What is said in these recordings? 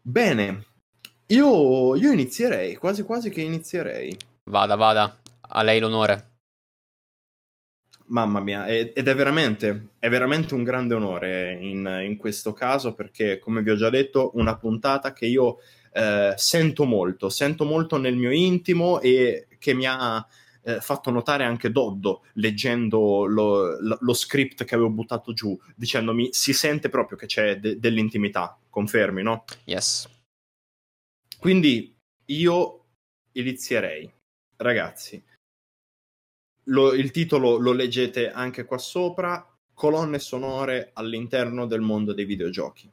Bene, io inizierei, quasi quasi che inizierei. Vada, a lei l'onore. Mamma mia, ed è veramente un grande onore in questo caso perché, come vi ho già detto, una puntata che io sento molto nel mio intimo e che mi ha fatto notare anche Doddo leggendo lo script che avevo buttato giù, dicendomi si sente proprio che c'è dell'intimità, confermi, no? Yes. Quindi io inizierei. Ragazzi, il titolo lo leggete anche qua sopra, colonne sonore all'interno del mondo dei videogiochi.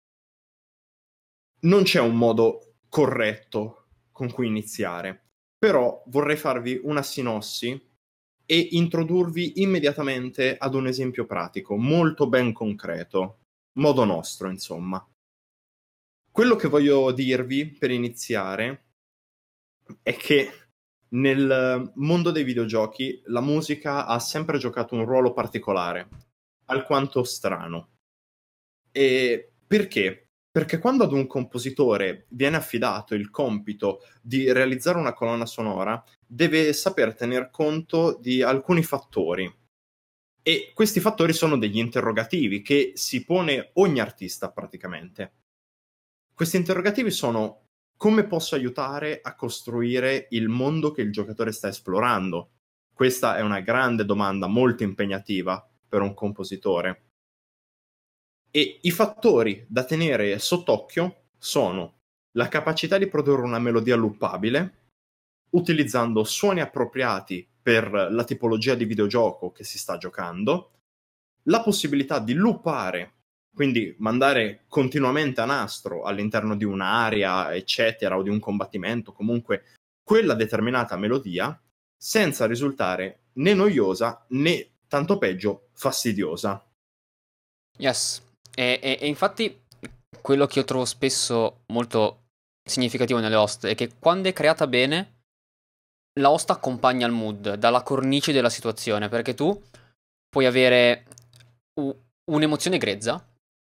Non c'è un modo corretto con cui iniziare, però vorrei farvi una sinossi e introdurvi immediatamente ad un esempio pratico, molto ben concreto, modo nostro, insomma. Quello che voglio dirvi per iniziare è che nel mondo dei videogiochi la musica ha sempre giocato un ruolo particolare, alquanto strano. E perché? Perché quando ad un compositore viene affidato il compito di realizzare una colonna sonora, deve saper tener conto di alcuni fattori. E questi fattori sono degli interrogativi che si pone ogni artista praticamente. Questi interrogativi sono: come posso aiutare a costruire il mondo che il giocatore sta esplorando? Questa è una grande domanda, molto impegnativa per un compositore. E i fattori da tenere sott'occhio sono la capacità di produrre una melodia loopabile, utilizzando suoni appropriati per la tipologia di videogioco che si sta giocando, la possibilità di loopare, quindi mandare continuamente a nastro all'interno di un'area, eccetera, o di un combattimento, comunque quella determinata melodia, senza risultare né noiosa né, tanto peggio, fastidiosa. Yes. E infatti quello che io trovo spesso molto significativo nelle host è che quando è creata bene, la host accompagna il mood, dà la cornice della situazione, perché tu puoi avere u- un'emozione grezza,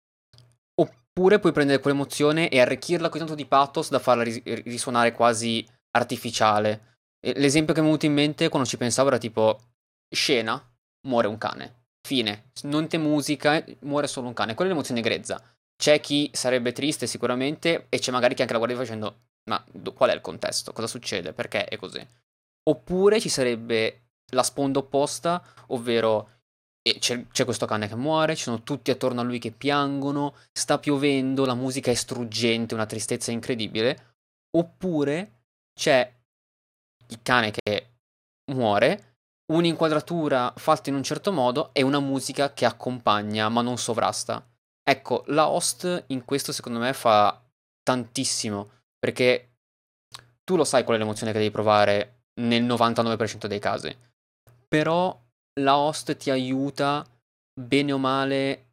oppure puoi prendere quell'emozione e arricchirla con tanto di pathos da farla risuonare quasi artificiale. E l'esempio che mi è venuto in mente quando ci pensavo era tipo scena, muore un cane. Fine. Non c'è musica, muore solo un cane. Quella è l'emozione grezza. C'è chi sarebbe triste sicuramente e c'è magari chi anche la guarda facendo ma qual è il contesto? Cosa succede? Perché è così? Oppure ci sarebbe la sponda opposta, ovvero c'è questo cane che muore, ci sono tutti attorno a lui che piangono, sta piovendo, la musica è struggente, una tristezza incredibile. Oppure c'è il cane che muore, un'inquadratura fatta in un certo modo e una musica che accompagna ma non sovrasta. Ecco, la host in questo secondo me fa tantissimo, perché tu lo sai qual è l'emozione che devi provare nel 99% dei casi, però la host ti aiuta bene o male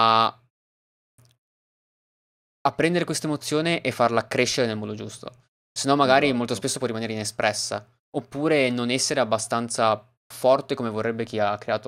a prendere questa emozione e farla crescere nel modo giusto. Se no, magari molto Esatto. spesso può rimanere inespressa, oppure non essere abbastanza forte come vorrebbe chi ha creato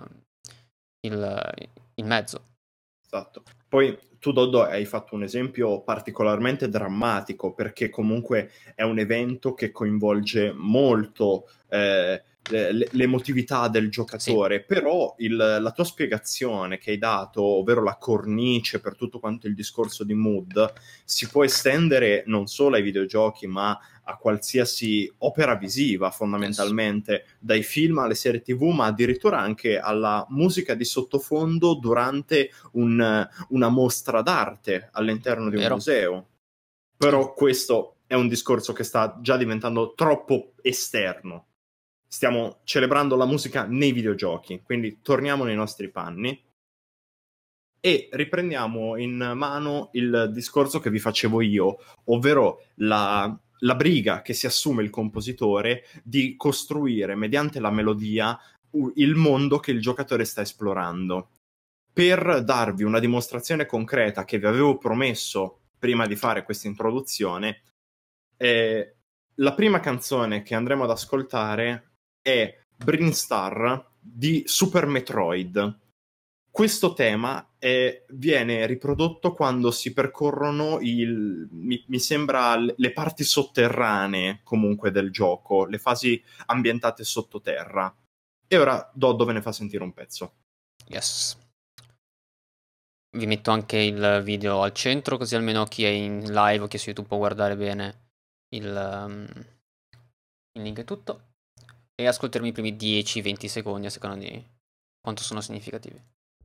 il mezzo. Esatto. Poi tu, Doddo, hai fatto un esempio particolarmente drammatico perché comunque è un evento che coinvolge molto l'emotività del Sì, giocatore, però la tua spiegazione che hai dato, ovvero la cornice per tutto quanto il discorso di mood, si può estendere non solo ai videogiochi, ma a qualsiasi opera visiva, yes, fondamentalmente, dai film alle serie TV, ma addirittura anche alla musica di sottofondo durante una mostra d'arte all'interno di un vero? museo. Però questo è un discorso che sta già diventando troppo esterno. Stiamo celebrando la musica nei videogiochi, quindi torniamo nei nostri panni e riprendiamo in mano il discorso che vi facevo io, ovvero la briga che si assume il compositore di costruire mediante la melodia il mondo che il giocatore sta esplorando. Per darvi una dimostrazione concreta che vi avevo promesso prima di fare questa introduzione, la prima canzone che andremo ad ascoltare è Brinstar di Super Metroid. questo tema viene riprodotto quando si percorrono mi sembra le parti sotterranee comunque del gioco, le fasi ambientate sottoterra. E ora Doddo ve ne fa sentire un pezzo. Yes. Vi metto anche il video al centro, così almeno chi è in live o chi è su YouTube può guardare bene il link e tutto. E ascoltermi i primi 10-20 secondi a seconda di quanto sono significativi.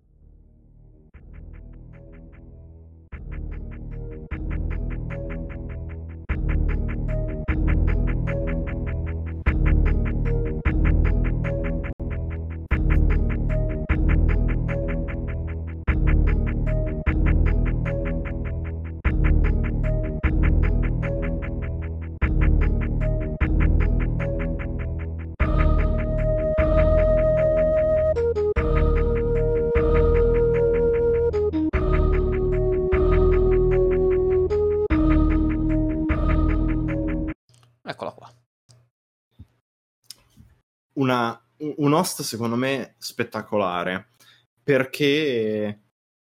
Eccola qua. Un host secondo me spettacolare, perché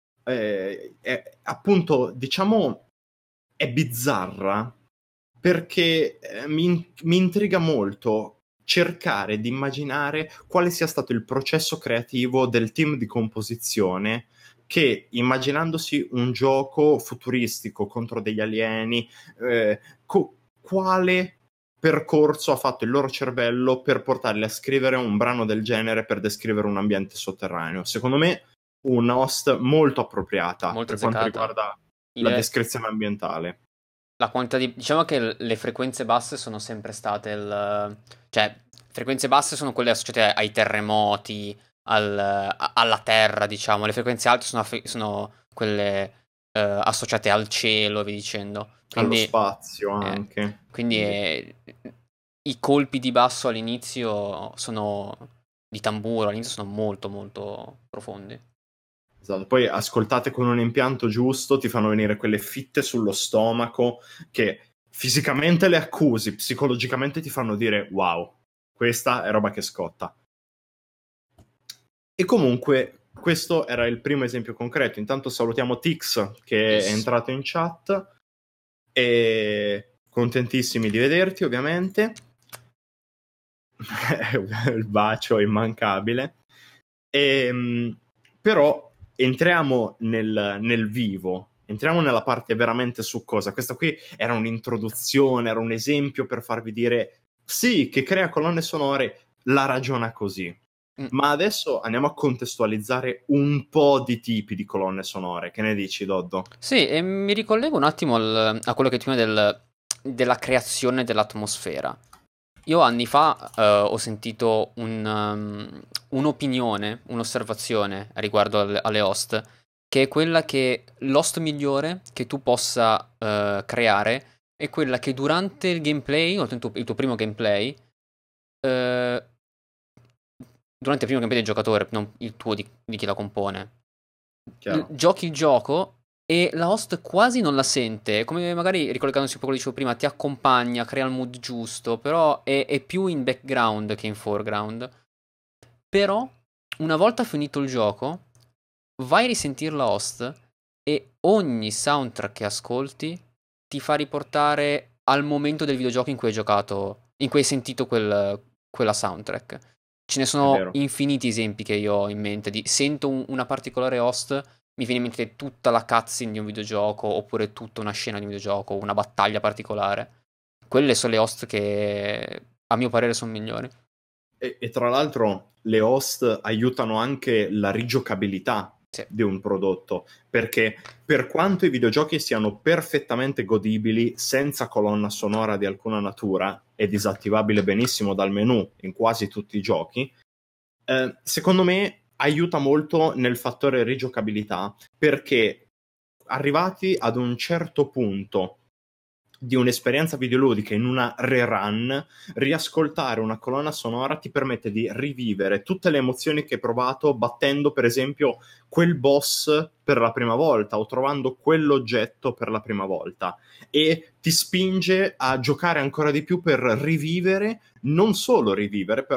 appunto, diciamo, è bizzarra, perché mi intriga molto cercare di immaginare quale sia stato il processo creativo del team di composizione che, immaginandosi un gioco futuristico contro degli alieni, quale percorso ha fatto il loro cervello per portarli a scrivere un brano del genere per descrivere un ambiente sotterraneo. Secondo me una host molto appropriata molto per quanto azzeccata. riguarda la descrizione ambientale. La quantità diciamo che le frequenze basse sono sempre state cioè, frequenze basse sono quelle associate ai terremoti, alla terra, diciamo. Le frequenze alte sono quelle associate al cielo e via dicendo. Quindi, allo spazio anche. Quindi i colpi di basso all'inizio di tamburo all'inizio sono molto molto profondi. Esatto. Poi ascoltate con un impianto giusto, ti fanno venire quelle fitte sullo stomaco che fisicamente le accusi, psicologicamente ti fanno dire wow, questa è roba che scotta. E comunque questo era il primo esempio concreto. Intanto salutiamo Tix che è entrato in chat e contentissimi di vederti, ovviamente. Il bacio immancabile. Però entriamo nel vivo, entriamo nella parte veramente succosa. Questa qui era un'introduzione, era un esempio per farvi dire sì, che crea colonne sonore, la ragiona così. Ma adesso andiamo a contestualizzare un po' di tipi di colonne sonore. Che ne dici, Doddo? Sì, e mi ricollego un attimo a quello che prima della creazione dell'atmosfera. Io anni fa ho sentito un'opinione, un'osservazione riguardo alle host, che è quella che l'host migliore che tu possa creare è quella che durante il gameplay, o il tuo primo gameplay, durante il primo gameplay del giocatore, non il tuo di chi la compone, giochi il gioco e la host quasi non la sente, come magari ricollegandosi un po' a quello che dicevo prima, ti accompagna, crea il mood giusto, però è più in background che in foreground. Però, una volta finito il gioco, vai a risentire la host e ogni soundtrack che ascolti ti fa riportare al momento del videogioco in cui hai giocato, in cui hai sentito quella soundtrack. Ce ne sono infiniti esempi che io ho in mente sento una particolare host, mi viene in mente tutta la cutscene di un videogioco, oppure tutta una scena di un videogioco, una battaglia particolare. Quelle sono le host che a mio parere sono migliori. E tra l'altro le host aiutano anche la rigiocabilità di un prodotto, perché per quanto i videogiochi siano perfettamente godibili senza colonna sonora di alcuna natura e disattivabile benissimo dal menu in quasi tutti i giochi, secondo me aiuta molto nel fattore rigiocabilità, perché arrivati ad un certo punto di un'esperienza videoludica in una rerun, riascoltare una colonna sonora ti permette di rivivere tutte le emozioni che hai provato battendo per esempio quel boss per la prima volta o trovando quell'oggetto per la prima volta, e ti spinge a giocare ancora di più per rivivere, non solo rivivere però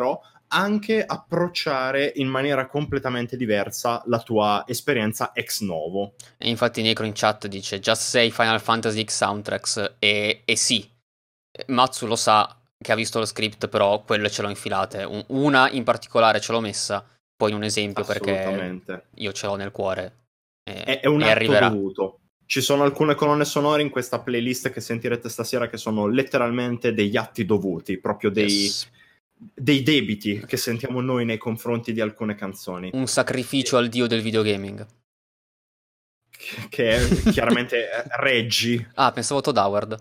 anche approcciare in maniera completamente diversa la tua esperienza ex novo. E infatti Necro in chat dice Just say Final Fantasy X soundtracks e sì, Matsu lo sa che ha visto lo script, però quelle ce l'ho infilate. Una in particolare ce l'ho messa, poi in un esempio perché io ce l'ho nel cuore è un e atto arriverà. dovuto. Ci sono alcune colonne sonore in questa playlist che sentirete stasera che sono letteralmente degli atti dovuti, proprio dei debiti che sentiamo noi nei confronti di alcune canzoni. Un sacrificio al dio del videogaming. Che è chiaramente Reggie. Ah, pensavo Todd Howard.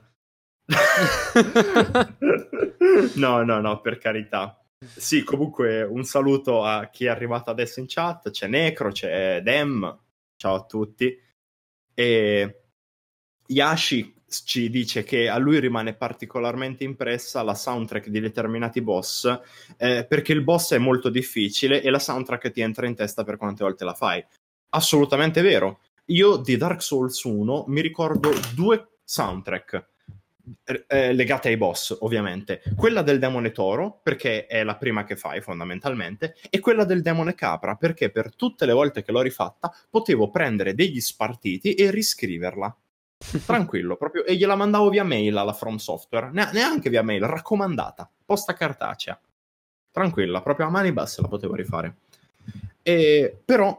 No, per carità. Sì, comunque un saluto a chi è arrivato adesso in chat. C'è Necro, c'è Dem. Ciao a tutti. E Yashi ci dice che a lui rimane particolarmente impressa la soundtrack di determinati boss, perché il boss è molto difficile e la soundtrack ti entra in testa per quante volte la fai. Assolutamente vero. Io di Dark Souls 1 mi ricordo 2 soundtrack legate ai boss, ovviamente. Quella del demone toro, perché è la prima che fai fondamentalmente, e quella del demone capra, perché per tutte le volte che l'ho rifatta potevo prendere degli spartiti e riscriverla. Tranquillo, proprio, e gliela mandavo via mail alla From Software, neanche via mail, raccomandata, posta cartacea. Tranquilla, proprio a mani basse la potevo rifare. Però,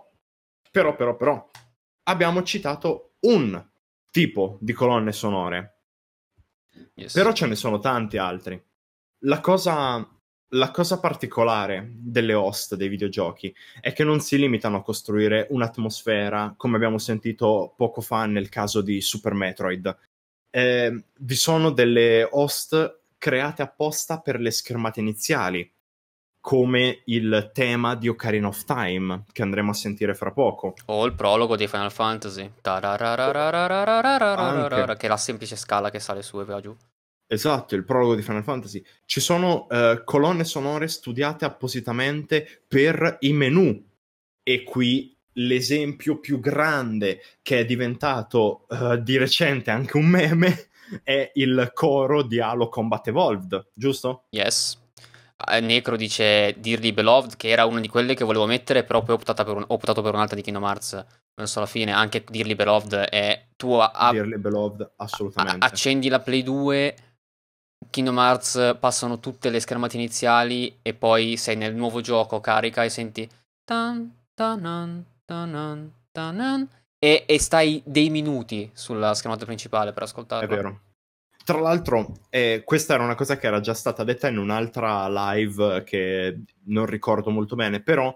abbiamo citato un tipo di colonne sonore. Yes. Però ce ne sono tanti altri. La cosa particolare delle host dei videogiochi è che non si limitano a costruire un'atmosfera, come abbiamo sentito poco fa nel caso di Super Metroid. Vi sono delle host create apposta per le schermate iniziali, come il tema di Ocarina of Time, che andremo a sentire fra poco. O il prologo di Final Fantasy, che è la semplice scala che sale su e va giù. Esatto, il prologo di Final Fantasy. Ci sono colonne sonore studiate appositamente per i menu. E qui l'esempio più grande che è diventato di recente anche un meme è il coro di Halo Combat Evolved, giusto? Yes. Necro dice Dearly Beloved, che era una di quelle che volevo mettere, però poi ho optato per un'altra di Kingdom Hearts verso la fine. Anche Dearly Beloved è Dearly Beloved, assolutamente. Accendi la Play 2, Kingdom Hearts, passano tutte le schermate iniziali e poi sei nel nuovo gioco, carica e senti tan, tanan, tanan, tanan, e stai dei minuti sulla schermata principale per ascoltarla. È vero. Tra l'altro, questa era una cosa che era già stata detta in un'altra live che non ricordo molto bene, però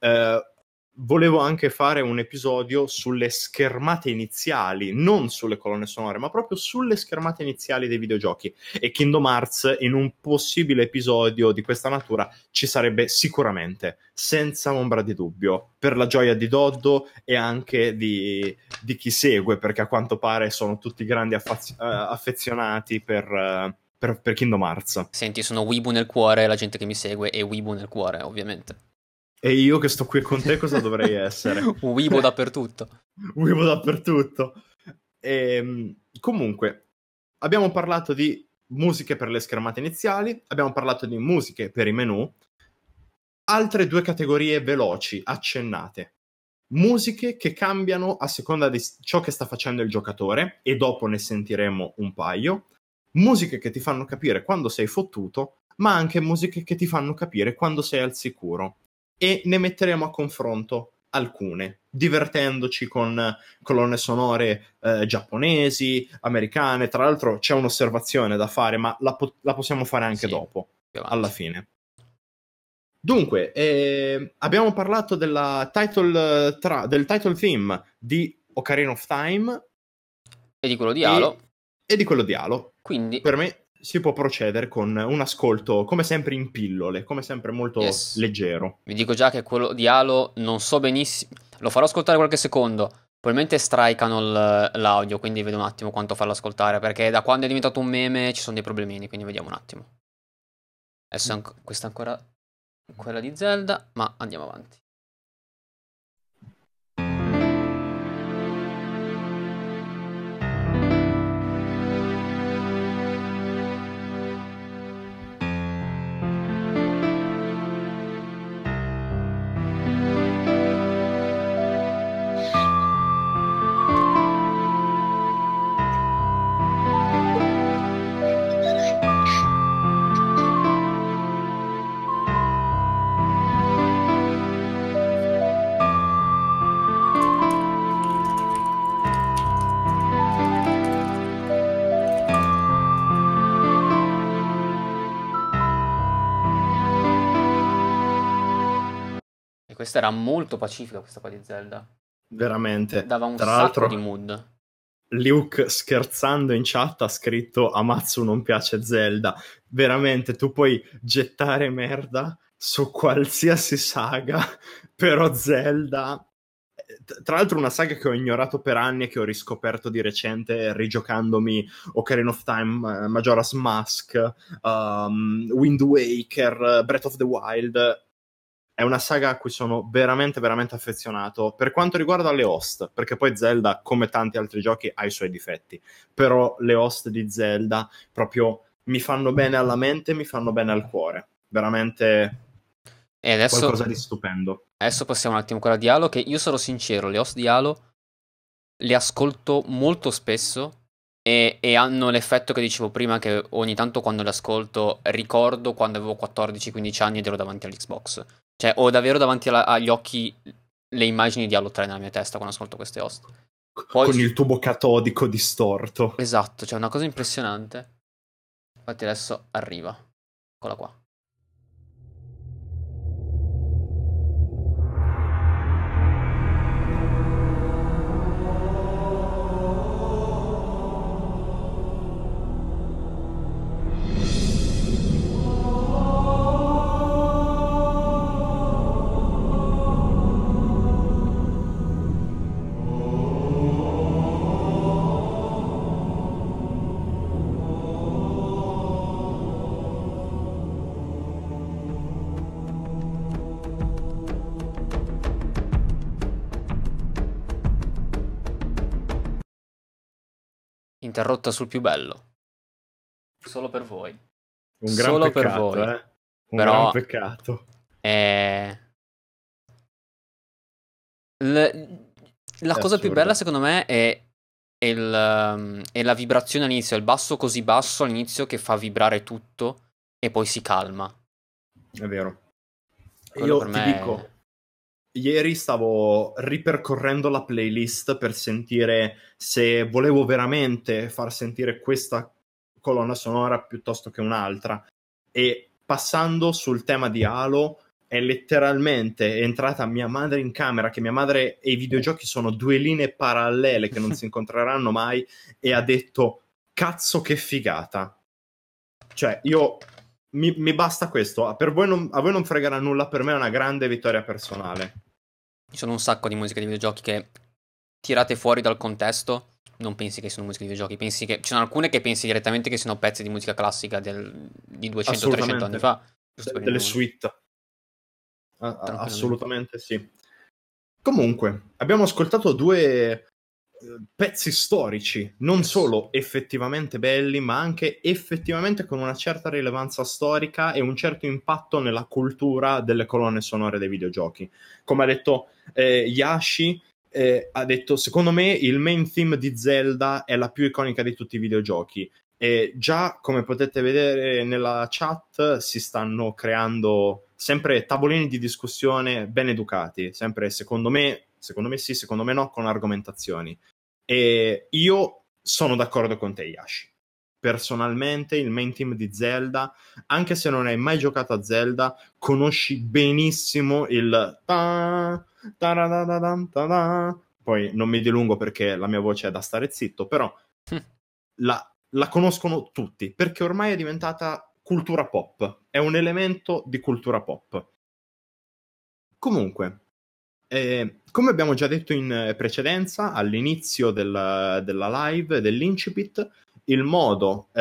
volevo anche fare un episodio sulle schermate iniziali, non sulle colonne sonore, ma proprio sulle schermate iniziali dei videogiochi. E Kingdom Hearts, in un possibile episodio di questa natura, ci sarebbe sicuramente, senza ombra di dubbio, per la gioia di Doddo e anche di chi segue, perché a quanto pare sono tutti grandi affezionati per Kingdom Hearts. Senti, sono Weibo nel cuore, la gente che mi segue è Weibo nel cuore, ovviamente. E io che sto qui con te cosa dovrei essere? Weibo dappertutto. Weibo dappertutto. Comunque, abbiamo parlato di musiche per le schermate iniziali, abbiamo parlato di musiche per i menu. Altre 2 categorie veloci, accennate. Musiche che cambiano a seconda di ciò che sta facendo il giocatore, e dopo ne sentiremo un paio. Musiche che ti fanno capire quando sei fottuto, ma anche musiche che ti fanno capire quando sei al sicuro. E ne metteremo a confronto alcune, divertendoci con colonne sonore giapponesi, americane. Tra l'altro c'è un'osservazione da fare, ma la possiamo fare anche dopo, alla fine. Dunque, abbiamo parlato del title theme di Ocarina of Time e di quello di Halo. E di quello di Halo. Quindi per me si può procedere con un ascolto, come sempre, in pillole, come sempre molto leggero. Vi dico già che quello di Halo non so benissimo, lo farò ascoltare qualche secondo. Probabilmente strikano l'audio, quindi vedo un attimo quanto farlo ascoltare, perché da quando è diventato un meme ci sono dei problemini, quindi vediamo un attimo. Adesso questa è ancora quella di Zelda, ma andiamo avanti. questa era molto pacifica, questa qua di Zelda. Veramente. Dava un Tra sacco l'altro, di mood. Luke scherzando in chat ha scritto Amatsu non piace Zelda. Veramente, tu puoi gettare merda su qualsiasi saga, però Zelda... Tra l'altro una saga che ho ignorato per anni e che ho riscoperto di recente rigiocandomi Ocarina of Time, Majora's Mask, Wind Waker, Breath of the Wild. È una saga a cui sono veramente, veramente affezionato. Per quanto riguarda le host, perché poi Zelda, come tanti altri giochi, ha i suoi difetti. Però le host di Zelda proprio mi fanno bene alla mente, mi fanno bene al cuore. Veramente E adesso, qualcosa di stupendo. adesso passiamo un attimo a quella di Halo, che io sarò sincero, le host di Halo le ascolto molto spesso e hanno l'effetto che dicevo prima, che ogni tanto quando le ascolto ricordo quando avevo 14-15 anni ed ero davanti all'Xbox. Cioè, ho davvero davanti agli occhi le immagini di Halo 3 nella mia testa quando ascolto queste host. Poi, Con il tubo catodico distorto. esatto, cioè una cosa impressionante. Infatti adesso arriva. Eccola qua. Interrotta sul più bello. Solo per voi. Un gran Solo per peccato, voi. eh. Un gran Però peccato. è... La È cosa più bella, assurdo. secondo me, è la vibrazione all'inizio, il basso così basso all'inizio che fa vibrare tutto e poi si calma. È vero. Quello per Io ti me dico, ieri stavo ripercorrendo la playlist per sentire se volevo veramente far sentire questa colonna sonora piuttosto che un'altra. E passando sul tema di Halo, è letteralmente entrata mia madre in camera, che mia madre e i videogiochi sono due linee parallele che non si incontreranno mai, e ha detto: cazzo che figata. Cioè, io mi basta questo. Per voi a voi non fregherà nulla, per me è una grande vittoria personale. ci sono un sacco di musiche di videogiochi che tirate fuori dal contesto non pensi che siano musiche di videogiochi, pensi che... Ci sono alcune che pensi direttamente che siano pezzi di musica classica di 200-300 anni Assolutamente. fa, giusto per Delle dirne uno. suite. Tranquillamente. Assolutamente sì. Comunque, abbiamo ascoltato due pezzi storici, non Yes. solo effettivamente belli, ma anche effettivamente con una certa rilevanza storica e un certo impatto nella cultura delle colonne sonore dei videogiochi. Come ha detto Yashi, ha detto: secondo me il main theme di Zelda è la più iconica di tutti i videogiochi. E già, come potete vedere nella chat, si stanno creando sempre tavolini di discussione ben educati, sempre secondo me sì, secondo me no, con argomentazioni. E io sono d'accordo con te, Yashi. Personalmente, il main team di Zelda, anche se non hai mai giocato a Zelda, conosci benissimo il ta taradadadam, tada. Poi non mi dilungo perché la mia voce è da stare zitto, però la conoscono tutti, perché ormai è diventata cultura pop, è un elemento di cultura pop. Comunque, come abbiamo già detto in precedenza, all'inizio della live, dell'incipit, il modo,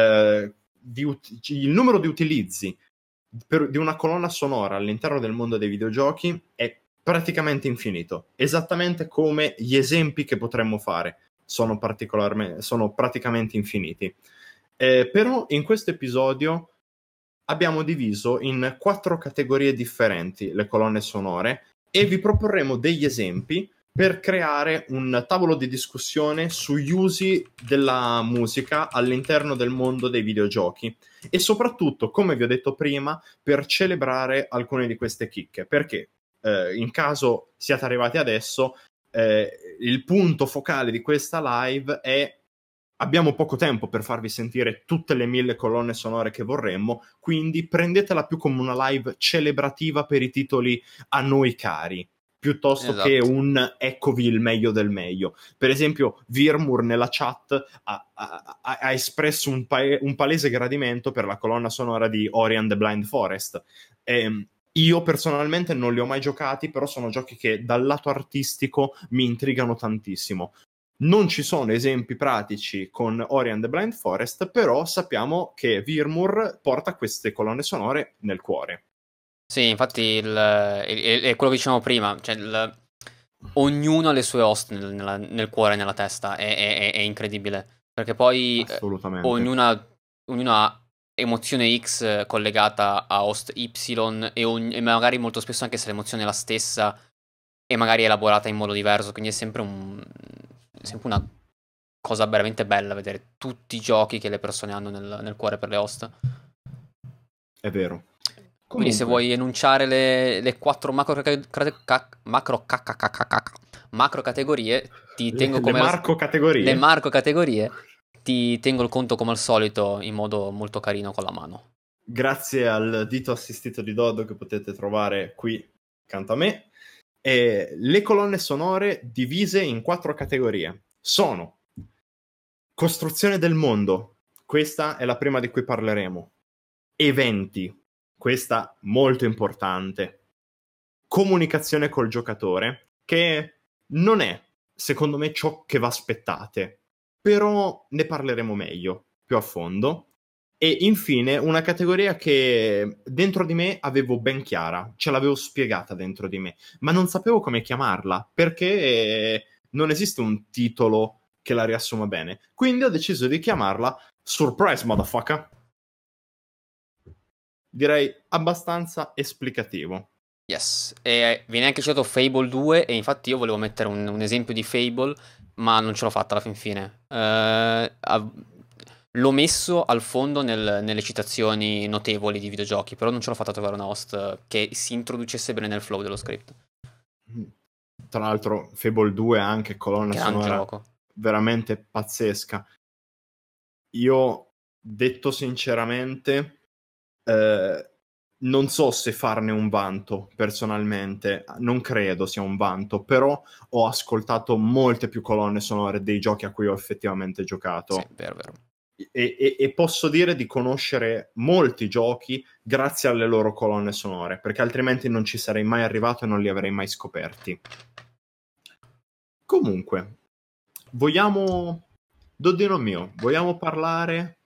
il numero di utilizzi di una colonna sonora all'interno del mondo dei videogiochi è praticamente infinito, esattamente come gli esempi che potremmo fare sono praticamente infiniti. Però in questo episodio abbiamo diviso in 4 categorie differenti le colonne sonore e vi proporremo degli esempi per creare un tavolo di discussione sugli usi della musica all'interno del mondo dei videogiochi e soprattutto, come vi ho detto prima, per celebrare alcune di queste chicche, perché in caso siate arrivati adesso, il punto focale di questa live è: abbiamo poco tempo per farvi sentire tutte le 1000 colonne sonore che vorremmo, quindi prendetela più come una live celebrativa per i titoli a noi cari. piuttosto Esatto. che un eccovi il meglio del meglio. Per esempio, Virmur nella chat ha espresso un palese gradimento per la colonna sonora di Ori and the Blind Forest. Io personalmente non li ho mai giocati, però sono giochi che dal lato artistico mi intrigano tantissimo. Non ci sono esempi pratici con Ori and the Blind Forest, però sappiamo che Virmur porta queste colonne sonore nel cuore. Sì, infatti è quello che dicevamo prima, cioè ognuno ha le sue host nel cuore, nella testa, è incredibile, perché poi Assolutamente. ognuno ha emozione X collegata a host Y e magari molto spesso anche se l'emozione è la stessa e magari elaborata in modo diverso, quindi è sempre una cosa veramente bella vedere tutti i giochi che le persone hanno nel cuore per le host. È vero. Quindi se vuoi enunciare le 4 macro categorie, ti tengo le come marco categorie. le marco categorie, ti tengo il conto come al solito in modo molto carino con la mano. Grazie al dito assistito di Dodo che potete trovare qui accanto a me. E le colonne sonore divise in 4 categorie sono costruzione del mondo, questa è la prima di cui parleremo. Eventi, questa molto importante. Comunicazione col giocatore, che non è, secondo me, ciò che va aspettate, però ne parleremo meglio, più a fondo. E infine una categoria che dentro di me avevo ben chiara, ce l'avevo spiegata dentro di me, ma non sapevo come chiamarla, perché non esiste un titolo che la riassuma bene. Quindi ho deciso di chiamarla Surprise Motherfucker. Direi abbastanza esplicativo. Yes, e viene anche citato Fable 2 e infatti io volevo mettere un esempio di Fable, ma non ce l'ho fatta alla fin fine. L'ho messo al fondo nelle citazioni notevoli di videogiochi, però non ce l'ho fatta trovare una host che si introducesse bene nel flow dello script. Tra l'altro Fable 2 ha anche colonna Gran sonora gioco. veramente pazzesca. Io, detto sinceramente, non so se farne un vanto personalmente, non credo sia un vanto, però ho ascoltato molte più colonne sonore dei giochi a cui ho effettivamente giocato. Sì, vero. E posso dire di conoscere molti giochi grazie alle loro colonne sonore, perché altrimenti non ci sarei mai arrivato e non li avrei mai scoperti. Comunque, Dodino mio, vogliamo parlare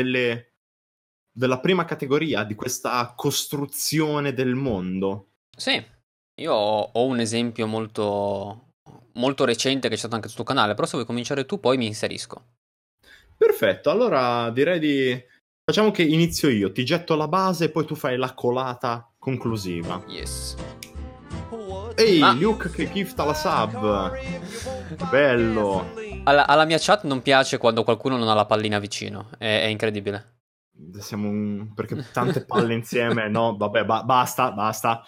della prima categoria, di questa costruzione del mondo? Sì, io ho un esempio molto, molto recente che c'è stato anche sul tuo canale, però se vuoi cominciare tu poi mi inserisco. Perfetto, allora direi di... Facciamo che inizio io, ti getto la base e poi tu fai la colata conclusiva. Yes. Ehi, Luke che gifta la sub! Bello! Alla mia chat non piace quando qualcuno non ha la pallina vicino, è incredibile. Perché tante palle insieme, no, vabbè, basta.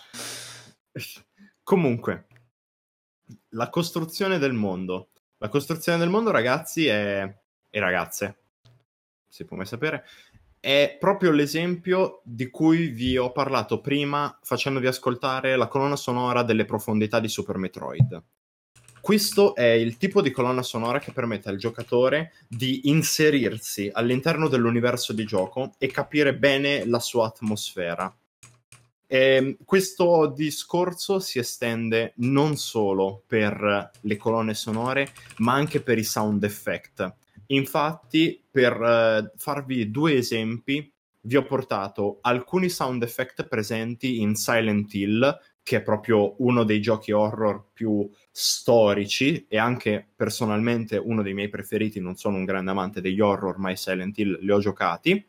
Comunque, la costruzione del mondo. La costruzione del mondo, ragazzi, e ragazze, si può mai sapere, è proprio l'esempio di cui vi ho parlato prima facendovi ascoltare la colonna sonora delle profondità di Super Metroid. Questo è il tipo di colonna sonora che permette al giocatore di inserirsi all'interno dell'universo di gioco e capire bene la sua atmosfera. Questo discorso si estende non solo per le colonne sonore, ma anche per i sound effect. Infatti, per farvi 2 esempi, vi ho portato alcuni sound effect presenti in Silent Hill, che è proprio uno dei giochi horror più storici e anche personalmente uno dei miei preferiti. Non sono un grande amante degli horror, ma i Silent Hill li ho giocati.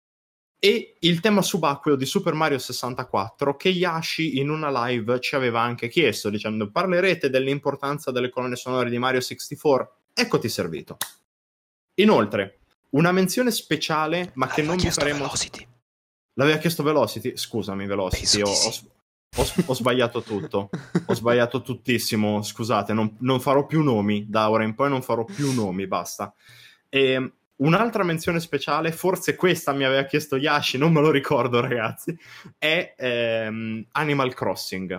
E il tema subacqueo di Super Mario 64, che Yashi in una live ci aveva anche chiesto, dicendo: parlerete dell'importanza delle colonne sonore di Mario 64? Eccoti servito. Inoltre, una menzione speciale, ma che non vi faremo... Velocity. L'aveva chiesto Velocity? Scusami, Velocity, ho sbagliato tutto. Ho sbagliato tuttissimo, scusate, non farò più nomi, da ora in poi non farò più nomi, basta. E un'altra menzione speciale, forse questa mi aveva chiesto Yashi, non me lo ricordo ragazzi, è Animal Crossing.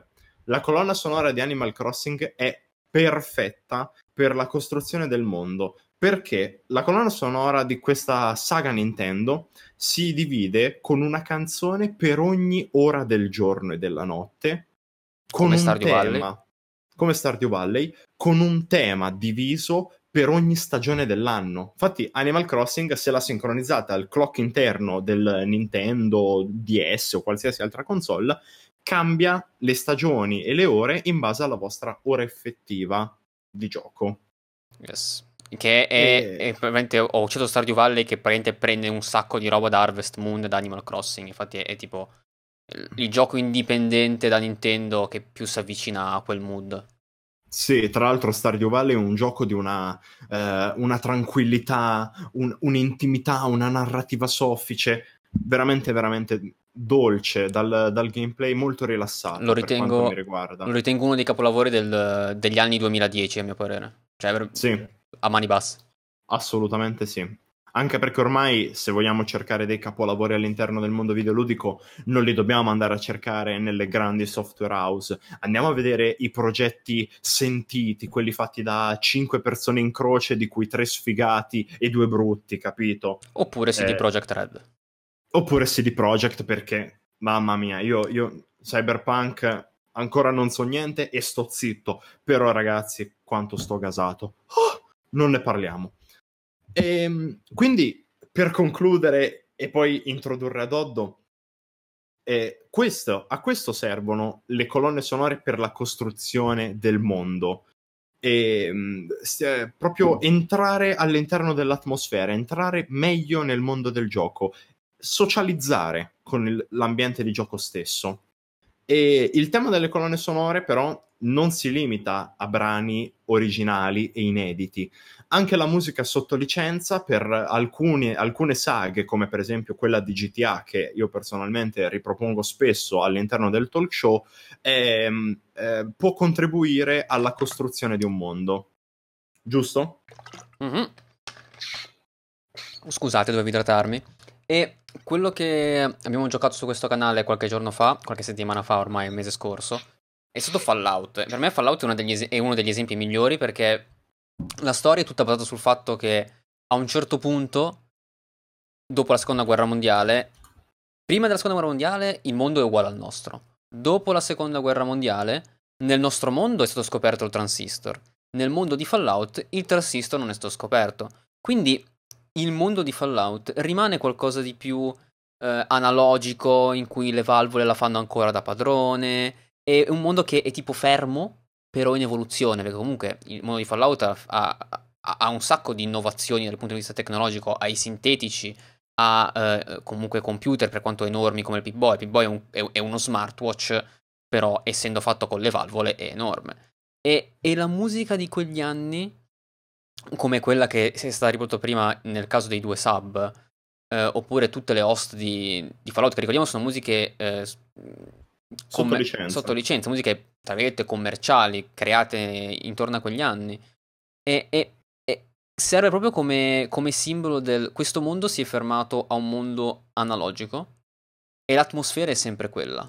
La colonna sonora di Animal Crossing è perfetta per la costruzione del mondo, perché la colonna sonora di questa saga Nintendo si divide con una canzone per ogni ora del giorno e della notte, con Come un Stardew Valley. tema, come Stardew Valley, con un tema diviso per ogni stagione dell'anno. Infatti Animal Crossing, se la sincronizzate al clock interno del Nintendo DS o qualsiasi altra console, cambia le stagioni e le ore in base alla vostra ora effettiva di gioco. Yes. Che è E praticamente, ho citato Stardew Valley che praticamente prende un sacco di roba da Harvest Moon e da Animal Crossing. Infatti è tipo il gioco indipendente da Nintendo che più si avvicina a quel mood. sì, tra l'altro Stardew Valley è un gioco di una tranquillità, un'intimità, una narrativa soffice, veramente, veramente dolce, dal gameplay molto Lo rilassato per quanto mi ritengo, riguarda. lo ritengo uno dei capolavori degli anni 2010, a mio parere. Cioè, Sì, a mani basse. assolutamente sì. Anche perché ormai, se vogliamo cercare dei capolavori all'interno del mondo videoludico, non li dobbiamo andare a cercare nelle grandi software house. Andiamo a vedere i progetti sentiti, quelli fatti da 5 persone in croce, di cui 3 sfigati e 2 brutti, capito? Oppure CD Eh, Projekt Red. Oppure CD Projekt, perché, mamma mia, io Cyberpunk ancora non so niente e sto zitto. Però, ragazzi, quanto sto gasato. Oh, non ne parliamo. Quindi, per concludere e poi introdurre ad Oddo, a questo servono le colonne sonore per la costruzione del mondo. Proprio entrare all'interno dell'atmosfera, entrare meglio nel mondo del gioco, socializzare con l'ambiente di gioco stesso. E il tema delle colonne sonore, però, non si limita a brani originali e inediti. Anche la musica sotto licenza per alcune saghe, come per esempio quella di GTA, che io personalmente ripropongo spesso all'interno del talk show, può contribuire alla costruzione di un mondo. Giusto? Mhm. Scusate, dovevo idratarmi. E quello che abbiamo giocato su questo canale qualche giorno fa, qualche settimana fa ormai, il mese scorso, è stato Fallout. Per me Fallout è uno degli esempi migliori perché la storia è tutta basata sul fatto che a un certo punto, dopo la seconda guerra mondiale, prima della seconda guerra mondiale il mondo è uguale al nostro. Dopo la seconda guerra mondiale, nel nostro mondo è stato scoperto il transistor. Nel mondo di Fallout il transistor non è stato scoperto. Quindi il mondo di Fallout rimane qualcosa di più analogico, in cui le valvole la fanno ancora da padrone. È un mondo che è tipo fermo, però in evoluzione, perché comunque il mondo di Fallout ha un sacco di innovazioni dal punto di vista tecnologico, ai sintetici, a comunque computer per quanto enormi come il Pip-Boy. Il Pip-Boy è uno smartwatch, però essendo fatto con le valvole è enorme. E la musica di quegli anni, come quella che è stata riprodotta prima nel caso dei due sub, oppure tutte le host di Fallout, che ricordiamo sono musiche Sotto sotto licenza. licenza, musiche tra virgolette commerciali, create intorno a quegli anni. E serve proprio come simbolo del questo mondo si è fermato a un mondo analogico e l'atmosfera è sempre quella.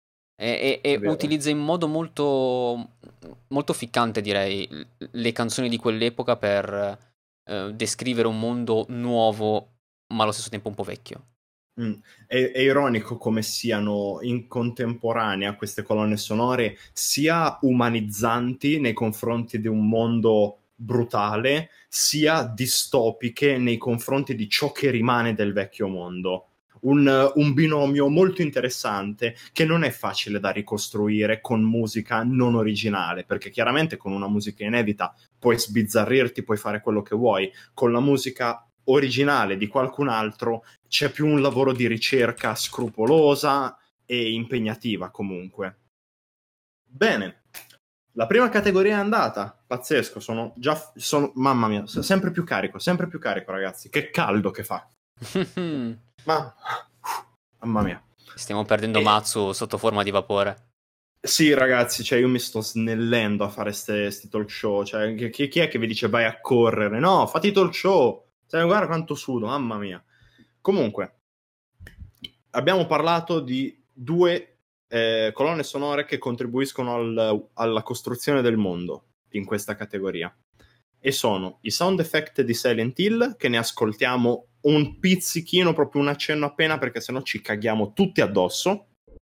È E vero. utilizza in modo molto, molto ficcante, direi, le canzoni di quell'epoca per descrivere un mondo nuovo, ma allo stesso tempo un po' vecchio. Mm. È ironico come siano in contemporanea queste colonne sonore sia umanizzanti nei confronti di un mondo brutale, sia distopiche nei confronti di ciò che rimane del vecchio mondo. Un binomio molto interessante che non è facile da ricostruire con musica non originale, perché chiaramente con una musica inedita puoi sbizzarrirti, puoi fare quello che vuoi. Con la musica originale di qualcun altro c'è più un lavoro di ricerca scrupolosa e impegnativa comunque. Bene, la prima categoria è andata, pazzesco, mamma mia, sempre più carico ragazzi, che caldo che fa. Ma, mamma mia. Stiamo perdendo E, Matsu sotto forma di vapore. sì ragazzi, cioè io mi sto snellendo a fare sti talk show, cioè chi è che vi dice vai a correre? No, fate i talk show, cioè, guarda quanto sudo, mamma mia. Comunque, abbiamo parlato di due colonne sonore che contribuiscono alla costruzione del mondo in questa categoria. E sono i sound effect di Silent Hill, che ne ascoltiamo un pizzichino, proprio un accenno appena, perché sennò ci caghiamo tutti addosso,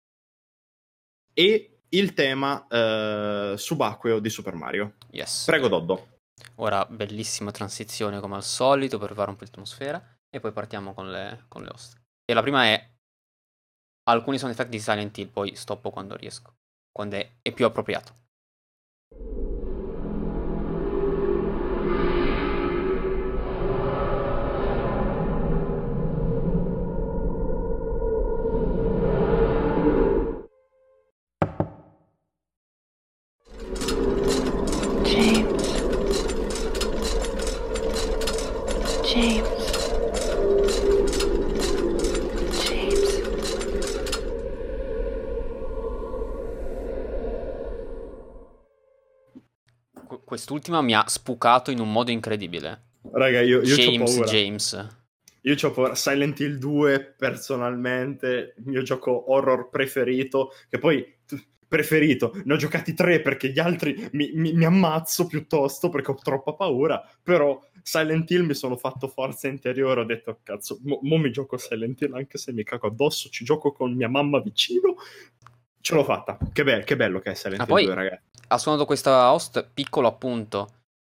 e il tema subacqueo di Super Mario. Yes. Prego, Doddo. Ora, bellissima transizione come al solito per fare un po' di atmosfera, e poi partiamo con le host. E la prima è alcuni sound effect di Silent Hill, poi stoppo quando riesco, quando è più appropriato. Quest'ultima mi ha spucato in un modo incredibile. Raga, io c'ho paura. James. Io c'ho paura. Silent Hill 2, personalmente, il mio gioco horror preferito, che poi preferito, ne ho giocati 3 perché gli altri mi ammazzo piuttosto perché ho troppa paura, però Silent Hill mi sono fatto forza interiore, ho detto cazzo, mo mi gioco Silent Hill anche se mi cago addosso, ci gioco con mia mamma vicino. Ce l'ho fatta. Che bello che è Silent Hill 2, ragazzi. Ha suonato questa host, piccolo appunto,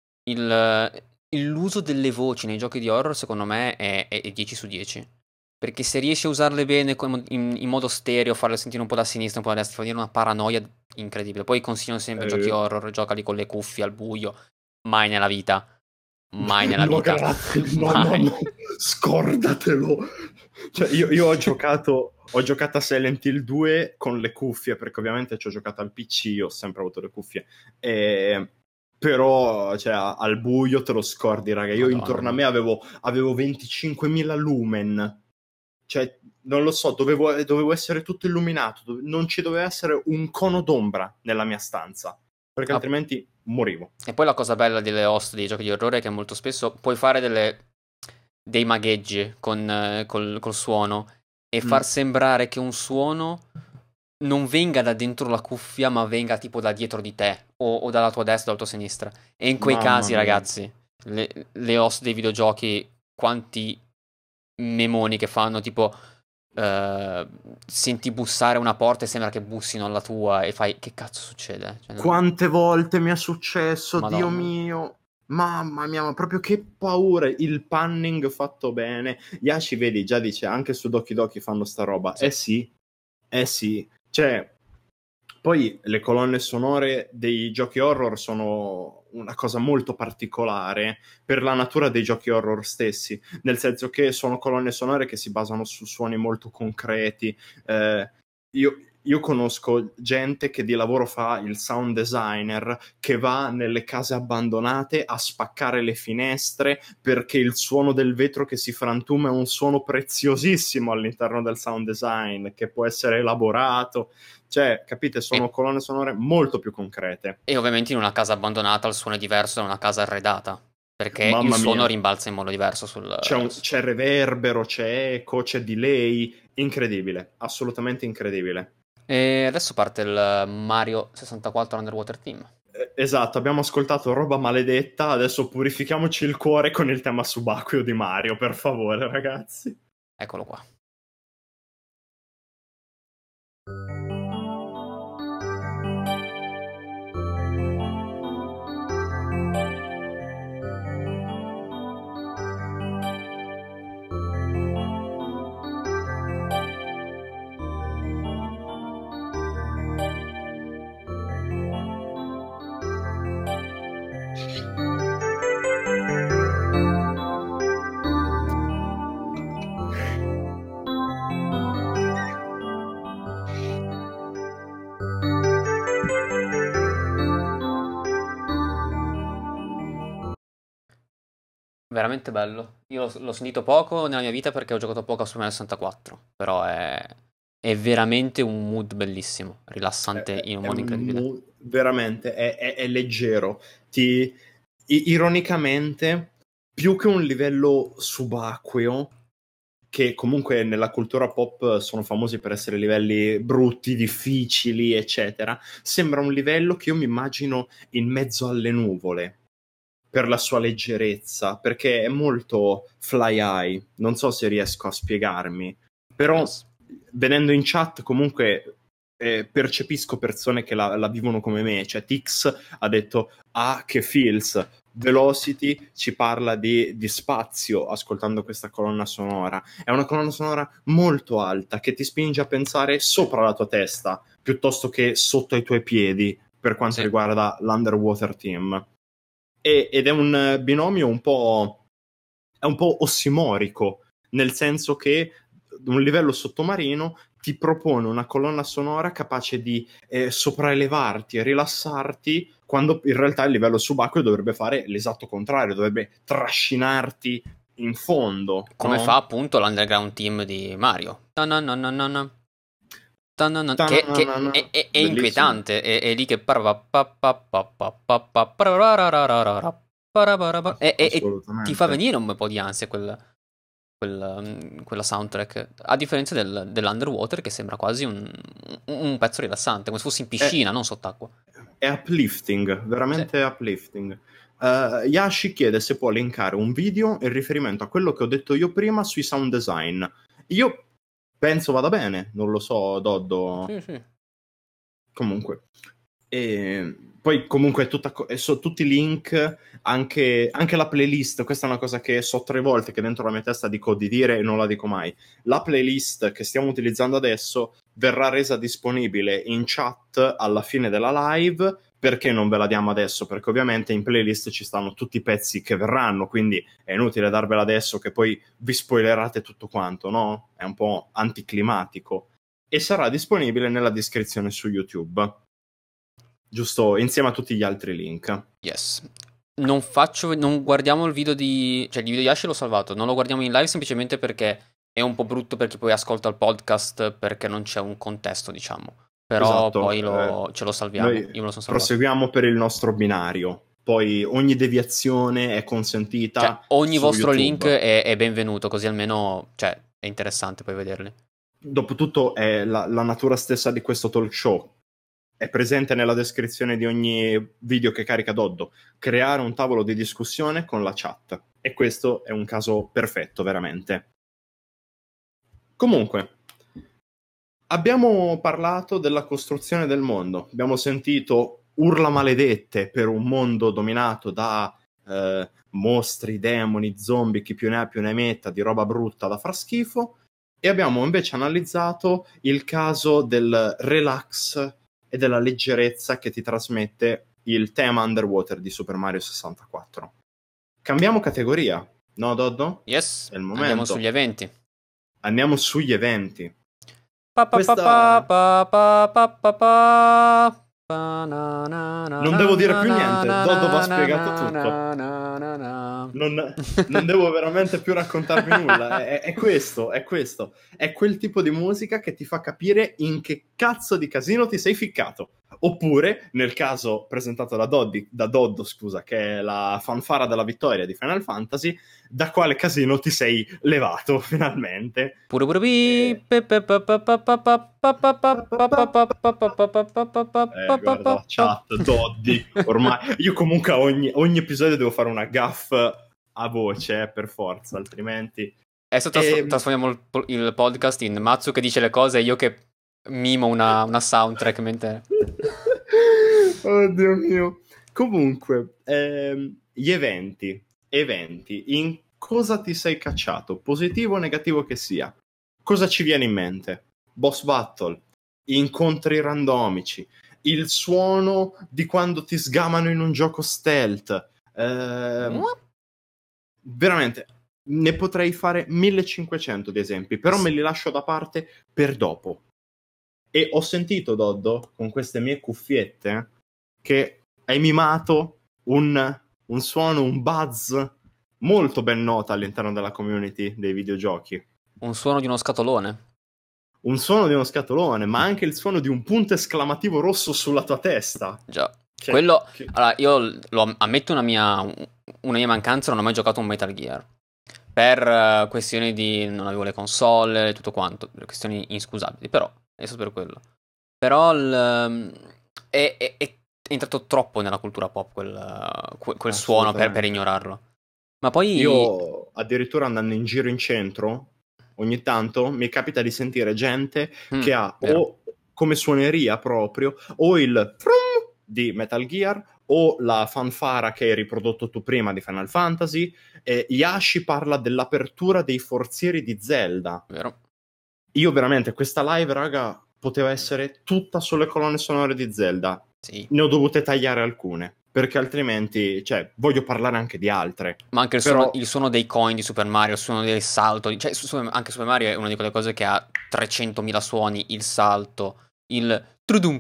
l'uso delle voci nei giochi di horror secondo me è 10 su 10. Perché se riesci a usarle bene in modo stereo, farle sentire un po' da sinistra, un po' da destra, fa venire una paranoia incredibile. Poi consigliano sempre giochi horror, giocali con le cuffie al buio. Mai nella vita. Mai nella vita. Grazie. No, scordatelo. Cioè, io ho giocato a Silent Hill 2 con le cuffie, perché ovviamente ci ho giocato al PC, ho sempre avuto le cuffie. Però, cioè, al buio te lo scordi, raga. Io intorno a me avevo 25.000 lumen. Cioè, non lo so, dovevo essere tutto illuminato. Non ci doveva essere un cono d'ombra nella mia stanza, perché altrimenti morivo. E poi la cosa bella delle host dei giochi di orrore è che molto spesso puoi fare dei magheggi col suono e far sembrare che un suono non venga da dentro la cuffia, ma venga tipo da dietro di te o dalla tua destra o dalla tua sinistra. E in quei casi, ragazzi, le host dei videogiochi, quanti memoni che fanno, tipo senti bussare una porta e sembra che bussino alla tua e fai che cazzo succede? Cioè, quante volte mi è successo, Madonna. Dio mio, mamma mia, ma proprio che paura. Il panning fatto bene. Yashi, vedi, già dice anche su Doki Doki fanno sta roba. Sì. Sì, cioè poi le colonne sonore dei giochi horror sono una cosa molto particolare per la natura dei giochi horror stessi, nel senso che sono colonne sonore che si basano su suoni molto concreti. Io conosco gente che di lavoro fa il sound designer, che va nelle case abbandonate a spaccare le finestre perché il suono del vetro che si frantuma è un suono preziosissimo all'interno del sound design, che può essere elaborato. Cioè, capite, sono colonne sonore molto più concrete. E ovviamente in una casa abbandonata il suono è diverso da una casa arredata, perché il suono rimbalza in modo diverso c'è reverbero, c'è eco, c'è delay. Incredibile, assolutamente incredibile. E adesso parte il Mario 64 Underwater Theme. Esatto, abbiamo ascoltato roba maledetta, adesso purifichiamoci il cuore con il tema subacqueo di Mario, per favore, ragazzi. Eccolo qua. Veramente bello. Io l'ho sentito poco nella mia vita perché ho giocato poco a Super Mario 64, però è veramente un mood bellissimo, rilassante in un modo incredibile. Veramente, è leggero. Ironicamente, più che un livello subacqueo, che comunque nella cultura pop sono famosi per essere livelli brutti, difficili, eccetera, sembra un livello che io mi immagino in mezzo alle nuvole, per la sua leggerezza, perché è molto fly high, non so se riesco a spiegarmi, però Yes. venendo in chat comunque percepisco persone che la vivono come me, cioè Tix ha detto che feels, Velocity ci parla di spazio ascoltando questa colonna sonora, è una colonna sonora molto alta che ti spinge a pensare sopra la tua testa piuttosto che sotto ai tuoi piedi per quanto Sì. riguarda l'Underwater Team. Ed è un binomio è un po' ossimorico, nel senso che un livello sottomarino ti propone una colonna sonora capace di sopraelevarti e rilassarti, quando in realtà il livello subacqueo dovrebbe fare l'esatto contrario, dovrebbe trascinarti in fondo. Come no? fa appunto l'Underground Team di Mario. Che è Bellissimo. inquietante, è lì che e ti fa Assolutamente. venire un po' di ansia quella soundtrack, a differenza dell'Underwater che sembra quasi un pezzo rilassante, come se fossi in piscina, non sott'acqua. È uplifting, Sì. veramente uplifting. Yashi chiede se può linkare un video in riferimento a quello che ho detto io prima sui sound design. Io penso vada bene, non lo so, Doddo. Sì. Comunque. E poi comunque tutti i link, anche la playlist, questa è una cosa che so 3 volte che dentro la mia testa dico di dire e non la dico mai. La playlist che stiamo utilizzando adesso verrà resa disponibile in chat alla fine della live. Perché non ve la diamo adesso? Perché ovviamente in playlist ci stanno tutti i pezzi che verranno, quindi è inutile darvela adesso che poi vi spoilerate tutto quanto, no? È un po' anticlimatico. E sarà disponibile nella descrizione su YouTube, giusto insieme a tutti gli altri link. Yes. Non guardiamo il video cioè il video di Ash l'ho salvato, non lo guardiamo in live semplicemente perché è un po' brutto per chi poi ascolta il podcast, perché non c'è un contesto, diciamo. Però Esatto, poi ce lo salviamo, noi io me lo sono salvato. proseguiamo per il nostro binario, poi ogni deviazione è Cioè, consentita ogni su vostro link YouTube. è benvenuto, così almeno, cioè, è interessante poi vederli. Dopotutto è la natura stessa di questo talk show. È presente nella descrizione di ogni video che carica Doddo. Creare un tavolo di discussione con la chat. E questo è un caso perfetto, veramente. Comunque, abbiamo parlato della costruzione del mondo. Abbiamo sentito urla maledette per un mondo dominato da mostri, demoni, zombie, chi più ne ha più ne metta, di roba brutta da far schifo. E abbiamo invece analizzato il caso del relax e della leggerezza che ti trasmette il tema Underwater di Super Mario 64. Cambiamo categoria, no Doddo? Yes, È il andiamo sugli momento. eventi. Andiamo sugli eventi. Pa pa pa pa Questa... pa pa pa pa pa. Non devo dire più niente, Doddo va spiegato tutto. Non devo veramente più raccontarvi nulla. È questo, è questo. È quel tipo di musica che ti fa capire in che cazzo di casino ti sei ficcato. Oppure, nel caso presentato da Doddo, scusa, che è la fanfara della vittoria di Final Fantasy, da quale casino ti sei levato finalmente. Pure pure pi. Guarda la chat, Doddy, ormai io comunque a ogni episodio devo fare una gaff a voce, per forza, altrimenti... Adesso trasformiamo il podcast in Matsu che dice le cose e io che mimo una soundtrack mentre... Oddio mio. Comunque, gli eventi, in cosa ti sei cacciato, positivo o negativo che sia? Cosa ci viene in mente? Boss battle, incontri randomici, il suono di quando ti sgamano in un gioco stealth. Veramente, ne potrei fare 1500 di esempi, però me li lascio da parte per dopo. E ho sentito, Doddo, con queste mie cuffiette, che hai mimato un suono, un buzz molto ben nota all'interno della community dei videogiochi. Un suono di uno scatolone. Un suono di uno scatolone, ma anche il suono di un punto esclamativo rosso sulla tua testa. Già. Quello... Allora, io ammetto una mia mancanza, non ho mai giocato un Metal Gear. per questioni di non avevo le console e tutto quanto, per questioni inscusabili, però è stato per quello. Però è entrato troppo nella cultura pop quel suono per ignorarlo. Ma poi io addirittura andando in giro in centro ogni tanto mi capita di sentire gente che ha vero. o come suoneria proprio o il frum di Metal Gear o la fanfara che hai riprodotto tu prima di Final Fantasy. Yashi parla dell'apertura dei forzieri di Zelda. Vero. Io veramente, questa live, raga, poteva essere tutta sulle colonne sonore di Zelda. Sì. Ne ho dovute tagliare alcune, perché altrimenti, cioè, voglio parlare anche di altre. Ma anche il suono dei coin di Super Mario, il suono del salto, cioè anche Super Mario è una di quelle cose che ha 300.000 suoni, il salto, il trudum,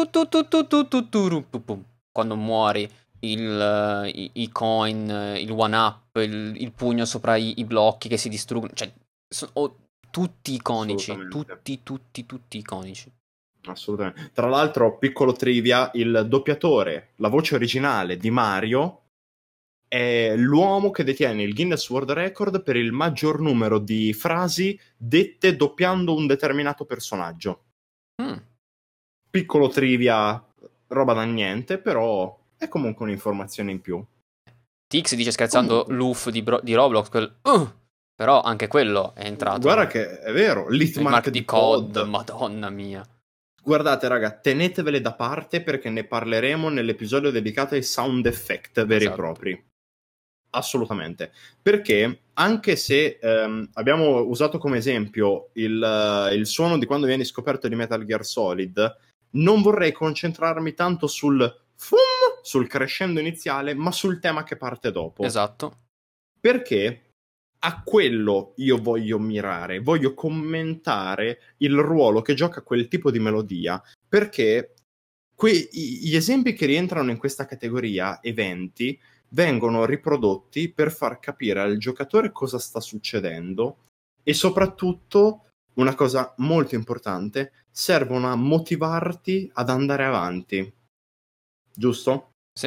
quando muori, i coin, il one up, il pugno sopra i blocchi che si distruggono, cioè tutti iconici, tutti iconici. Assolutamente. Tra l'altro, piccolo trivia, il doppiatore, la voce originale di Mario è l'uomo che detiene il Guinness World Record per il maggior numero di frasi dette doppiando un determinato personaggio. Piccolo trivia, roba da niente, però è comunque un'informazione in più. Tix dice scherzando l'UF di Roblox, però anche quello è entrato. Guarda che è vero, l'hitmark di COD. Madonna mia. Guardate raga, tenetevele da parte perché ne parleremo nell'episodio dedicato ai sound effect veri e propri. Assolutamente. Perché anche se abbiamo usato come esempio il suono di quando vieni scoperto di Metal Gear Solid, non vorrei concentrarmi tanto sul crescendo iniziale, ma sul tema che parte dopo. Esatto. Perché a quello io voglio mirare, voglio commentare il ruolo che gioca quel tipo di melodia, perché gli esempi che rientrano in questa categoria, eventi, vengono riprodotti per far capire al giocatore cosa sta succedendo e soprattutto, una cosa molto importante, servono a motivarti ad andare avanti. Giusto? Sì.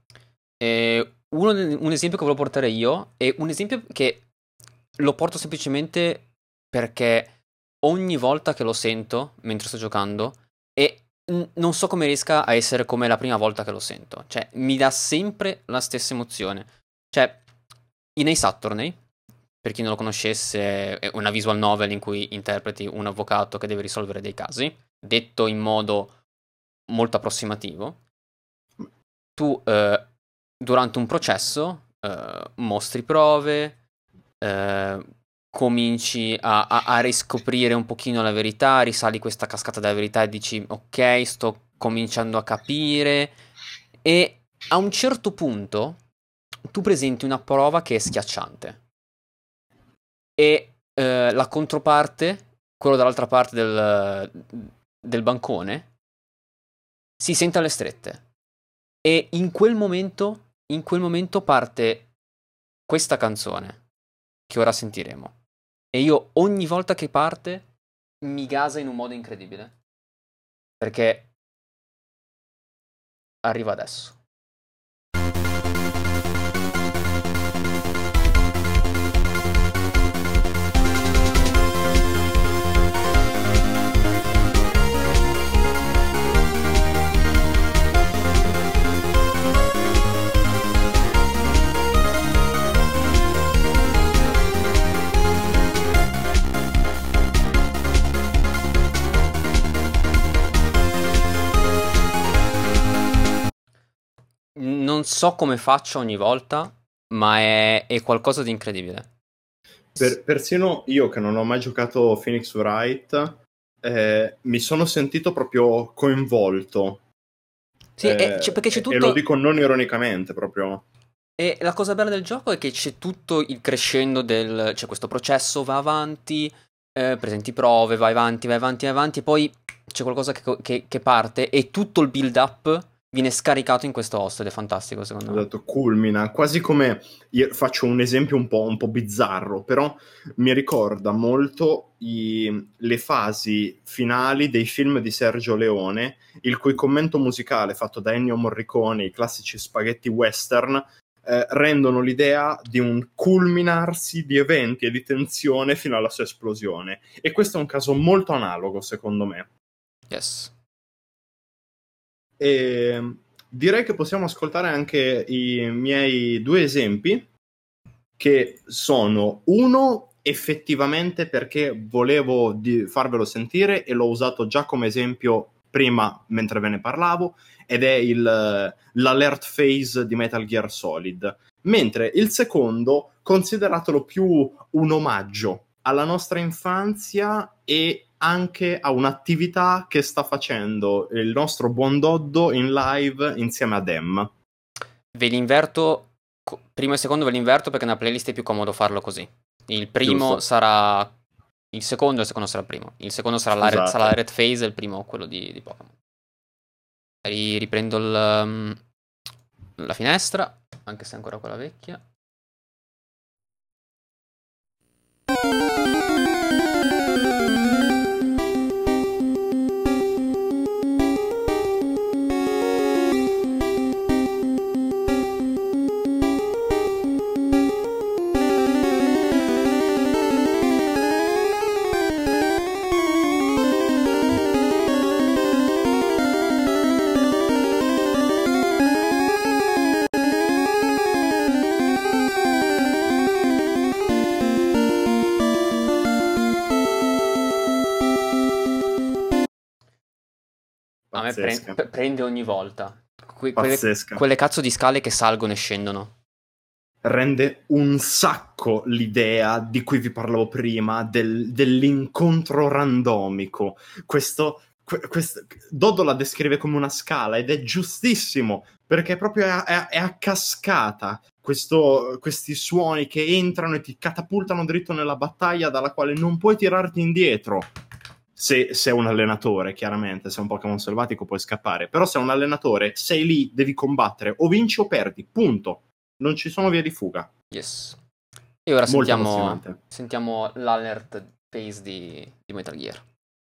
Un esempio che volevo portare io è un esempio che lo porto semplicemente perché ogni volta che lo sento mentre sto giocando e non so come riesca a essere come la prima volta che lo sento. Cioè, mi dà sempre la stessa emozione. Cioè, in Ace Attorney, per chi non lo conoscesse, è una visual novel in cui interpreti un avvocato che deve risolvere dei casi, detto in modo molto approssimativo. Tu, durante un processo, mostri prove, cominci a riscoprire un pochino la verità, risali questa cascata della verità e dici ok, sto cominciando a capire, e a un certo punto tu presenti una prova che è schiacciante e la controparte, quello dall'altra parte del bancone, si sente alle strette e in quel momento parte questa canzone che ora sentiremo. E io ogni volta che parte mi gasa in un modo incredibile. Perché arriva adesso. Non so come faccio ogni volta, ma è qualcosa di incredibile. Persino io che non ho mai giocato Phoenix Wright, mi sono sentito proprio coinvolto. Sì, perché c'è tutto... E lo dico non ironicamente, proprio. E la cosa bella del gioco è che c'è tutto il crescendo c'è questo processo, va avanti, presenti prove, vai avanti, e poi c'è qualcosa che parte e tutto il build up viene scaricato in questo host ed è fantastico, secondo me. Esatto, culmina, quasi come, io faccio un esempio un po' bizzarro, però mi ricorda molto le fasi finali dei film di Sergio Leone, il cui commento musicale fatto da Ennio Morricone, i classici spaghetti western, rendono l'idea di un culminarsi di eventi e di tensione fino alla sua esplosione. E questo è un caso molto analogo, secondo me. Yes. E direi che possiamo ascoltare anche i miei 2 esempi, che sono uno effettivamente perché volevo farvelo sentire e l'ho usato già come esempio prima mentre ve ne parlavo, ed è l'alert phase di Metal Gear Solid, mentre il secondo consideratelo più un omaggio alla nostra infanzia e anche a un'attività che sta facendo il nostro buon Doddo in live insieme a Dem. Ve li inverto, primo e secondo ve li inverto perché nella playlist è più comodo farlo così. Il primo Giusto. sarà il secondo e il secondo sarà il primo. Il secondo sarà Scusate. la Red Phase e il primo quello di Pokémon. Riprendo la finestra, anche se è ancora quella vecchia. A me prende ogni volta. Quelle cazzo di scale che salgono e scendono. Rende un sacco l'idea di cui vi parlavo prima, dell'incontro randomico. Questo Dodo la descrive come una scala ed è giustissimo, perché proprio è a cascata. Questi suoni che entrano e ti catapultano dritto nella battaglia dalla quale non puoi tirarti indietro. Se sei un allenatore, chiaramente, se è un Pokémon selvatico puoi scappare, però se è un allenatore, sei lì, devi combattere, o vinci o perdi, punto. Non ci sono vie di fuga. Yes. E ora sentiamo l'alert phase di Metal Gear.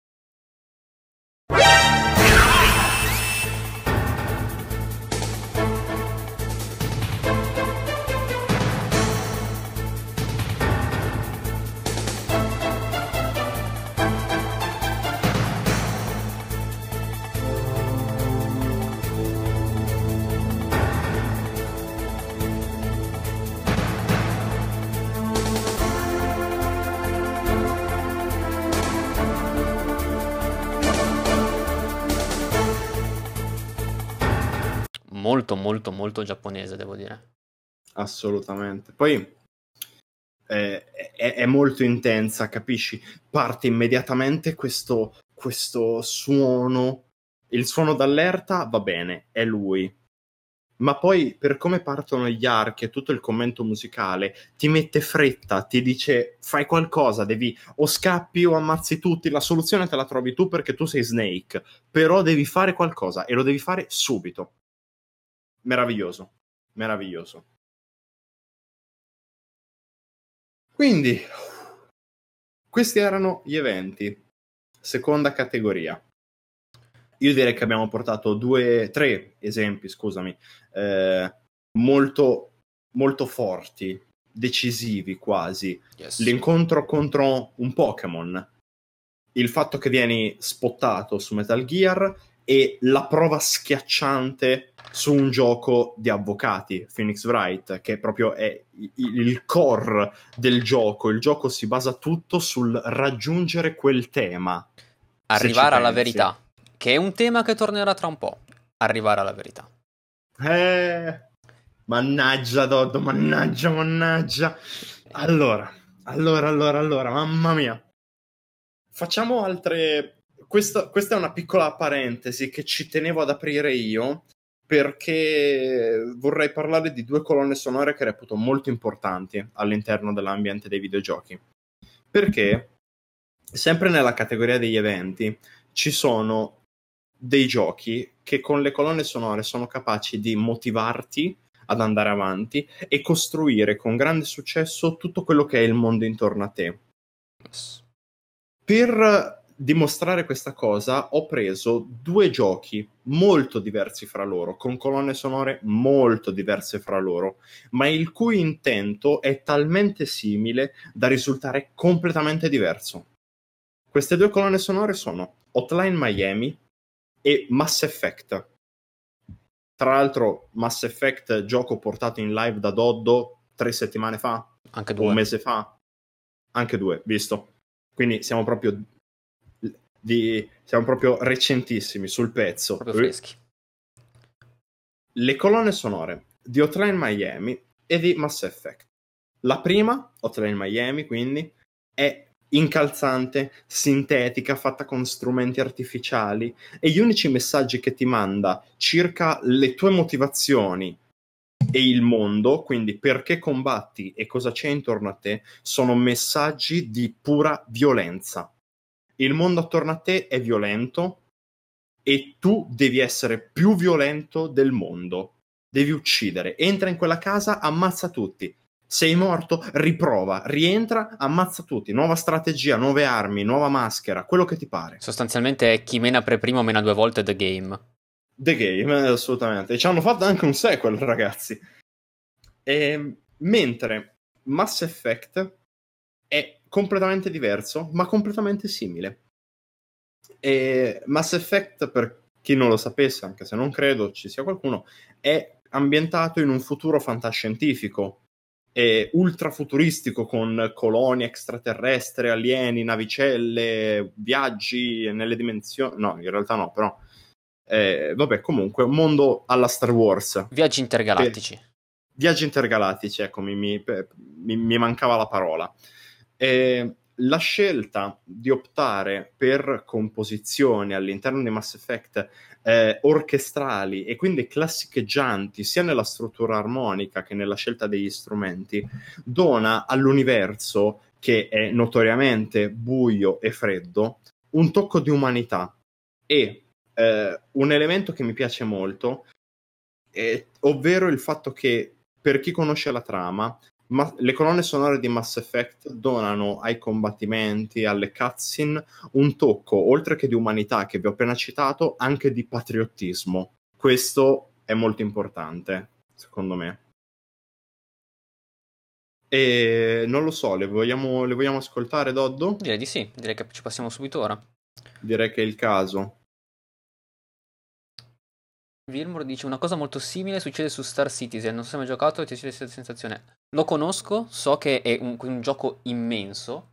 Molto, molto, molto giapponese, devo dire. Assolutamente. Poi è molto intensa, capisci? Parte immediatamente questo suono. Il suono d'allerta va bene, è lui. Ma poi, per come partono gli archi e tutto il commento musicale, ti mette fretta, ti dice fai qualcosa, devi o scappi o ammazzi tutti, la soluzione te la trovi tu perché tu sei Snake, però devi fare qualcosa e lo devi fare subito. Meraviglioso, meraviglioso. Quindi, questi erano gli eventi. Seconda categoria. Io direi che abbiamo portato 3 esempi, scusami, molto, molto forti, decisivi quasi. Yes. L'incontro contro un Pokémon, il fatto che vieni spottato su Metal Gear e la prova schiacciante su un gioco di avvocati, Phoenix Wright, che proprio è il core del gioco. Il gioco si basa tutto sul raggiungere quel tema. Arrivare alla verità, che è un tema che tornerà tra un po'. Arrivare alla verità. Mannaggia Doddo, mannaggia. Allora, mamma mia. Facciamo altre... Questa è una piccola parentesi che ci tenevo ad aprire io, perché vorrei parlare di 2 colonne sonore che reputo molto importanti all'interno dell'ambiente dei videogiochi. Perché, sempre nella categoria degli eventi, ci sono dei giochi che con le colonne sonore sono capaci di motivarti ad andare avanti e costruire con grande successo tutto quello che è il mondo intorno a te. Yes. Per dimostrare questa cosa ho preso 2 giochi molto diversi fra loro, con colonne sonore molto diverse fra loro, ma il cui intento è talmente simile da risultare completamente diverso. Queste 2 colonne sonore sono Hotline Miami e Mass Effect. Tra l'altro Mass Effect, gioco portato in live da Doddo 3 settimane fa, Anche o un 2. mese fa, anche 2, visto. Quindi siamo proprio recentissimi sul pezzo. Proprio freschi. Le colonne sonore di Hotline Miami e di Mass Effect. La prima, Hotline Miami, quindi, è incalzante, sintetica, fatta con strumenti artificiali, e gli unici messaggi che ti manda circa le tue motivazioni e il mondo, quindi perché combatti e cosa c'è intorno a te, sono messaggi di pura violenza. Il mondo attorno a te è violento e tu devi essere più violento del mondo. Devi uccidere. Entra in quella casa, ammazza tutti. Sei morto, riprova, rientra, ammazza tutti. Nuova strategia, nuove armi, nuova maschera, quello che ti pare. Sostanzialmente è chi mena per primo mena 2 volte The Game. The Game, assolutamente. E ci hanno fatto anche un sequel, ragazzi. Mentre Mass Effect è completamente diverso, ma completamente simile. E Mass Effect, per chi non lo sapesse, anche se non credo ci sia qualcuno, è ambientato in un futuro fantascientifico e ultra futuristico, con colonie extraterrestri, alieni, navicelle, viaggi nelle dimensioni. No, in realtà no, però vabbè, comunque un mondo alla Star Wars. Viaggi intergalattici. Viaggi intergalattici, ecco, mi mancava la parola. La scelta di optare per composizioni all'interno di Mass Effect orchestrali e quindi classicheggianti sia nella struttura armonica che nella scelta degli strumenti dona all'universo, che è notoriamente buio e freddo, un tocco di umanità e un elemento che mi piace molto, ovvero il fatto che, per chi conosce la trama, le colonne sonore di Mass Effect donano ai combattimenti, alle cutscene, un tocco, oltre che di umanità che vi ho appena citato, anche di patriottismo. Questo è molto importante, secondo me. E non lo so, le vogliamo ascoltare, Doddo? Direi di sì, direi che ci passiamo subito ora. Direi che è il caso. Wilmore dice una cosa molto simile succede su Star Citizen, non so se hai mai giocato e ti c'è questa sensazione. Lo conosco, so che è un gioco immenso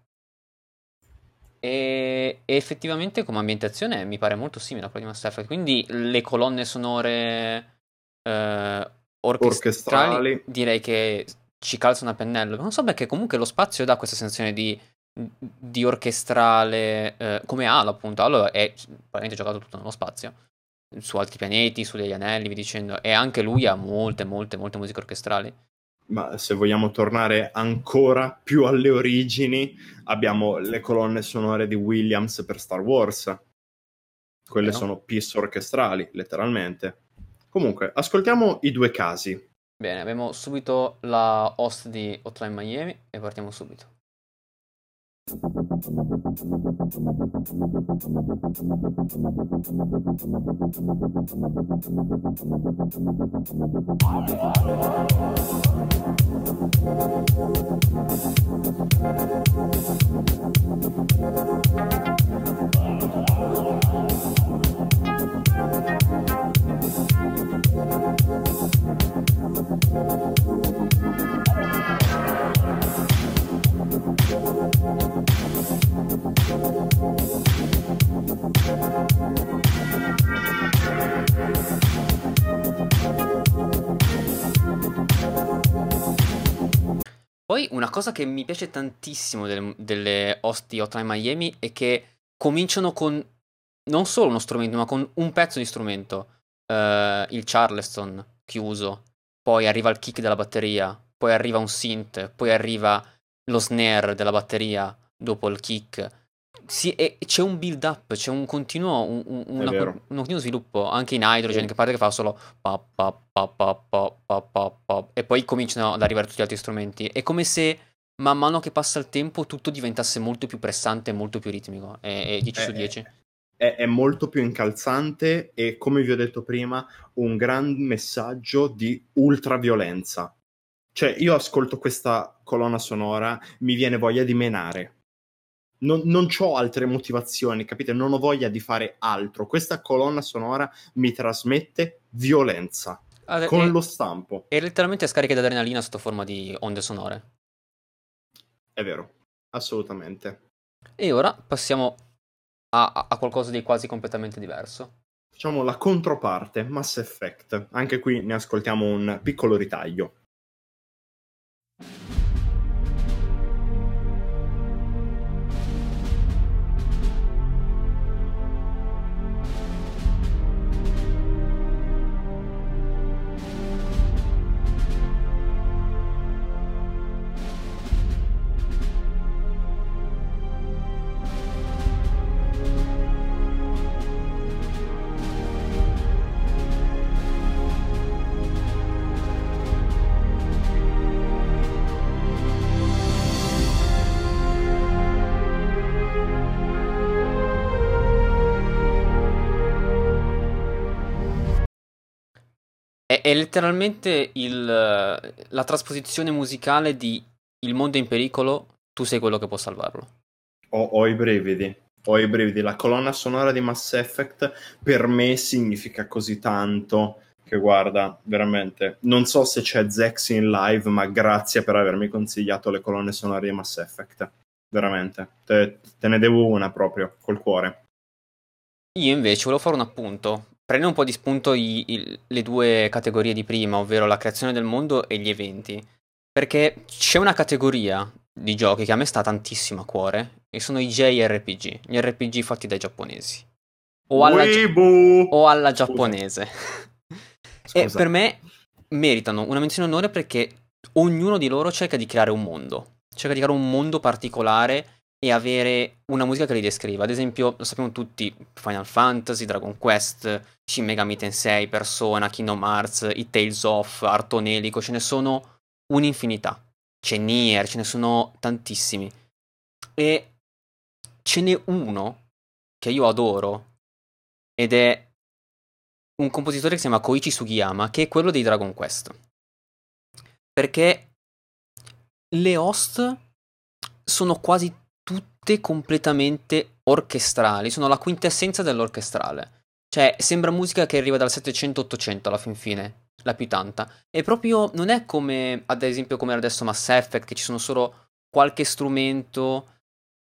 e effettivamente come ambientazione mi pare molto simile a quella di Mass Effect, quindi le colonne sonore orchestrali Orchestrali. direi che ci calzano a pennello. Non so perché comunque lo spazio dà questa sensazione di orchestrale, come Halo appunto. Halo è praticamente giocato tutto nello spazio, su altri pianeti, su degli anelli, vi dicendo, e anche lui ha molte musiche orchestrali. Ma se vogliamo tornare ancora più alle origini, abbiamo le colonne sonore di Williams per Star Wars. Quelle Vero? sono piece orchestrali, letteralmente. Comunque, ascoltiamo i 2 casi. Bene, abbiamo subito la host di Hotline Miami e partiamo subito. Poi una cosa che mi piace tantissimo delle host di Hotline Miami è che cominciano con non solo uno strumento, ma con un pezzo di strumento. Il Charleston chiuso, poi arriva il kick della batteria, poi arriva un synth, poi arriva lo snare della batteria dopo il kick. Sì, e c'è un build up, c'è un continuo, È vero. un continuo sviluppo anche in Hydrogen, che parte che fa solo pa, pa, pa, pa, pa, pa, pa, pa, e poi cominciano ad arrivare tutti gli altri strumenti. È come se man mano che passa il tempo tutto diventasse molto più pressante e molto più ritmico. E 10 su È, 10. è molto più incalzante e, come vi ho detto prima, un gran messaggio di ultraviolenza. Cioè, io ascolto questa colonna sonora, mi viene voglia di menare. Non c'ho altre motivazioni, capite? Non ho voglia di fare altro. Questa colonna sonora mi trasmette violenza con E, lo stampo. e letteralmente scariche d'adrenalina sotto forma di onde sonore. È vero, assolutamente. E ora passiamo a qualcosa di quasi completamente diverso. Facciamo la controparte, Mass Effect. Anche qui ne ascoltiamo un piccolo ritaglio. È letteralmente la trasposizione musicale di Il mondo è in pericolo, tu sei quello che può salvarlo. Ho i brividi. Ho i brividi. La colonna sonora di Mass Effect per me significa così tanto che, guarda, veramente, non so se c'è Zex in live, ma grazie per avermi consigliato le colonne sonore di Mass Effect. Veramente. Te ne devo una proprio, col cuore. Io invece volevo fare un appunto. Prendo un po' di spunto le due categorie di prima, ovvero la creazione del mondo e gli eventi. Perché c'è una categoria di giochi che a me sta tantissimo a cuore, e sono i JRPG, gli RPG fatti dai giapponesi. Weibo! O alla Scusa. giapponese. E Scusa. per me meritano una menzione d'onore perché ognuno di loro cerca di creare un mondo. Cerca di creare un mondo particolare e avere una musica che li descriva. Ad esempio, lo sappiamo tutti, Final Fantasy, Dragon Quest, Shin Megami Tensei, Persona, Kingdom Hearts, i Tales of, Artonelico, ce ne sono un'infinità. C'è Nier, ce ne sono tantissimi. E ce n'è uno che io adoro ed è un compositore che si chiama Koichi Sugiyama, che è quello dei Dragon Quest. Perché le host sono quasi tutte completamente orchestrali, sono la quintessenza dell'orchestrale. Cioè, sembra musica che arriva dal 700-800 alla fin fine, la più tanta. E proprio non è come, ad esempio, come era adesso Mass Effect, che ci sono solo qualche strumento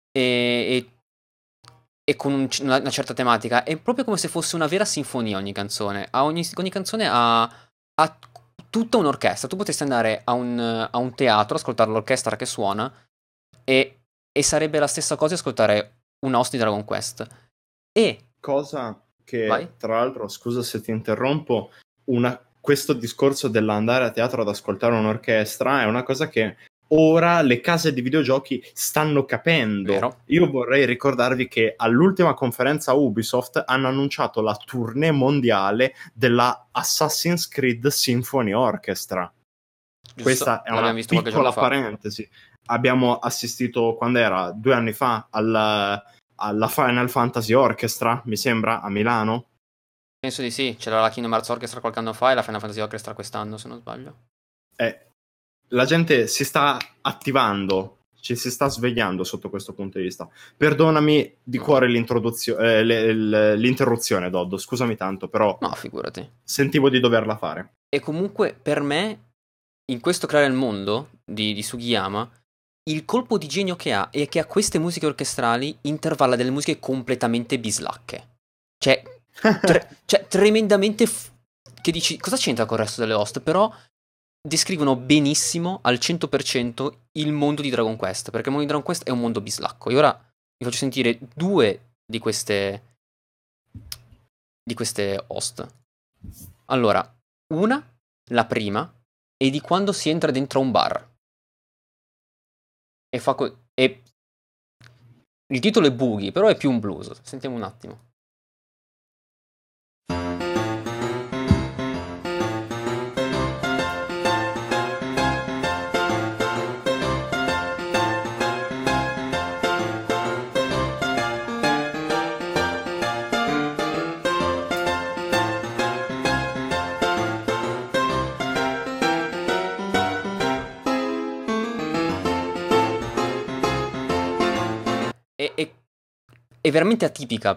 e con una certa tematica. È proprio come se fosse una vera sinfonia ogni canzone. Ogni canzone ha tutta un'orchestra. Tu potresti andare a un teatro, ascoltare l'orchestra che suona e sarebbe la stessa cosa ascoltare un host di Dragon Quest. E Cosa vai. che, tra l'altro, scusa se ti interrompo, questo discorso dell'andare a teatro ad ascoltare un'orchestra è una cosa che ora le case di videogiochi stanno capendo. Vero. Io vorrei ricordarvi che all'ultima conferenza Ubisoft hanno annunciato la tournée mondiale della Assassin's Creed Symphony Orchestra. Giusto, Questa è l'abbiamo una visto qualche giorno piccola fa. parentesi. Abbiamo assistito, quando era 2 anni fa, alla Final Fantasy Orchestra, mi sembra, a Milano. Penso di sì. C'era la Kingdom Hearts Orchestra qualche anno fa e la Final Fantasy Orchestra quest'anno, se non sbaglio. La gente si sta attivando, ci si sta svegliando sotto questo punto di vista. Perdonami di cuore l'interruzione, Doddo, scusami tanto, però No, figurati. sentivo di doverla fare. E comunque, per me, in questo creare il mondo di Sugiyama, il colpo di genio che ha è che a queste musiche orchestrali intervalla delle musiche completamente bislacche. Cioè, tremendamente... che dici, cosa c'entra con il resto delle host? Però descrivono benissimo, al 100%, il mondo di Dragon Quest. Perché il mondo di Dragon Quest è un mondo bislacco. E ora vi faccio sentire due di queste host. Allora, la prima, è di quando si entra dentro a un bar. E il titolo è Boogie, però è più un blues. Sentiamo un attimo. è veramente atipica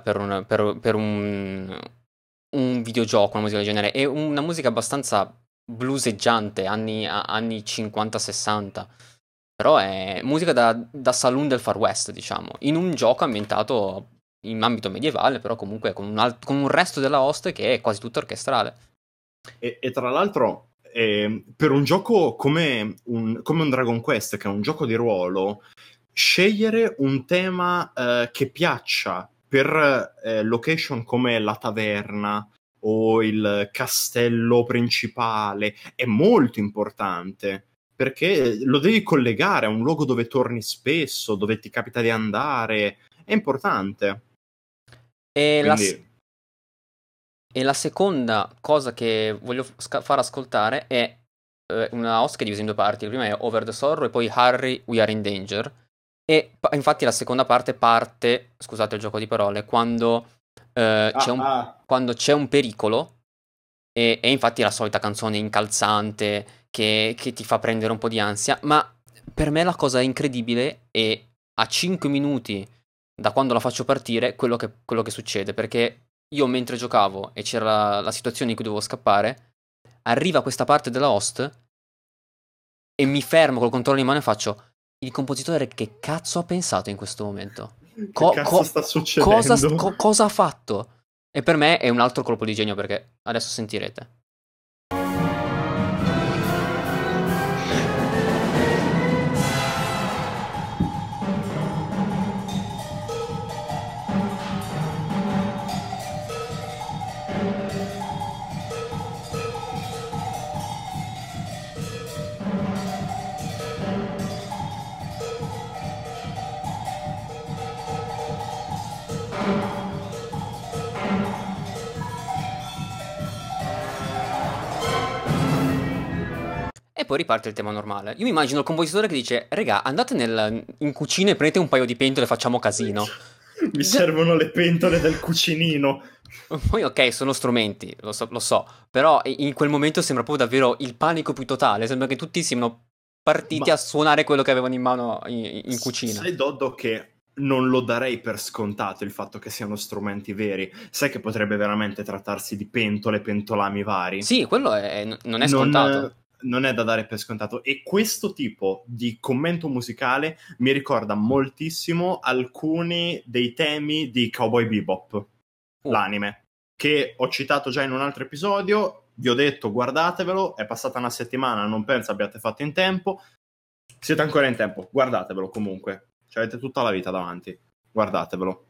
per un videogioco, una musica del genere. È una musica abbastanza bluseggiante, anni 50-60. Però è musica da saloon del Far West, diciamo, in un gioco ambientato in ambito medievale, però comunque con un resto della host che è quasi tutto orchestrale. E tra l'altro, per un gioco come un Dragon Quest, che è un gioco di ruolo, scegliere un tema che piaccia per location come la taverna o il castello principale è molto importante, perché lo devi collegare a un luogo dove torni spesso, dove ti capita di andare, è importante. E la, s- Quindi, e la seconda cosa che voglio far ascoltare è una host che è divisa in due parti. La prima è Over the Sorrow e poi Harry, We Are in Danger. E infatti la seconda parte, scusate il gioco di parole, quando c'è un pericolo. E infatti è la solita canzone incalzante che ti fa prendere un po' di ansia. Ma per me la cosa incredibile è a 5 minuti da quando la faccio partire quello che succede. Perché io mentre giocavo e c'era la situazione in cui dovevo scappare, arriva questa parte della host e mi fermo col controllo in mano e faccio: il compositore che cazzo ha pensato in questo momento? che cazzo sta succedendo? Cosa ha fatto? E per me è un altro colpo di genio perché adesso sentirete. E poi riparte il tema normale. Io mi immagino il compositore che dice: Regà, andate in cucina e prendete un paio di pentole e facciamo casino. Mi servono le pentole del cucinino. Poi, ok, sono strumenti, lo so. Però in quel momento sembra proprio davvero il panico più totale. Sembra che tutti siano partiti Ma a suonare quello che avevano in mano in cucina. sai, Doddo, che non lo darei per scontato il fatto che siano strumenti veri. Sai che potrebbe veramente trattarsi di pentole, pentolami vari? Sì, quello non è Non, scontato. non è da dare per scontato. E questo tipo di commento musicale mi ricorda moltissimo alcuni dei temi di Cowboy Bebop, Uh, l'anime, che ho citato già in un altro episodio. Vi ho detto guardatevelo, è passata una settimana, non penso abbiate fatto in tempo. Siete ancora in tempo, guardatevelo comunque. Avete tutta la vita davanti, guardatevelo.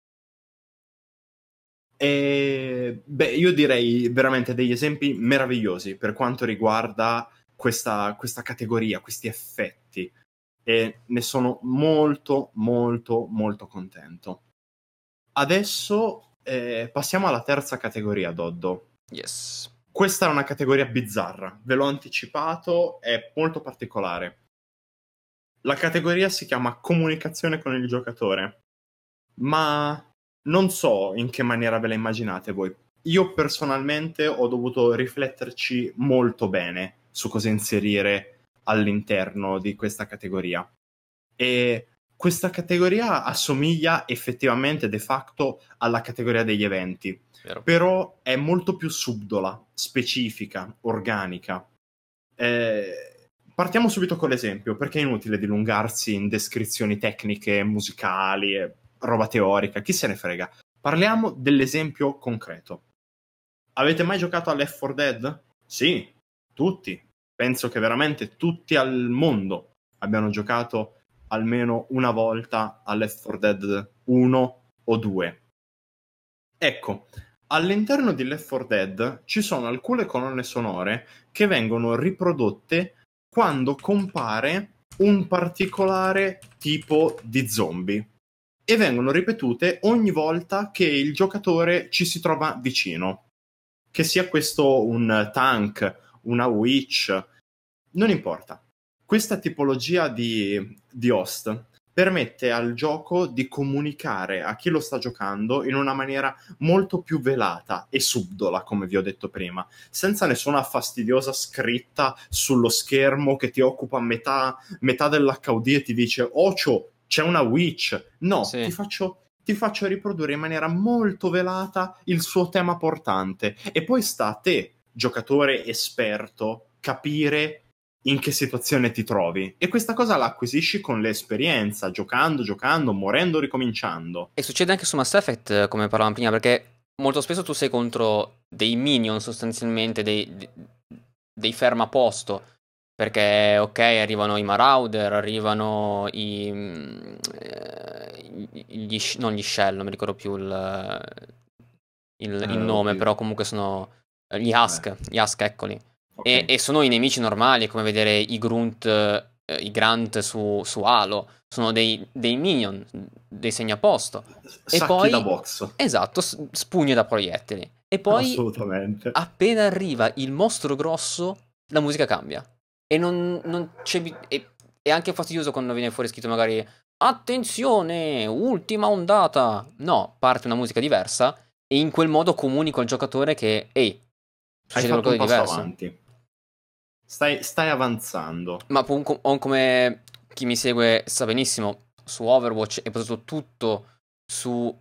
E beh, io direi veramente degli esempi meravigliosi per quanto riguarda questa categoria, questi effetti. E ne sono molto, molto, molto contento. Adesso passiamo alla terza categoria, Doddo. yes. Questa è una categoria bizzarra, ve l'ho anticipato, è molto particolare. La categoria si chiama comunicazione con il giocatore, ma non so in che maniera ve la immaginate voi. Io personalmente ho dovuto rifletterci molto bene su cosa inserire all'interno di questa categoria. E questa categoria assomiglia effettivamente de facto alla categoria degli eventi, Vero. però è molto più subdola, specifica, organica. Partiamo subito con l'esempio, perché è inutile dilungarsi in descrizioni tecniche, musicali, roba teorica, chi se ne frega. Parliamo dell'esempio concreto. Avete mai giocato a Left 4 Dead? Sì, tutti. Penso che veramente tutti al mondo abbiano giocato almeno una volta a Left 4 Dead 1 o 2. Ecco, all'interno di Left 4 Dead ci sono alcune colonne sonore che vengono riprodotte quando compare un particolare tipo di zombie e vengono ripetute ogni volta che il giocatore ci si trova vicino. Che sia questo un tank, una witch, non importa. Questa tipologia di host permette al gioco di comunicare a chi lo sta giocando in una maniera molto più velata e subdola, come vi ho detto prima, senza nessuna fastidiosa scritta sullo schermo che ti occupa metà dell'HUD e ti dice «Ocio, c'è una witch!» No, Sì. ti faccio ti faccio riprodurre in maniera molto velata il suo tema portante. E poi sta a te, giocatore esperto, capire in che situazione ti trovi. E questa cosa la acquisisci con l'esperienza, giocando, morendo, ricominciando. E succede anche su Mass Effect, come parlavamo prima, perché molto spesso tu sei contro dei minion, sostanzialmente, dei fermaposto. Perché, ok, arrivano i Marauder, arrivano non gli Shell, non mi ricordo più il nome, Oddio. però comunque sono Vabbè. Gli Husk, eccoli. Ok. E sono i nemici normali, è come vedere i Grunt, i Grant su Halo. Sono dei minion, dei segnaposto. E Sacchi da poi, box. esatto, spugne da proiettili. E poi, Assolutamente. appena arriva il mostro grosso, la musica cambia. E non c'è. È anche fastidioso quando viene fuori scritto magari attenzione, ultima ondata. No, parte una musica diversa e in quel modo comunico al giocatore che, ehi, Hai succede fatto qualcosa un di passo diverso. avanti. Stai avanzando. Ma come chi mi segue sa benissimo, su Overwatch è basato tutto su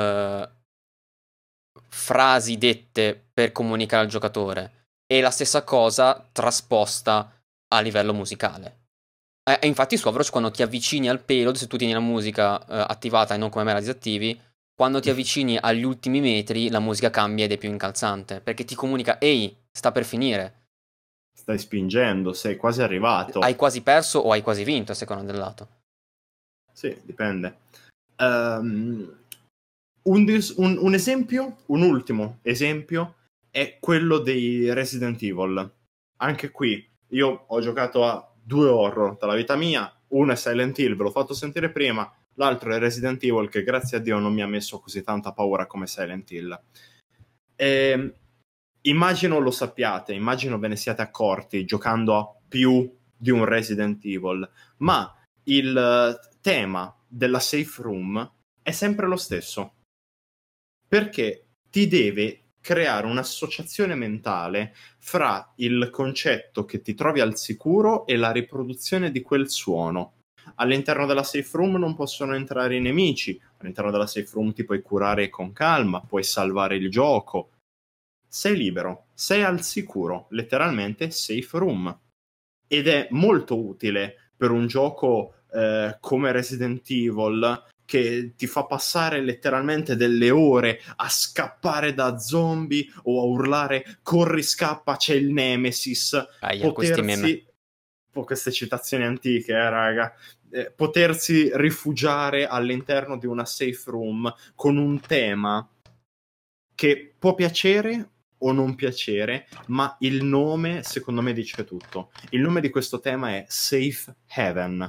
frasi dette per comunicare al giocatore. E la stessa cosa trasposta a livello musicale. E infatti su Overwatch quando ti avvicini al payload, se tu tieni la musica attivata e non come me la disattivi, quando ti avvicini agli ultimi metri la musica cambia ed è più incalzante, perché ti comunica, ehi, sta per finire. Stai spingendo, sei quasi Hai arrivato. quasi perso o hai quasi vinto a seconda del lato. Sì, dipende. Ehm, un esempio, un ultimo esempio, è quello dei Resident Evil. Anche qui, io ho giocato a due horror dalla vita mia. Uno è Silent Hill, ve l'ho fatto sentire prima. L'altro è Resident Evil, che grazie a Dio non mi ha messo così tanta paura come Silent Hill. Immagino lo sappiate, immagino ve ne siate accorti giocando a più di un Resident Evil, ma il tema della safe room è sempre lo stesso, perché ti deve creare un'associazione mentale fra il concetto che ti trovi al sicuro e la riproduzione di quel suono. All'interno della safe room non possono entrare i nemici, all'interno della safe room ti puoi curare con calma, puoi salvare il gioco, sei libero, sei al sicuro, letteralmente safe room. Ed è molto utile per un gioco come Resident Evil, che ti fa passare letteralmente delle ore a scappare da zombie o a urlare corri, scappa, c'è il Nemesis. Aia, questi meme. Potersi, queste citazioni antiche, raga, potersi rifugiare all'interno di una safe room con un tema che può piacere o non piacere, ma il nome secondo me dice tutto. Il nome di questo tema è Safe Haven.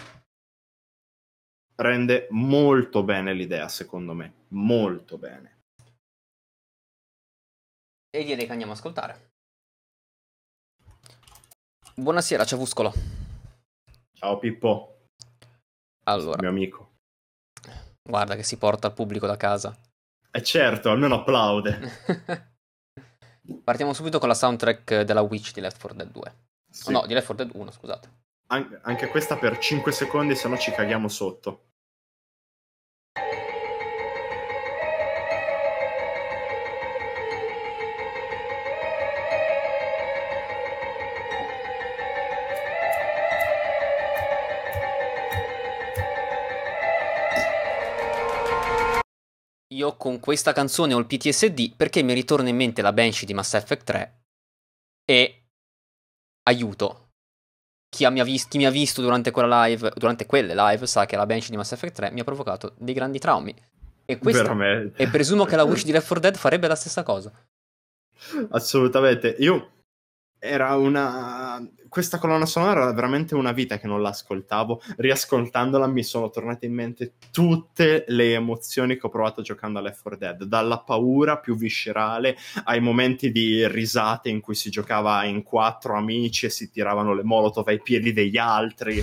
Rende molto bene l'idea, secondo me. Molto bene. E direi che andiamo a ascoltare. Buonasera, Ciavuscolo. Ciao Pippo, Allora, mio amico. guarda che si porta al pubblico da casa. E certo, almeno applaude. Partiamo subito con la soundtrack della Witch di Left 4 Dead 2. Oh, Sì. no, di Left 4 Dead 1, scusate. Anche questa per 5 secondi, se no ci caghiamo sotto. Io con questa canzone ho il PTSD perché mi ritorna in mente la Banshee di Mass Effect 3 e aiuto. Chi mi ha visto durante quelle live sa che la Banshee di Mass Effect 3 mi ha provocato dei grandi traumi. Veramente. E presumo che la Witch di Left 4 Dead farebbe la stessa cosa. Assolutamente. Io questa colonna sonora era veramente una vita che non l'ascoltavo. Riascoltandola mi sono tornate in mente tutte le emozioni che ho provato giocando a Left 4 Dead, dalla paura più viscerale ai momenti di risate in cui si giocava in quattro amici e si tiravano le molotov ai piedi degli altri.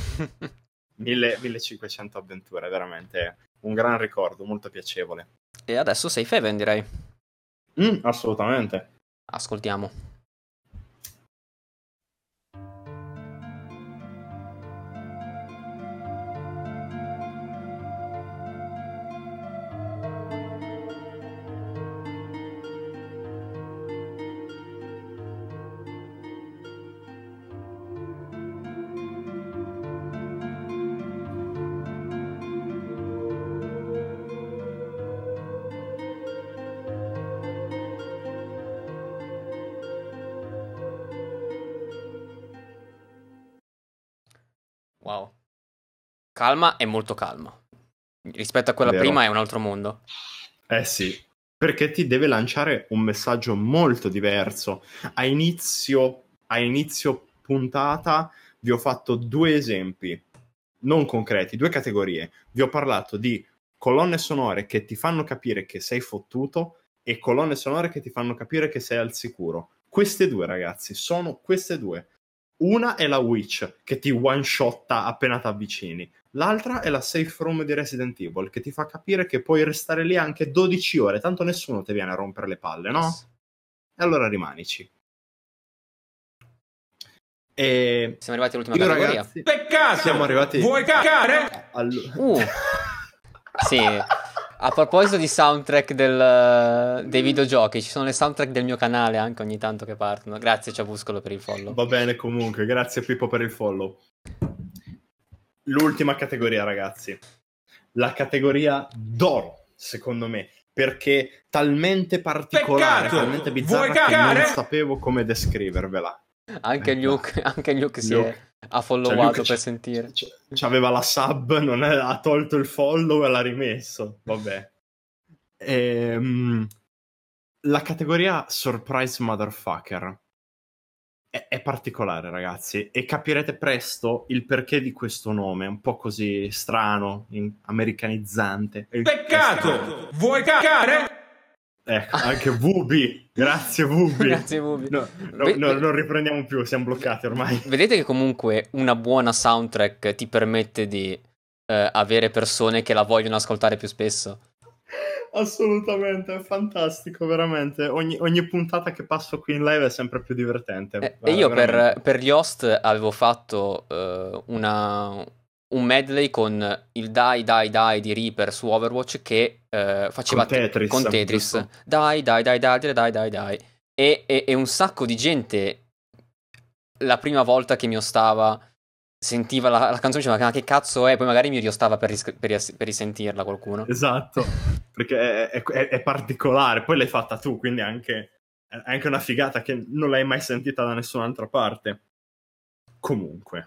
1500 avventure, veramente un gran ricordo, molto piacevole. E adesso Safe Haven, direi. Assolutamente. Ascoltiamo. calma è molto calma. Rispetto a quella Vero. prima è un altro mondo. Sì, perché ti deve lanciare un messaggio molto diverso. A inizio puntata vi ho fatto 2 esempi, non concreti, 2 categorie. Vi ho parlato di colonne sonore che ti fanno capire che sei fottuto e colonne sonore che ti fanno capire che sei al sicuro. Queste 2, ragazzi, sono queste 2. Una è la Witch, che ti one-shotta appena ti avvicini. L'altra è la Safe Room di Resident Evil, che ti fa capire che puoi restare lì anche 12 ore, tanto nessuno ti viene a rompere le palle, no? Yes. E allora rimanici. E Siamo arrivati all'ultima categoria. Ragazzi, Peccato! siamo arrivati. Vuoi cagare? Sì. A proposito di soundtrack dei videogiochi, ci sono le soundtrack del mio canale anche ogni tanto che partono. Grazie Ciapuscolo per il follow. Va bene comunque, grazie Pippo per il follow. L'ultima categoria, ragazzi. La categoria d'oro, secondo me, perché talmente particolare, Peccato! talmente bizzarra Vuoi che cagare? non sapevo come descrivervela. Anche Luke si ha followato Luke per sentire. C'aveva la sub, ha tolto il follow e l'ha rimesso. Vabbè. La categoria Surprise Motherfucker è particolare, ragazzi, e capirete presto il perché di questo nome, un po' così strano, americanizzante. Peccato! Vuoi cagare? Ecco, anche Vubi. Grazie Vubi. Grazie Vubi. No, non riprendiamo più, siamo bloccati ormai. Vedete che comunque una buona soundtrack ti permette di avere persone che la vogliono ascoltare più spesso. Assolutamente, è fantastico, veramente. Ogni puntata che passo qui in live è sempre più divertente. E io veramente. per gli host avevo fatto un medley con il Die Die Die di Reaper su Overwatch che faceva Con Tetris, giusto? Die Die Die Die Die Die Die e un sacco di gente la prima volta che mi ostava sentiva la canzone diceva ma che cazzo è, poi magari mi riostava per risentirla qualcuno. Esatto, perché è particolare, poi l'hai fatta tu, quindi è anche una figata che non l'hai mai sentita da nessun'altra parte. Comunque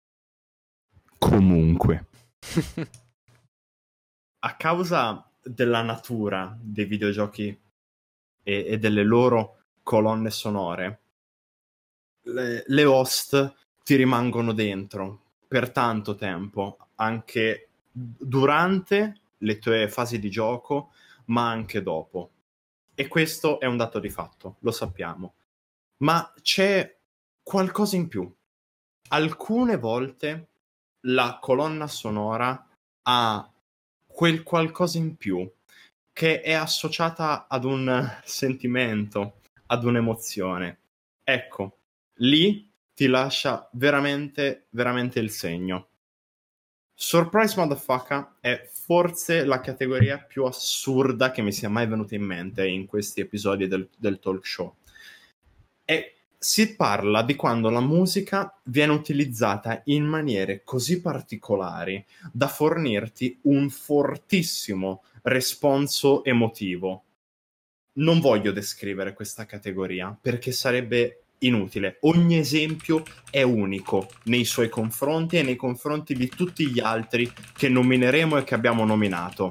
a causa della natura dei videogiochi e delle loro colonne sonore, le host ti rimangono dentro per tanto tempo, anche durante le tue fasi di gioco, ma anche dopo. E questo è un dato di fatto, lo sappiamo. Ma c'è qualcosa in più. Alcune volte la colonna sonora ha quel qualcosa in più che è associata ad un sentimento, ad un'emozione. Ecco, lì ti lascia veramente, veramente il segno. Surprise Motherfucker è forse la categoria più assurda che mi sia mai venuta in mente in questi episodi del talk show. E si parla di quando la musica viene utilizzata in maniere così particolari da fornirti un fortissimo responso emotivo. Non voglio descrivere questa categoria perché sarebbe inutile. Ogni esempio è unico nei suoi confronti e nei confronti di tutti gli altri che nomineremo e che abbiamo nominato.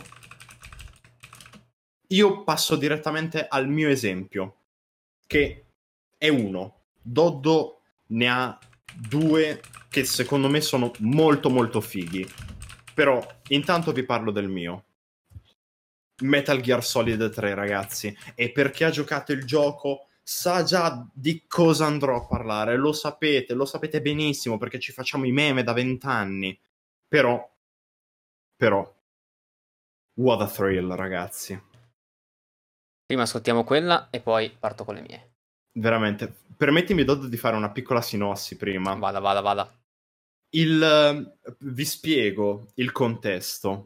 Io passo direttamente al mio esempio, che è uno. Doddo ne ha 2 che secondo me sono molto molto fighi. Però intanto vi parlo del mio. Metal Gear Solid 3, ragazzi. E per chi ha giocato il gioco sa già di cosa andrò a parlare. Lo sapete benissimo perché ci facciamo i meme da 20 anni. Però, what a thrill, ragazzi. Prima ascoltiamo quella e poi parto con le mie. Veramente. Permettimi, Doddo, di fare una piccola sinossi prima. Vada. Vi spiego il contesto.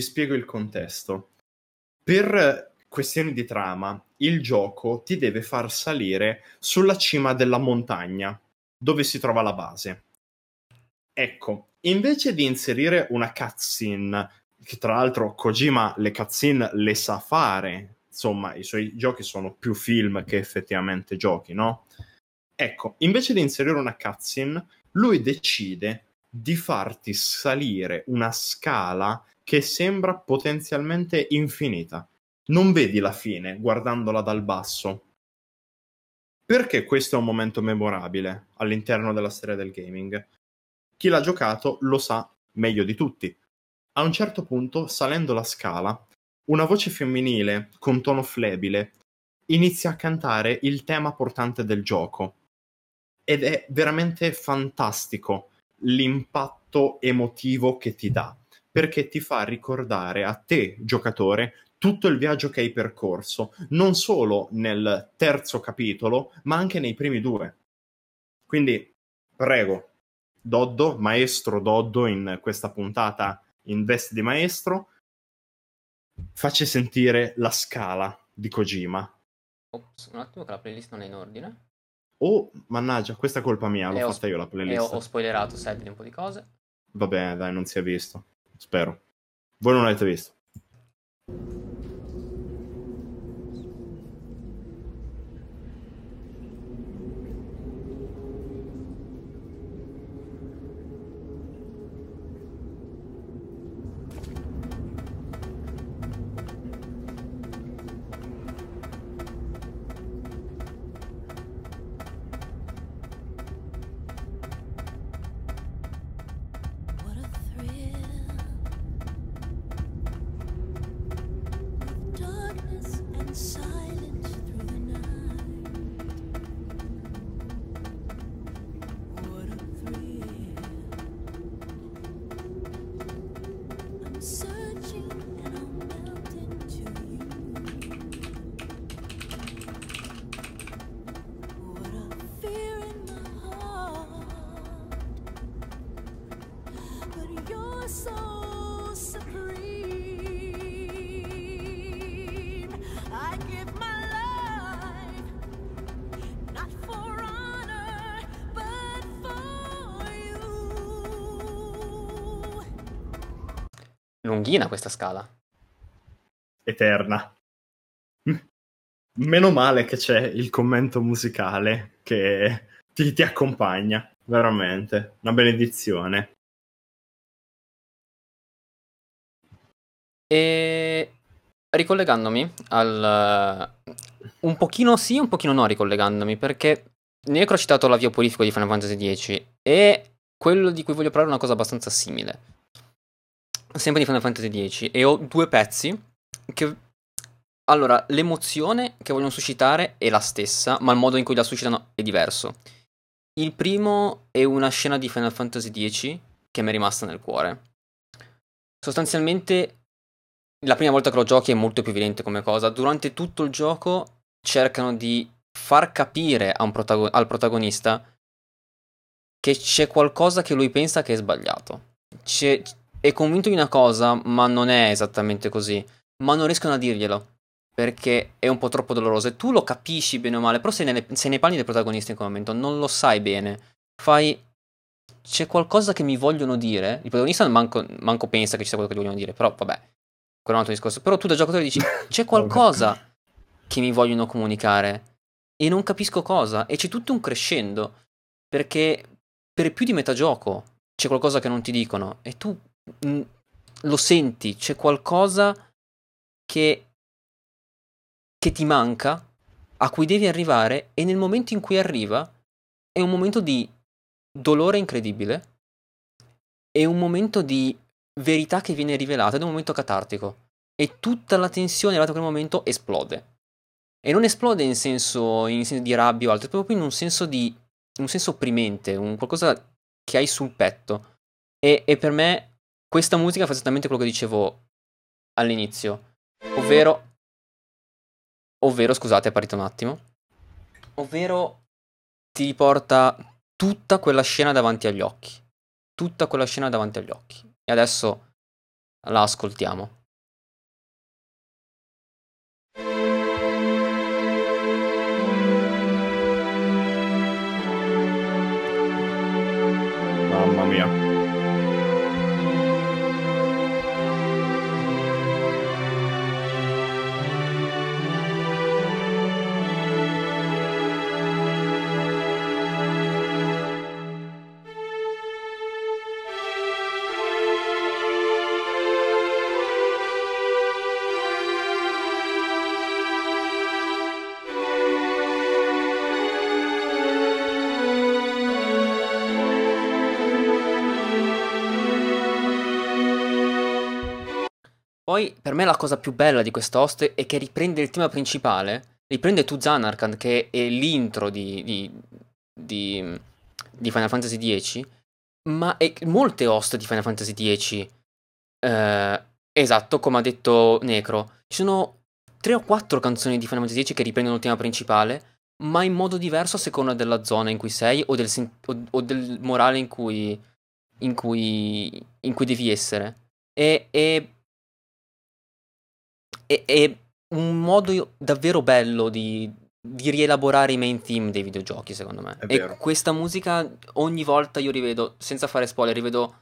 Per questioni di trama, il gioco ti deve far salire sulla cima della montagna, dove si trova la base. Ecco, invece di inserire una cutscene, che tra l'altro Kojima le cutscene le sa fare, insomma, i suoi giochi sono più film che effettivamente giochi, no? Ecco, invece di inserire una cutscene, lui decide di farti salire una scala che sembra potenzialmente infinita. Non vedi la fine guardandola dal basso. Perché questo è un momento memorabile all'interno della storia del gaming? Chi l'ha giocato lo sa meglio di tutti. A un certo punto, salendo la scala, una voce femminile con tono flebile inizia a cantare il tema portante del gioco. Ed è veramente fantastico l'impatto emotivo che ti dà, perché ti fa ricordare a te, giocatore, tutto il viaggio che hai percorso, non solo nel terzo capitolo, ma anche nei primi due. Quindi, prego, Doddo, maestro Doddo, in questa puntata in veste di maestro, facci sentire la scala di Kojima. Ops, un attimo che la playlist non è in ordine. Oh, mannaggia, questa è colpa mia, l'ho fatta io la E playlist. ho spoilerato, sai, un po' di cose. Va bene, dai, non si è visto. Spero. Voi non l'avete visto. What a thrill. Darkness and silence through the night. What a thrill. I'm searching and I'm melting to you. What a fear in my heart. But you're so supreme. I give my life not for honor, but for you. Lunghina questa scala. Eterna. Meno male che c'è il commento musicale che ti accompagna. Veramente. Una benedizione. E ricollegandomi al... un pochino sì, un pochino no ricollegandomi, perché Necro ha citato l'avvio purifico di Final Fantasy X e quello di cui voglio parlare è una cosa abbastanza simile. Sempre di Final Fantasy X, e ho due pezzi che... Allora, l'emozione che vogliono suscitare è la stessa, ma il modo in cui la suscitano è diverso. Il primo è una scena di Final Fantasy X che mi è rimasta nel cuore. Sostanzialmente, la prima volta che lo giochi è molto più evidente come cosa. Durante tutto il gioco cercano di far capire a al protagonista che c'è qualcosa che lui pensa che è sbagliato. È convinto di una cosa, ma non è esattamente così. Ma non riescono a dirglielo, perché è un po' troppo doloroso. E tu lo capisci bene o male, però sei nei panni del protagonista in quel momento, non lo sai bene. C'è qualcosa che mi vogliono dire. Il protagonista manco pensa che ci sia quello che gli vogliono dire, però vabbè, quello è un altro discorso. Però tu da giocatore dici, c'è qualcosa che mi vogliono comunicare e non capisco cosa. E c'è tutto un crescendo, perché per più di metà gioco c'è qualcosa che non ti dicono e tu lo senti, c'è qualcosa che ti manca, a cui devi arrivare, e nel momento in cui arriva è un momento di dolore incredibile, è un momento di verità che viene rivelata, ed è un momento catartico, e tutta la tensione arrivata a quel momento esplode. E non esplode in senso di rabbia o altro, è proprio in un senso opprimente, un qualcosa che hai sul petto. E per me questa musica fa esattamente quello che dicevo all'inizio, ovvero, scusate, è apparito un attimo, ovvero ti riporta tutta quella scena davanti agli occhi. Tutta quella scena davanti agli occhi. E adesso la ascoltiamo. Mamma mia. Poi, per me la cosa più bella di questa host è che riprende il tema principale, riprende To Zanarkand, che è l'intro di Final Fantasy X, ma è molte host di Final Fantasy X, esatto, come ha detto Necro, ci sono 3 o 4 canzoni di Final Fantasy X che riprendono il tema principale, ma in modo diverso a seconda della zona in cui sei o o del morale in cui devi essere. È un modo davvero bello di rielaborare i main theme dei videogiochi, secondo me. È E vero. questa musica ogni volta io rivedo, senza fare spoiler, rivedo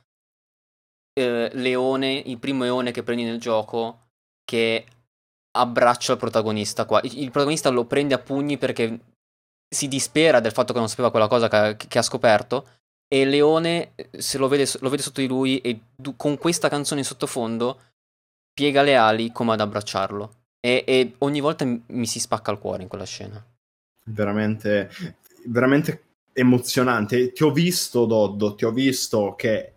Leone, il primo Eone che prendi nel gioco, che abbraccia il protagonista qua. Il protagonista lo prende a pugni perché si dispera del fatto che non sapeva quella cosa che ha scoperto. E Leone se lo vede sotto di lui e con questa canzone in sottofondo piega le ali come ad abbracciarlo. E ogni volta mi si spacca il cuore in quella scena. Veramente, veramente emozionante. Ti ho visto, Doddo, ti ho visto che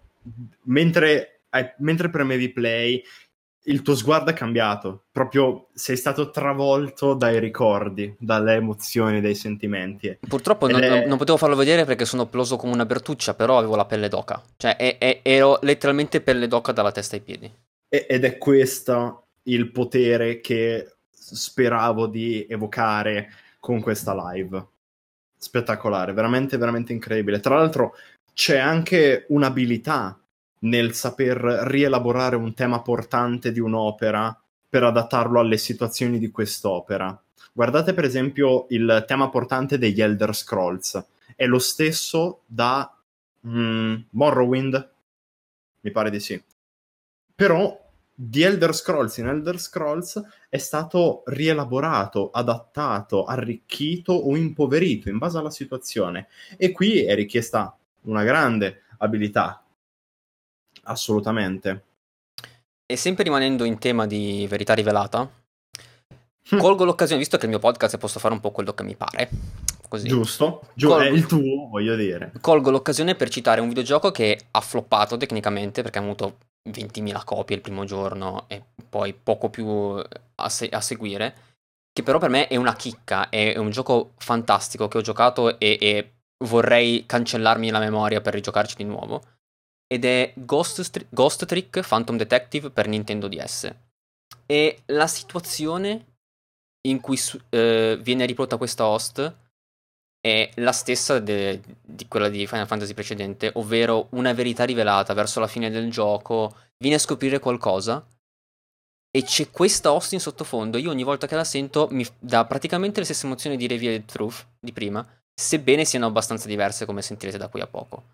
mentre premevi play, il tuo sguardo è cambiato. Proprio sei stato travolto dai ricordi, dalle emozioni, dai sentimenti. Purtroppo Ed non è, potevo farlo vedere perché sono peloso come una bertuccia, però avevo la pelle d'oca. Cioè, ero letteralmente pelle d'oca dalla testa ai piedi. ed è questo il potere che speravo di evocare con questa live. Spettacolare, veramente, veramente incredibile. Tra l'altro c'è anche un'abilità nel saper rielaborare un tema portante di un'opera per adattarlo alle situazioni di quest'opera. Guardate per esempio il tema portante degli Elder Scrolls. È lo stesso da Morrowind? Mi pare di sì. Però di Elder Scrolls in Elder Scrolls è stato rielaborato, adattato, arricchito o impoverito in base alla situazione. E qui è richiesta una grande abilità, assolutamente. E sempre rimanendo in tema di verità rivelata, colgo l'occasione, visto che il mio podcast posso fare un po' quello che mi pare, così. Giusto? È Colgo, il tuo, voglio dire. colgo l'occasione per citare un videogioco che ha floppato tecnicamente perché ha avuto 20.000 copie il primo giorno e poi poco più a seguire, che però per me è una chicca, è un gioco fantastico che ho giocato e vorrei cancellarmi la memoria per rigiocarci di nuovo. Ed è Ghost Trick Phantom Detective per Nintendo DS. E la situazione in cui viene riprodotta questa host è la stessa di quella di Final Fantasy precedente, ovvero una verità rivelata verso la fine del gioco, viene a scoprire qualcosa e c'è questa host in sottofondo. Io ogni volta che la sento mi dà praticamente le stesse emozioni di Revealed Truth di prima, sebbene siano abbastanza diverse come sentirete da qui a poco.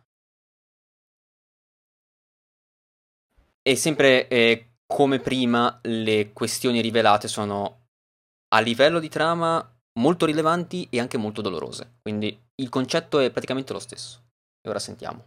E sempre come prima, le questioni rivelate sono a livello di trama molto rilevanti e anche molto dolorose. Quindi il concetto è praticamente lo stesso. E ora sentiamo.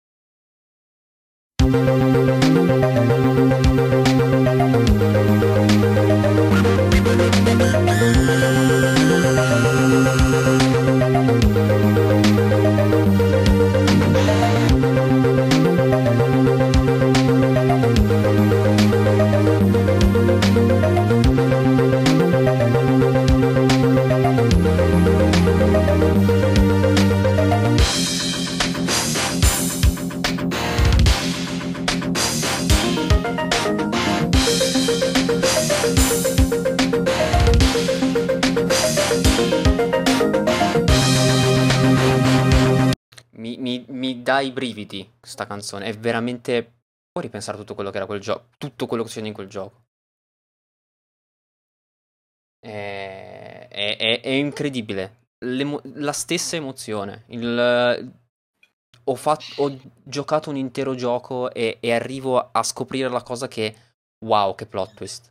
Mi dà i brividi questa canzone. È veramente. Puoi ripensare tutto quello che era quel gioco. Tutto quello che succede in quel gioco. È incredibile. La stessa emozione. Ho giocato un intero gioco e arrivo a scoprire la cosa che. Wow, che plot twist.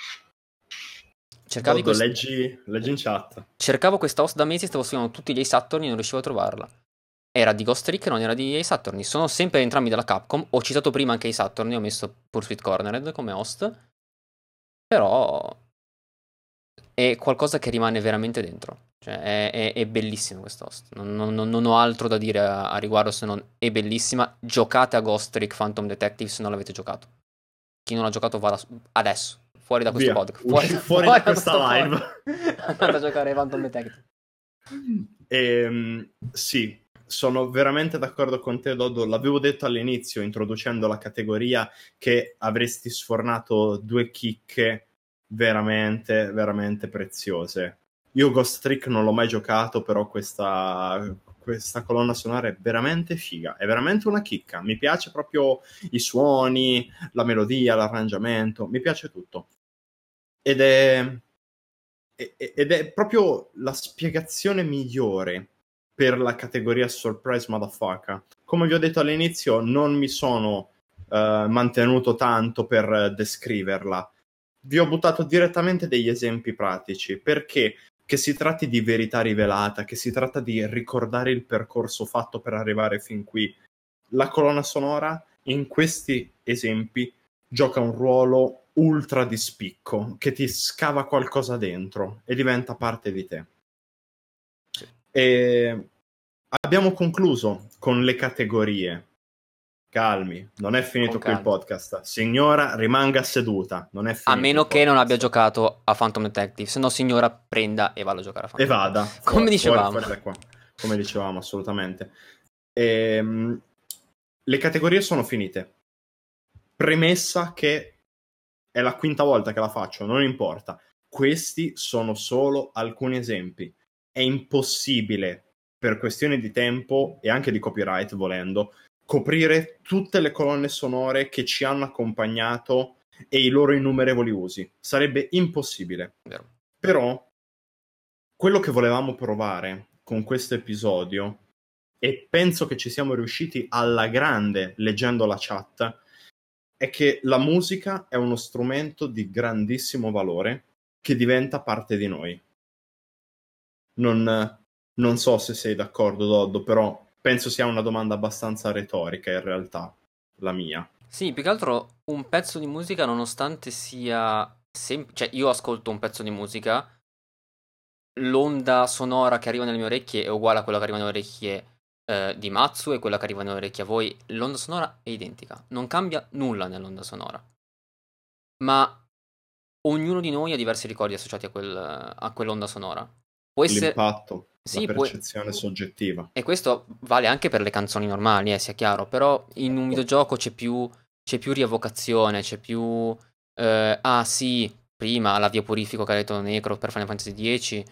Doddo, leggi in chat. Cercavo questa host da mesi, stavo scrivendo tutti gli Ace Attorney e non riuscivo a trovarla. Era di Ghost Trick, non era di Ace Attorney. Sono sempre entrambi della Capcom. Ho citato prima anche Ace Attorney, ho messo Pursuit Cornered come host. Però è qualcosa che rimane veramente dentro. Cioè, è bellissimo questo host. Non ho altro da dire a riguardo se non è bellissima. Giocate a Ghost Trick Phantom Detective se non l'avete giocato. chi non ha giocato vada adesso, fuori da questo Via, podcast. fuori da questa questo live. podcast. Andate a giocare Phantom Detective. Sì, sono veramente d'accordo con te, Doddo. L'avevo detto all'inizio, introducendo la categoria, che avresti sfornato 2 chicche veramente, veramente preziose. Io Ghost Trick non l'ho mai giocato, però questa colonna sonora è veramente figa, è veramente una chicca. Mi piace proprio i suoni, la melodia, l'arrangiamento, mi piace tutto. Ed è proprio la spiegazione migliore per la categoria Surprise Motherfucker. Come vi ho detto all'inizio, non mi sono mantenuto tanto per descriverla. Vi ho buttato direttamente degli esempi pratici, perché che si tratti di verità rivelata, che si tratta di ricordare il percorso fatto per arrivare fin qui, la colonna sonora in questi esempi gioca un ruolo ultra di spicco, che ti scava qualcosa dentro e diventa parte di te. E abbiamo concluso con le categorie. Calmi, non è finito Con qui il calma. podcast. Signora, rimanga seduta, non è finito A meno il che non abbia podcast. giocato a Phantom Detective, se no signora prenda e vada a giocare a E Phantom vada, Detective. Come dicevamo. fuori da qua. Come dicevamo, assolutamente. Le categorie sono finite. Premessa che è la 5ª volta che la faccio, non importa. Questi sono solo alcuni esempi. È impossibile, per questioni di tempo e anche di copyright, volendo, coprire tutte le colonne sonore che ci hanno accompagnato e i loro innumerevoli usi. Sarebbe impossibile. Vero. Però quello che volevamo provare con questo episodio, e penso che ci siamo riusciti alla grande leggendo la chat, è che la musica è uno strumento di grandissimo valore che diventa parte di noi. Non so se sei d'accordo, Doddo, però penso sia una domanda abbastanza retorica in realtà, la mia. Sì, più che altro un pezzo di musica, nonostante sia cioè io ascolto un pezzo di musica, l'onda sonora che arriva nelle mie orecchie è uguale a quella che arriva nelle orecchie di Matsu e quella che arriva nelle orecchie a voi. L'onda sonora è identica, non cambia nulla nell'onda sonora. Ma ognuno di noi ha diversi ricordi associati a quell'onda sonora. Può essere... L'impatto, la Sì, percezione soggettiva. e questo vale anche per le canzoni normali, sia chiaro, però in un videogioco c'è più rievocazione, c'è più... ah sì, prima la via purifico che ha detto Necro per Final Fantasy X,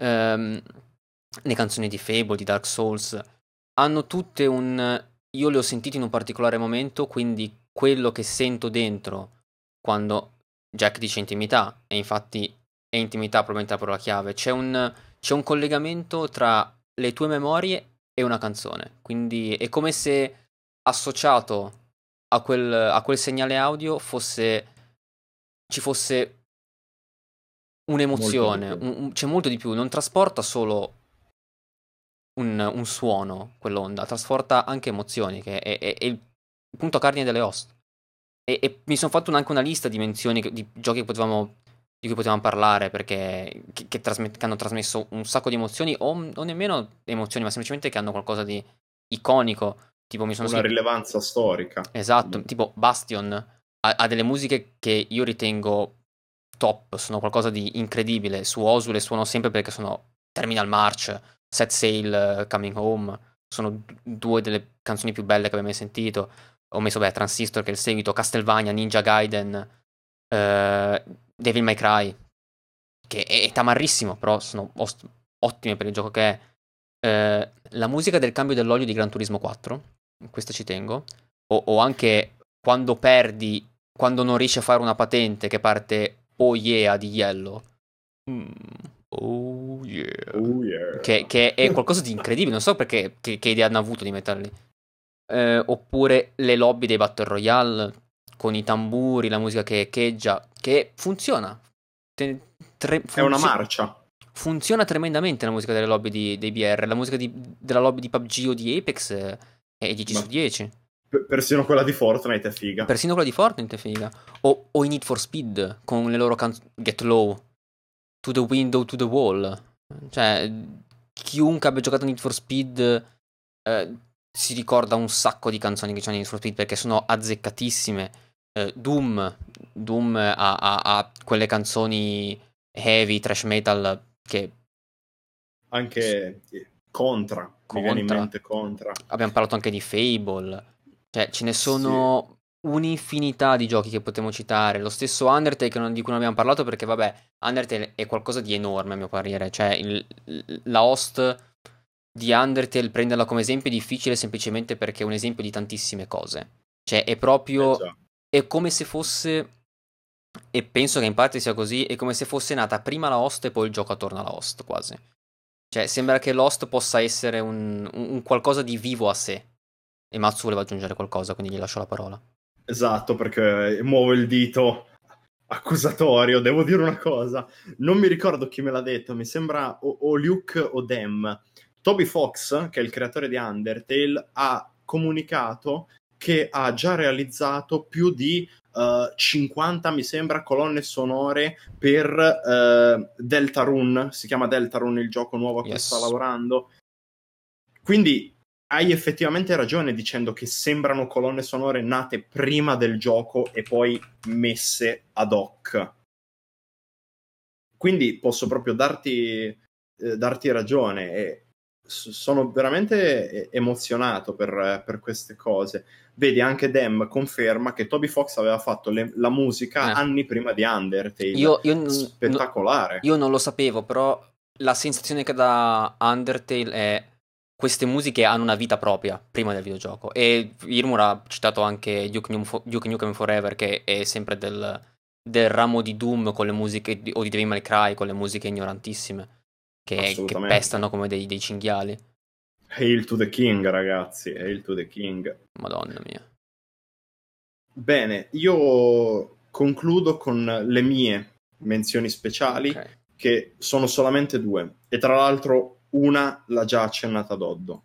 le canzoni di Fable, di Dark Souls, hanno tutte un... Io le ho sentite in un particolare momento, quindi quello che sento dentro quando Jack dice intimità, e infatti è intimità probabilmente la parola chiave, c'è un collegamento tra le tue memorie e una canzone, quindi è come se associato a quel segnale audio ci fosse Molto di un'emozione, più. c'è molto di più, non trasporta solo un suono, quell'onda, trasporta anche emozioni, che è il punto cardine delle host. E mi sono fatto anche una lista di menzioni, di giochi di cui potevamo parlare, perché che hanno trasmesso un sacco di emozioni, o nemmeno emozioni, ma semplicemente che hanno qualcosa di iconico. Tipo, mi sono Una scritto... rilevanza storica. Esatto, tipo Bastion ha delle musiche che io ritengo top, sono qualcosa di incredibile. Su Osu le suono sempre perché sono Terminal March, Set Sail, Coming Home, sono due delle canzoni più belle che abbia mai sentito. Ho messo, beh, Transistor che è il seguito, Castlevania, Ninja Gaiden, Devil May Cry, che è tamarrissimo, però sono ottime per il gioco che è. La musica del cambio dell'olio di Gran Turismo 4, questa ci tengo, o anche quando perdi, quando non riesci a fare una patente che parte Oh yeah di Yellow. Mm, oh yeah. Oh yeah. Che è qualcosa di incredibile, non so perché che idea hanno avuto di metterli. Oppure le lobby dei Battle Royale con i tamburi, la musica che echeggia, che funziona. È una marcia. Funziona tremendamente la musica delle lobby dei BR. La musica della lobby di PUBG o di Apex è 10 su 10. Persino quella di Fortnite è figa. Persino quella di Fortnite è figa. O i Need for Speed con le loro canzoni Get Low, To the Window, To the Wall. Cioè, chiunque abbia giocato a Need for Speed si ricorda un sacco di canzoni che c'hanno in Need for Speed perché sono azzeccatissime. Doom ha quelle canzoni heavy, thrash metal che Anche Contra, mi viene in Contra. mente Contra. Abbiamo parlato anche di Fable. Cioè, ce ne Sì, sono un'infinità di giochi che potremmo citare. Lo stesso Undertale di cui non abbiamo parlato perché, vabbè, Undertale è qualcosa di enorme a mio parere. Cioè, la host di Undertale prenderla come esempio è difficile semplicemente perché è un esempio di tantissime cose. Cioè, è proprio... già. È come se fosse... E penso che in parte sia così, è come se fosse nata prima la host e poi il gioco attorno alla host, quasi. Cioè, sembra che Lost possa essere un qualcosa di vivo a sé. E Matsu voleva aggiungere qualcosa, quindi gli lascio la parola. Esatto, perché muovo il dito accusatorio. Devo dire una cosa, non mi ricordo chi me l'ha detto, mi sembra o Luke o Dem. Toby Fox, che è il creatore di Undertale, ha comunicato che ha già realizzato più di 50, mi sembra, colonne sonore per Deltarune. Si chiama Deltarune il gioco nuovo a cui sta Yes. lavorando. Quindi hai effettivamente ragione dicendo che sembrano colonne sonore nate prima del gioco e poi messe ad hoc. Quindi posso proprio darti ragione e sono veramente emozionato per queste cose. Vedi, anche Dem conferma che Toby Fox aveva fatto la musica Eh. anni prima di Undertale. Io Spettacolare. io non lo sapevo, però la sensazione che dà Undertale è queste musiche hanno una vita propria prima del videogioco. E Irmur ha citato anche Duke Nukem Forever, che è sempre del ramo di Doom con le musiche o di Devil May Cry con le musiche ignorantissime che Assolutamente. pestano come dei cinghiali. Hail to the King, ragazzi. Hail to the King. Madonna mia. Bene, io concludo con le mie menzioni speciali, Ok. che sono solamente due, e tra l'altro una l'ha già accennata Doddo.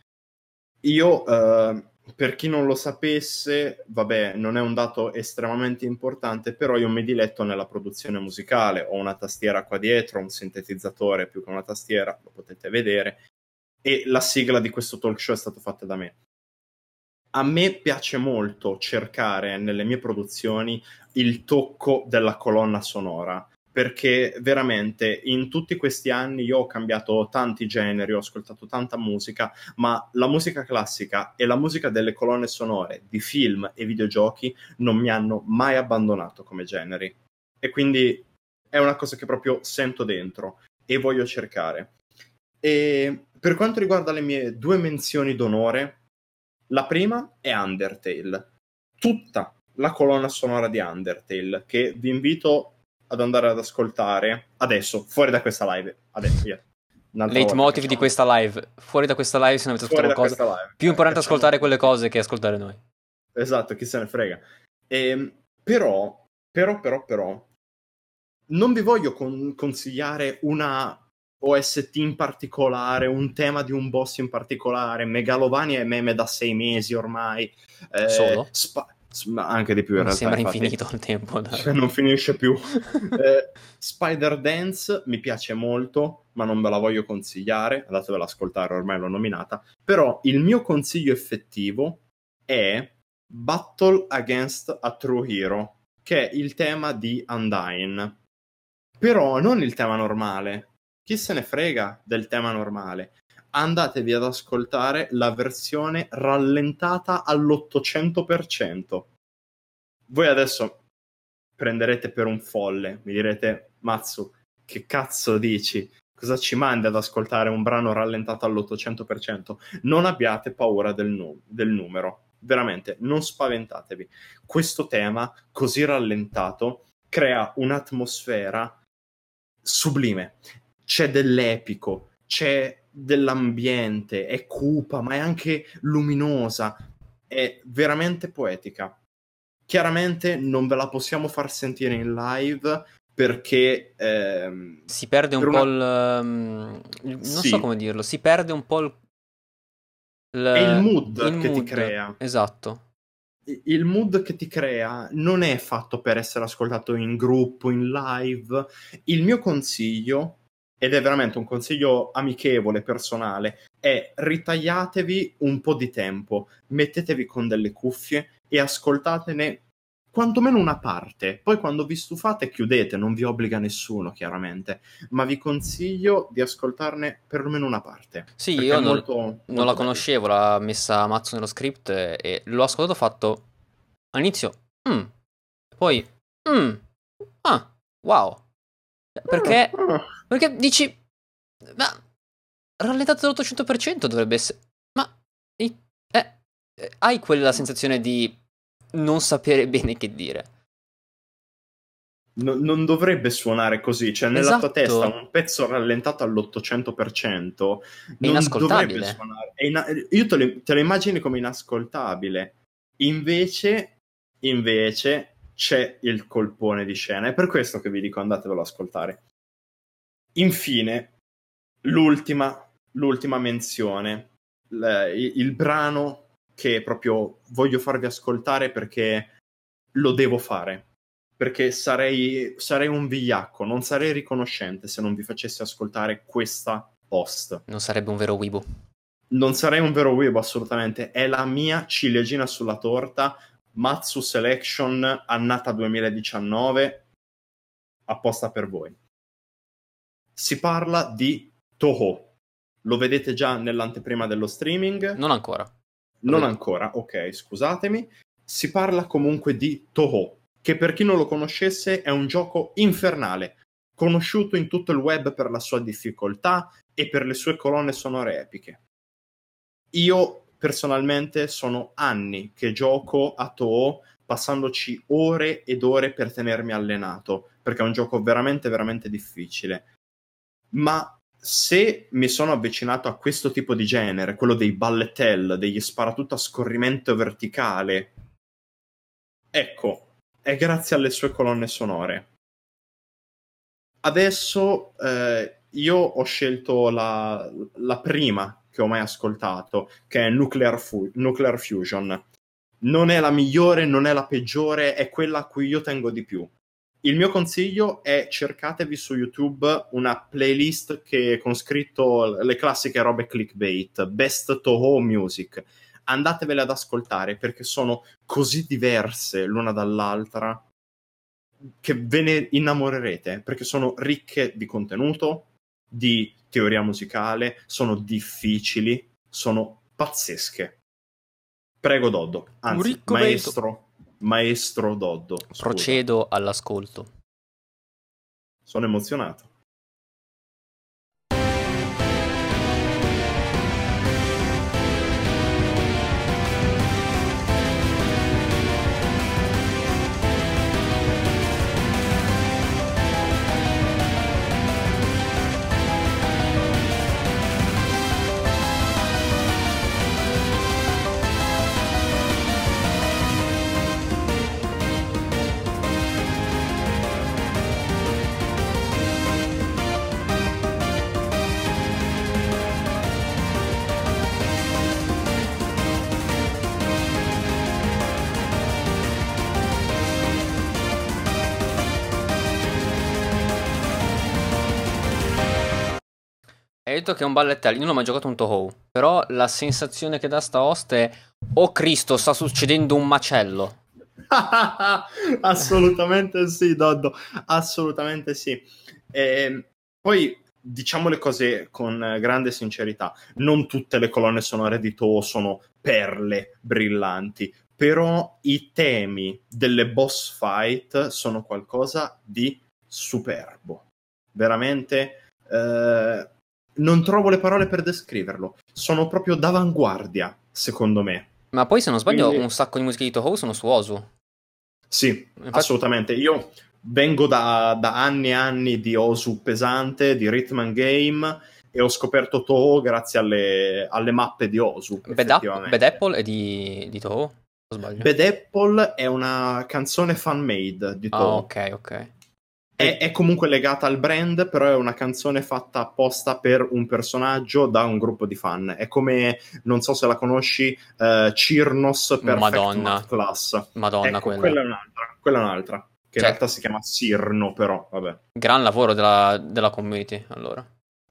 Io, per chi non lo sapesse, vabbè, non è un dato estremamente importante, però io mi diletto nella produzione musicale. Ho una tastiera qua dietro, un sintetizzatore più che una tastiera, lo potete vedere, e la sigla di questo talk show è stata fatta da me. A me piace molto cercare nelle mie produzioni il tocco della colonna sonora, perché veramente in tutti questi anni io ho cambiato tanti generi, ho ascoltato tanta musica, ma la musica classica e la musica delle colonne sonore di film e videogiochi non mi hanno mai abbandonato come generi. E quindi è una cosa che proprio sento dentro e voglio cercare. E per quanto riguarda le mie due menzioni d'onore, la prima è Undertale, tutta la colonna sonora di Undertale, che vi invito ad andare ad ascoltare adesso, fuori da questa live. Adesso, yeah. Un'altra volta Leitmotiv di facciamo. questa live. Fuori da questa live, se non avete Fuori ascoltato da qualcosa. questa live. Più importante Cacciamo ascoltare quelle tutti. cose che ascoltare noi. Esatto, chi se ne frega. Però, non vi voglio consigliare una OST in particolare, un tema di un boss in particolare. Megalovania è meme da 6 mesi ormai. Solo? Ma anche di più in Mi realtà, sembra infatti. infinito il tempo. Cioè, non finisce più. Spider Dance mi piace molto, ma non ve la voglio consigliare. Andatevela ad ascoltare, ormai l'ho nominata. Però il mio consiglio effettivo è Battle Against a True Hero, che è il tema di Undyne. Però non il tema normale. Chi se ne frega del tema normale? Andatevi ad ascoltare la versione rallentata all'800%. Voi adesso prenderete per un folle, mi direte, Matsu, che cazzo dici? Cosa ci mandi ad ascoltare un brano rallentato all'800%? Non abbiate paura del numero, veramente, non spaventatevi. Questo tema, così rallentato, crea un'atmosfera sublime. C'è dell'epico, c'è dell'ambiente, è cupa, ma è anche luminosa, è veramente poetica. Chiaramente non ve la possiamo far sentire in live perché Si perde un per po' una... non so Sì, come dirlo. Si perde un po' è il il mood che ti mood. crea. Esatto. Il mood che ti crea non è fatto per essere ascoltato in gruppo, in live. Il mio consiglio, ed è veramente un consiglio amichevole, personale, è ritagliatevi un po' di tempo, mettetevi con delle cuffie e ascoltatene quantomeno una parte. Poi quando vi stufate chiudete, non vi obbliga nessuno, chiaramente, ma vi consiglio di ascoltarne perlomeno una parte. Sì, Perché io è non, molto, non molto la bello. conoscevo, l'ha messa Mazzo nello script e l'ho ascoltato, ho fatto all'inizio, poi, wow. Perché, perché dici, ma rallentato dell'800% dovrebbe essere, ma hai quella sensazione di non sapere bene che dire. Non dovrebbe suonare così, cioè nella tua testa Esatto, un pezzo rallentato all'800% è non dovrebbe inascoltabile. suonare. Io te lo immagini come inascoltabile. Invece c'è il colpone di scena. È per questo che vi dico andatevelo ad ascoltare. Infine, l'ultima menzione, il brano che proprio voglio farvi ascoltare perché lo devo fare, perché sarei un vigliacco, non sarei riconoscente se non vi facessi ascoltare questa host. Non sarebbe un vero Weibo. Non sarei un vero weeb, assolutamente. È la mia ciliegina sulla torta, Matsu Selection, annata 2019, apposta per voi. Si parla di Toho. Lo vedete già nell'anteprima dello streaming? Non ancora. Non ancora, ok, scusatemi. Si parla comunque di Toho, che per chi non lo conoscesse è un gioco infernale, conosciuto in tutto il web per la sua difficoltà e per le sue colonne sonore epiche. Io personalmente sono anni che gioco a Toho, passandoci ore ed ore per tenermi allenato, perché è un gioco veramente, veramente difficile. Ma se mi sono avvicinato a questo tipo di genere, quello dei bullet hell, degli sparatutto a scorrimento verticale, ecco, è grazie alle sue colonne sonore. Adesso io ho scelto la prima che ho mai ascoltato, che è Nuclear Fusion. Non è la migliore, non è la peggiore, è quella a cui io tengo di più. Il mio consiglio è cercatevi su YouTube una playlist con scritto le classiche robe clickbait, Best Toho Music. Andatevele ad ascoltare perché sono così diverse l'una dall'altra che ve ne innamorerete, perché sono ricche di contenuto, di teoria musicale, sono difficili, sono pazzesche. Prego Doddo, anzi, ricco merito. maestro Doddo, scusa. Procedo all'ascolto. Sono emozionato. Hai detto che è un ballettello, io non ho mai giocato un Toho, però la sensazione che dà sta host è oh Cristo, sta succedendo un macello. Assolutamente sì, Doddo, assolutamente sì. Poi diciamo le cose con grande sincerità, non tutte le colonne sonore di Toho sono perle brillanti, però i temi delle boss fight sono qualcosa di superbo, veramente. Non trovo le parole per descriverlo, sono proprio d'avanguardia, secondo me. Ma poi se non sbaglio Quindi- un sacco di musiche di Toho sono su Osu. Sì, Infatti- assolutamente. Io vengo da anni e anni di Osu pesante, di Rhythm and Game, e ho scoperto Toho grazie alle mappe di Osu, effettivamente. Bad Apple è di Toho? O sbaglio? Bad Apple è una canzone fan-made di Ah, Toho. ok. È comunque legata al brand, però è una canzone fatta apposta per un personaggio da un gruppo di fan. È come, non so se la conosci, Cirnos Perfect Madonna. Math Class. Madonna, Ecco, quella. quella è un'altra, che in Cioè- realtà si chiama Sirno, però, vabbè. Gran lavoro della community, allora.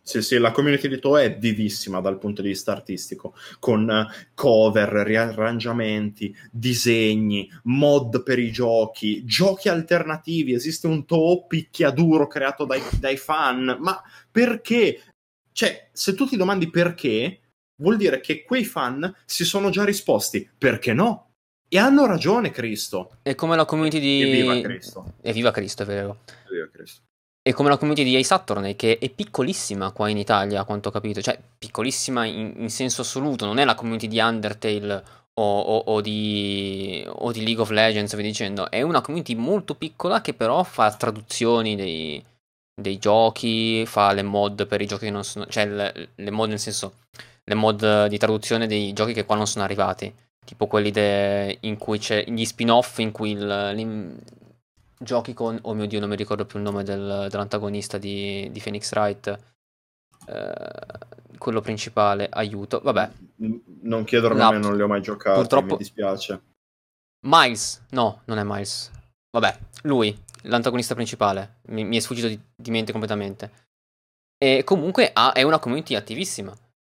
Sì, sì, la community di Toho è vivissima dal punto di vista artistico, con cover, riarrangiamenti, disegni, mod per i giochi, giochi alternativi. Esiste un Toho picchiaduro creato dai fan. Ma perché? Cioè, se tu ti domandi perché, vuol dire che quei fan si sono già risposti perché no? E hanno ragione, Cristo. È come la community di... Evviva Cristo. Evviva Cristo, è vero. Evviva Cristo. È come la community di Ace Attorney, che è piccolissima qua in Italia, a quanto ho capito. Cioè, piccolissima in senso assoluto. Non è la community di Undertale o di League of Legends, vi dicendo. È una community molto piccola che però fa traduzioni dei giochi, fa le mod per i giochi che non sono... Cioè, le mod nel senso... Le mod di traduzione dei giochi che qua non sono arrivati. Tipo quelli in cui c'è gli spin-off in cui giochi con... Oh mio Dio, non mi ricordo più il nome dell'antagonista di Phoenix Wright. Quello principale, aiuto. Vabbè. Non chiederlo a me, non li ho mai giocati, purtroppo... mi dispiace. Miles. No, non è Miles. Vabbè, lui, l'antagonista principale. Mi è sfuggito di mente completamente. E comunque è una community attivissima.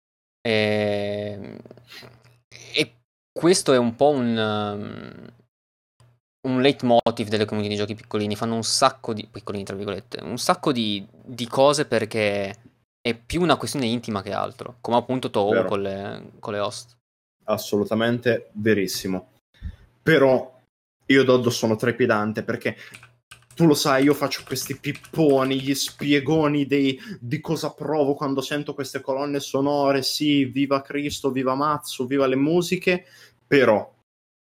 E questo è un po' un leitmotiv delle community di giochi piccolini. Fanno un sacco di piccolini, tra virgolette, un sacco di cose perché è più una questione intima che altro. Come appunto Toho Vero. con le host. Assolutamente verissimo. Però io Doddo sono trepidante perché tu lo sai, io faccio questi pipponi, gli spiegoni di cosa provo quando sento queste colonne sonore. Sì, viva Cristo, viva Mazzo, viva le musiche. Però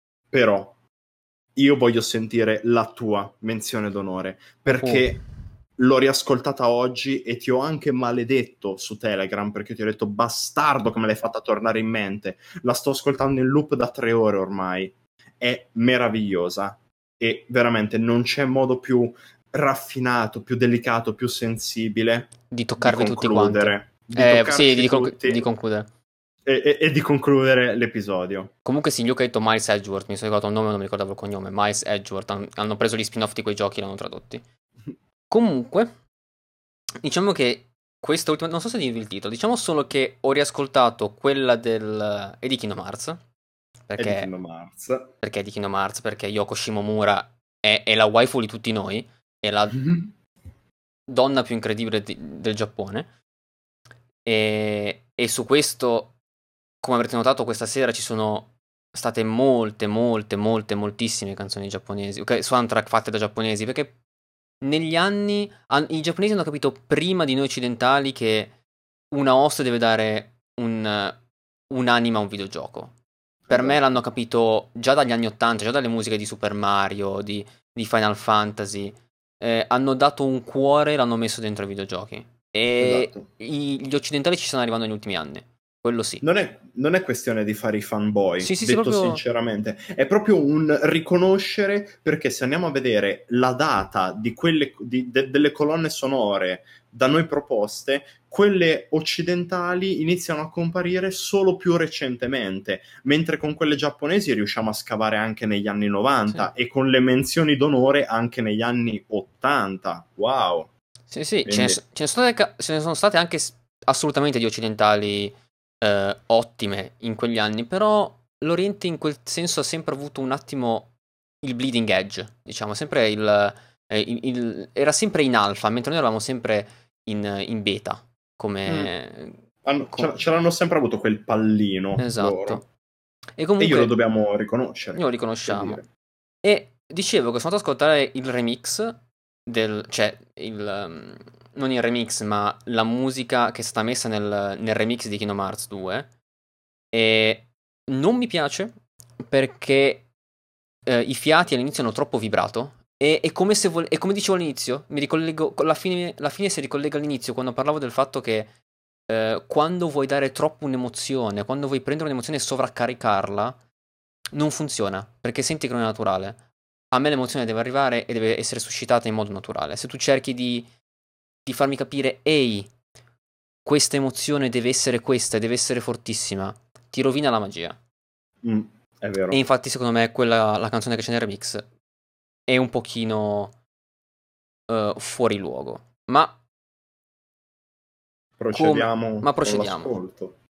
io voglio sentire la tua menzione d'onore perché l'ho riascoltata oggi e ti ho anche maledetto su Telegram perché ti ho detto bastardo che me l'hai fatta tornare in mente. La sto ascoltando in loop da 3 ore ormai. È meravigliosa e veramente non c'è modo più raffinato, più delicato, più sensibile di toccarvi tutti quanti. Toccarci Sì, tutti di concludere. e di concludere l'episodio. Comunque sì, Luca ha detto Miles Edgeworth, mi sono ricordato il nome, non mi ricordavo il cognome. Miles Edgeworth, hanno preso gli spin-off di quei giochi e l'hanno tradotti. Comunque, diciamo che questa ultima, non so se dirvi il titolo, diciamo solo che ho riascoltato quella è di Kingdom Hearts. Perché È di Kingdom Hearts. Perché è di Kingdom Hearts? Perché Yoko Shimomura è la waifu di tutti noi, è la donna più incredibile del Giappone. E su questo, come avrete notato, questa sera ci sono state moltissime canzoni giapponesi, soundtrack fatte da giapponesi, perché negli anni i giapponesi hanno capito prima di noi occidentali che una host deve dare un'anima a un videogioco. Per me l'hanno capito già dagli anni 80, già dalle musiche di Super Mario, di Final Fantasy. Hanno dato un cuore e l'hanno messo dentro i videogiochi. E Esatto. gli occidentali ci stanno arrivando negli ultimi anni. Quello sì. Non è questione di fare i fanboy, Sì, detto proprio... sinceramente. È proprio un riconoscere, perché se andiamo a vedere la data di delle colonne sonore da noi proposte, quelle occidentali iniziano a comparire solo più recentemente, mentre con quelle giapponesi riusciamo a scavare anche negli anni 90 Sì. e con le menzioni d'onore anche negli anni 80. Wow! Sì, sì, Quindi... ce ne sono state anche assolutamente di occidentali ottime in quegli anni, però l'Oriente in quel senso ha sempre avuto un attimo il bleeding edge, diciamo, sempre era sempre in alfa, mentre noi eravamo sempre in beta, come... Ce l'hanno sempre avuto quel pallino Esatto. loro. E comunque... glielo dobbiamo riconoscere. Lo riconosciamo. E dicevo che sono andato ad ascoltare il remix non il remix, ma la musica che è stata messa nel remix di Kingdom Hearts 2. E non mi piace perché i fiati all'inizio hanno troppo vibrato. E è come se è come dicevo all'inizio, mi ricollego. La fine si ricollega all'inizio quando parlavo del fatto che quando vuoi dare troppo un'emozione, quando vuoi prendere un'emozione e sovraccaricarla, non funziona perché senti che non è naturale. A me l'emozione deve arrivare e deve essere suscitata in modo naturale. Se tu cerchi di farmi capire, ehi, questa emozione deve essere questa e deve essere fortissima, ti rovina la magia. È vero. E infatti secondo me la canzone che c'è nel remix è un pochino fuori luogo. Ma Procediamo Ma con procediamo. l'ascolto.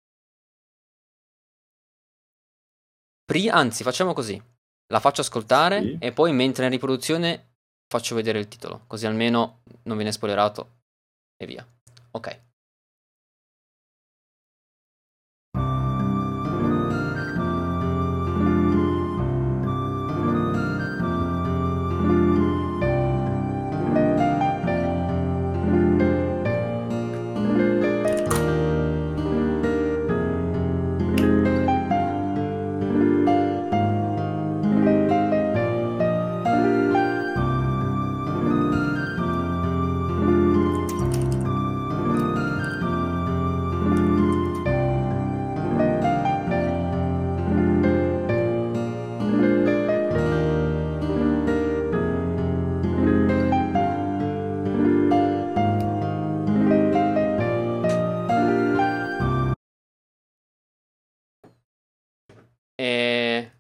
Anzi, facciamo così. La faccio ascoltare Sì. e poi mentre è in riproduzione faccio vedere il titolo, così almeno non viene spoilerato e via. Ok. E,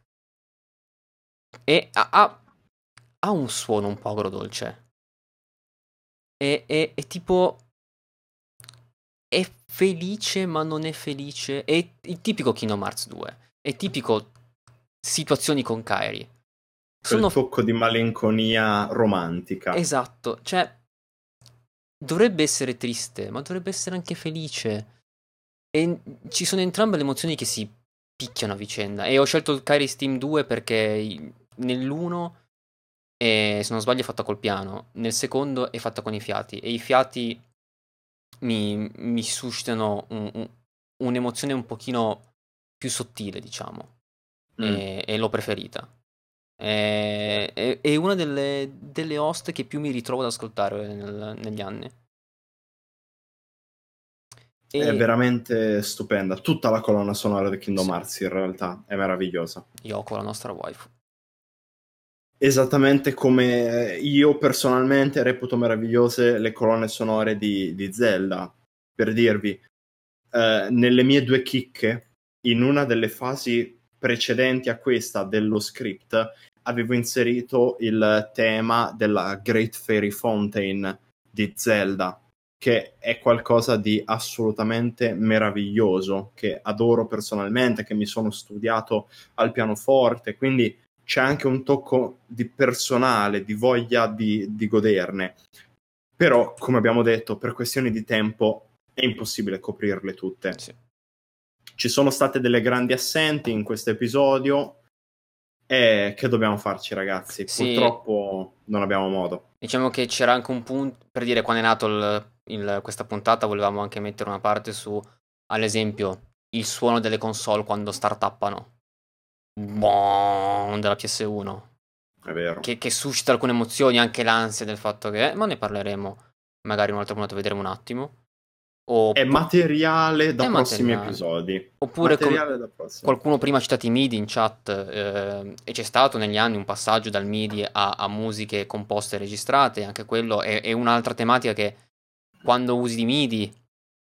ha un suono un po' agrodolce. È tipo... È felice ma non è felice. È il tipico Kingdom Hearts 2. È tipico situazioni con Kairi. Quel Sono... tocco di malinconia romantica. Esatto, cioè... Dovrebbe essere triste, ma dovrebbe essere anche felice. E ci sono entrambe le emozioni che si picchiano a vicenda. E ho scelto il Kairi Steam 2 perché nell'1, se non sbaglio, è fatta col piano. Nel secondo è fatta con i fiati. E i fiati mi suscitano un'emozione un pochino più sottile, diciamo. E l'ho preferita. È una delle host che più mi ritrovo ad ascoltare negli anni. È E veramente stupenda. Tutta la colonna sonora di Kingdom sì, Hearts in realtà è meravigliosa. Yoko, la nostra waifu. Esattamente come io personalmente reputo meravigliose le colonne sonore di Zelda. Per dirvi, nelle mie due chicche, in una delle fasi precedenti a questa dello script, avevo inserito il tema della Great Fairy Fountain di Zelda, che è qualcosa di assolutamente meraviglioso, che adoro personalmente, che mi sono studiato al pianoforte, quindi c'è anche un tocco di personale, di voglia di goderne. Però, come abbiamo detto, per questioni di tempo è impossibile coprirle tutte. Sì. Ci sono state delle grandi assenti in questo episodio e che dobbiamo farci, ragazzi? Sì, Purtroppo non abbiamo modo. diciamo che c'era anche un punto, per dire, quando è nato questa puntata, volevamo anche mettere una parte su, ad esempio, il suono delle console quando startuppano. Boom, della PS1. È vero. Che suscita alcune emozioni, anche l'ansia del fatto che... Ma ne parleremo magari in un'altra puntata, vedremo un attimo. È materiale da è prossimi materiale. episodi. Oppure Materiale da prossimi. qualcuno prima ha citato i MIDI in chat, e c'è stato negli anni un passaggio dal MIDI a musiche composte e registrate, anche quello è un'altra tematica che quando usi di MIDI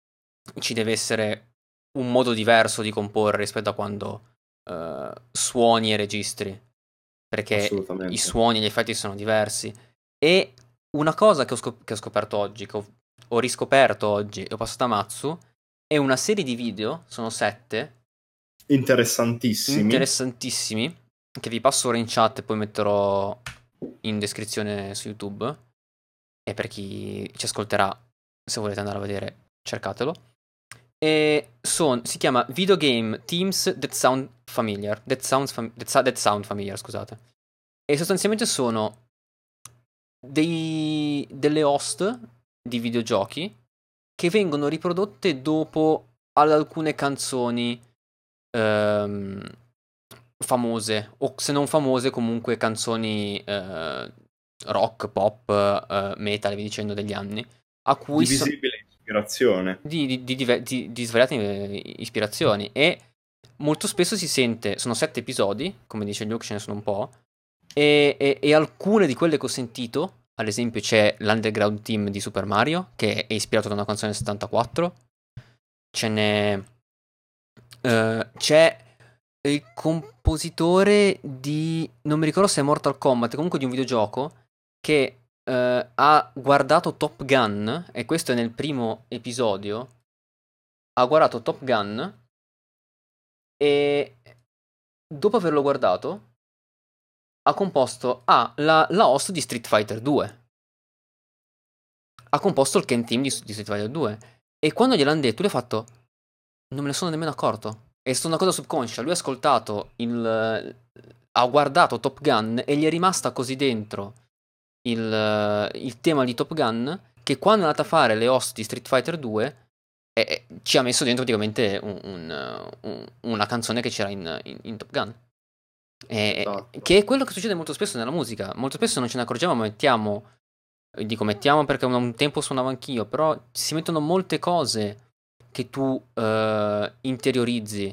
ci deve essere un modo diverso di comporre rispetto a quando suoni e registri, perché i Assolutamente. suoni e gli effetti sono diversi. E una cosa che ho scoperto oggi, che ho riscoperto oggi e ho passato a Matsu, è una serie di video, sono 7, Interessantissimi. interessantissimi, che vi passo ora in chat e poi metterò in descrizione su YouTube. E per chi ci ascolterà, se volete andare a vedere, cercatelo. E si chiama Video Game Themes That Sound Familiar. That Sound Familiar, scusate. E sostanzialmente sono delle host di videogiochi che vengono riprodotte dopo ad alcune canzoni famose, o se non famose comunque canzoni rock, pop, metal e via dicendo degli anni, a cui Di visibile ispirazione. di svariate ispirazioni. E molto spesso si sente, sono 7 episodi, come dice Luke, ce ne sono un po', e alcune di quelle che ho sentito, ad esempio c'è l'Underground Team di Super Mario, che è ispirato da una canzone del 74, ce n'è... c'è il compositore di... non mi ricordo se è Mortal Kombat, comunque di un videogioco, che ha guardato Top Gun, e questo è nel primo episodio, ha guardato Top Gun e dopo averlo guardato ha composto la host di Street Fighter 2. Ha composto il Ken Team di Street Fighter 2. E quando gliel'hanno detto, lui ha fatto: non me ne sono nemmeno accorto. È stata una cosa subconscia. Lui ha ascoltato ha guardato Top Gun e gli è rimasta così dentro il tema di Top Gun, che quando è andata a fare le host di Street Fighter 2 ci ha messo dentro praticamente una canzone che c'era in Top Gun. Esatto. Che è quello che succede molto spesso nella musica. Molto spesso non ce ne accorgiamo, ma mettiamo perché un tempo suonavo anch'io, però si mettono molte cose che tu interiorizzi,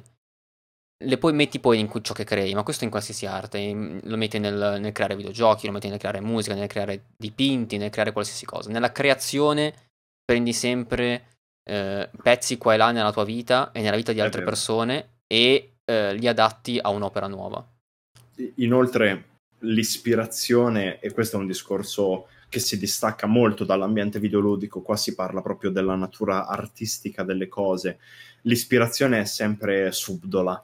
le poi metti poi in ciò che crei, ma questo in qualsiasi arte, lo metti nel creare videogiochi, lo metti nel creare musica, nel creare dipinti, nel creare qualsiasi cosa. Nella creazione prendi sempre pezzi qua e là nella tua vita e nella vita di È altre vero. persone e li adatti a un'opera nuova. Inoltre l'ispirazione, e questo è un discorso che si distacca molto dall'ambiente videoludico, qua si parla proprio della natura artistica delle cose, l'ispirazione è sempre subdola,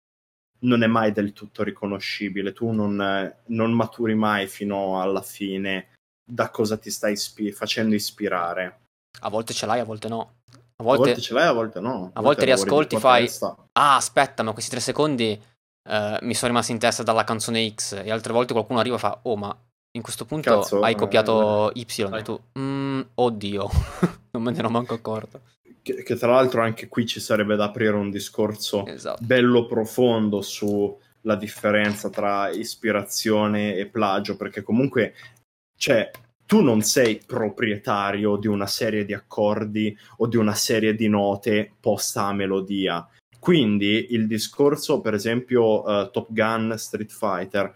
non è mai del tutto riconoscibile, tu non maturi mai fino alla fine da cosa ti stai facendo ispirare. A volte ce l'hai, a volte no. A volte ce l'hai, a volte no. A volte lavori di riascolti, tua fai: testa. ah, aspetta, ma questi 3 secondi mi sono rimasti in testa dalla canzone X. E altre volte qualcuno arriva e fa: oh, ma in questo punto Cazzo, hai copiato Y. dai. E tu, oddio, non me ne ero manco accorto. Che tra l'altro anche qui ci sarebbe da aprire un discorso Esatto. bello profondo sulla differenza tra ispirazione e plagio, perché comunque, cioè, tu non sei proprietario di una serie di accordi o di una serie di note posta a melodia. Quindi il discorso, per esempio, Top Gun, Street Fighter,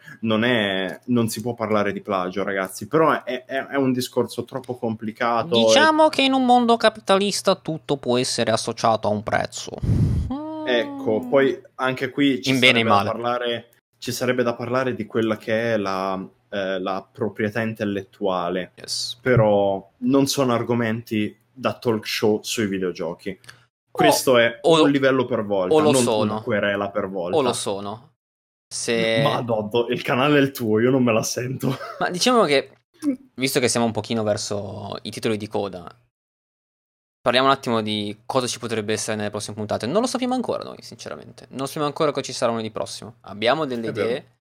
non si può parlare di plagio, ragazzi, però è un discorso troppo complicato. Diciamo che in un mondo capitalista tutto può essere associato a un prezzo. Ecco, poi anche qui In bene e male. ci sarebbe da parlare di quella che è la proprietà intellettuale, Yes. però non sono argomenti da talk show sui videogiochi. Questo è un livello per volta, o lo non sono. una querela per volta. O lo sono. Se... Ma Doddo, il canale è il tuo, io non me la sento. Ma diciamo che, visto che siamo un pochino verso i titoli di coda, parliamo un attimo di cosa ci potrebbe essere nelle prossime puntate. Non lo sappiamo ancora noi, sinceramente. Non sappiamo ancora cosa ci sarà lunedì prossimo. Abbiamo delle È vero. idee,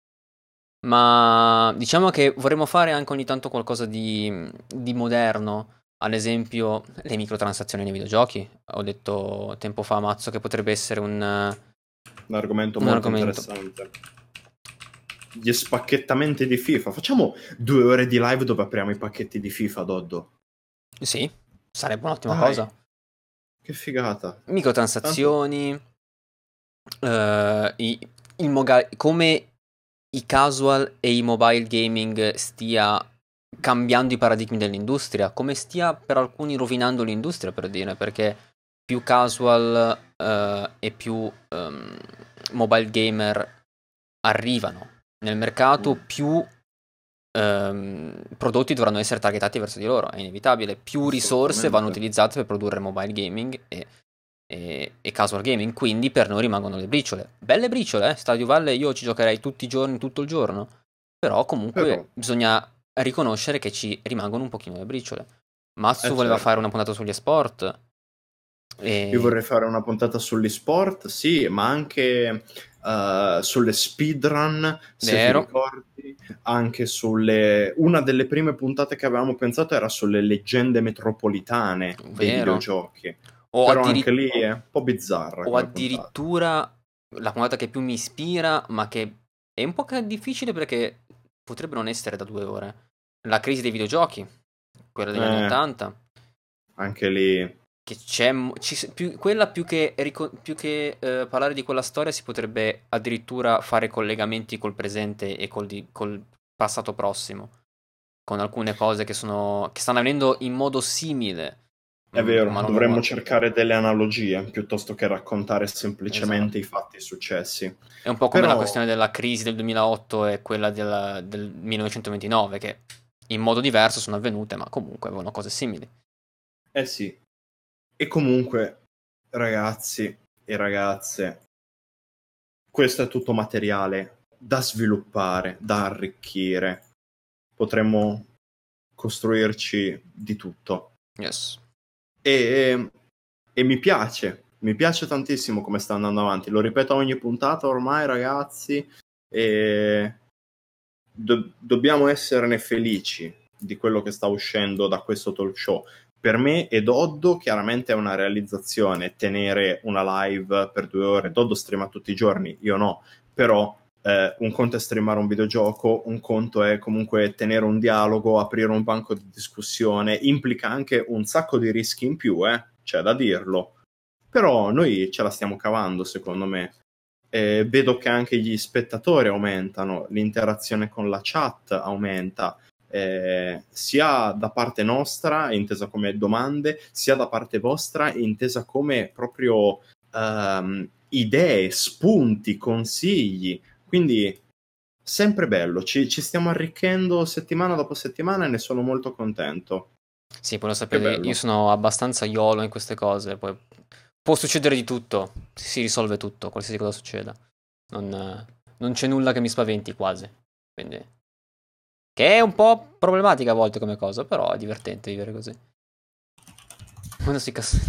ma diciamo che vorremmo fare anche ogni tanto qualcosa di moderno. Ad esempio, le microtransazioni nei videogiochi. Ho detto tempo fa a Mazzo che potrebbe essere un argomento Un molto argomento. interessante. Gli spacchettamenti di FIFA. Facciamo 2 ore di live dove apriamo i pacchetti di FIFA, Doddo. Sì, sarebbe un'ottima Dai. cosa. Che figata. Microtransazioni, come i casual e i mobile gaming stia cambiando i paradigmi dell'industria, come stia per alcuni rovinando l'industria, per dire, perché più casual e più mobile gamer arrivano nel mercato, più prodotti dovranno essere targetati verso di loro, è inevitabile. Più risorse vanno utilizzate per produrre mobile gaming e casual gaming, quindi per noi rimangono le briciole. Belle briciole, Stardew Valley io ci giocherei tutti i giorni, tutto il giorno, però comunque Però. bisogna riconoscere che ci rimangono un pochino le briciole. Matsu voleva Certo. fare una puntata sugli sport. Io vorrei fare una puntata sugli sport, sì, ma anche sulle speedrun, se Vero. ti ricordi, anche una delle prime puntate che avevamo pensato era sulle leggende metropolitane dei Vero. videogiochi. O Però anche lì è un po' bizzarra. O come addirittura la puntata che più mi ispira, ma che è un po' difficile perché potrebbe non essere da 2 ore. La crisi dei videogiochi, quella degli anni 80. puntata. Anche lì. Che c'è quella più che parlare di quella storia, si potrebbe addirittura fare collegamenti col presente e col passato prossimo, con alcune cose che stanno avvenendo in modo simile. È vero, ma non dovremmo uguale. cercare delle analogie piuttosto che raccontare semplicemente i fatti successi. È un po' come Però- la questione della crisi del 2008 e quella del 1929, che in modo diverso sono avvenute, ma comunque avevano cose simili. Eh sì. E comunque, ragazzi e ragazze, questo è tutto materiale da sviluppare, da arricchire. Potremmo costruirci di tutto. Yes. E mi piace tantissimo come sta andando avanti. Lo ripeto a ogni puntata ormai, ragazzi, e dobbiamo esserne felici di quello che sta uscendo da questo talk show. Per me e Doddo chiaramente è una realizzazione tenere una live per 2 ore. Doddo streama tutti i giorni, io no, però un conto è streamare un videogioco, un conto è comunque tenere un dialogo, aprire un banco di discussione, implica anche un sacco di rischi in più, c'è da dirlo, però noi ce la stiamo cavando, secondo me. Vedo che anche gli spettatori aumentano, l'interazione con la chat aumenta, sia da parte nostra intesa come domande, sia da parte vostra intesa come proprio idee, spunti, consigli. Quindi sempre bello, ci stiamo arricchendo settimana dopo settimana e ne sono molto contento. Sì, poi lo Che sapete, bello. io sono abbastanza YOLO in queste cose, poi può succedere di tutto, si risolve tutto, qualsiasi cosa succeda. Non c'è nulla che mi spaventi quasi, quindi... Che è un po' problematica a volte come cosa, però è divertente vivere così. Quando si cazzo...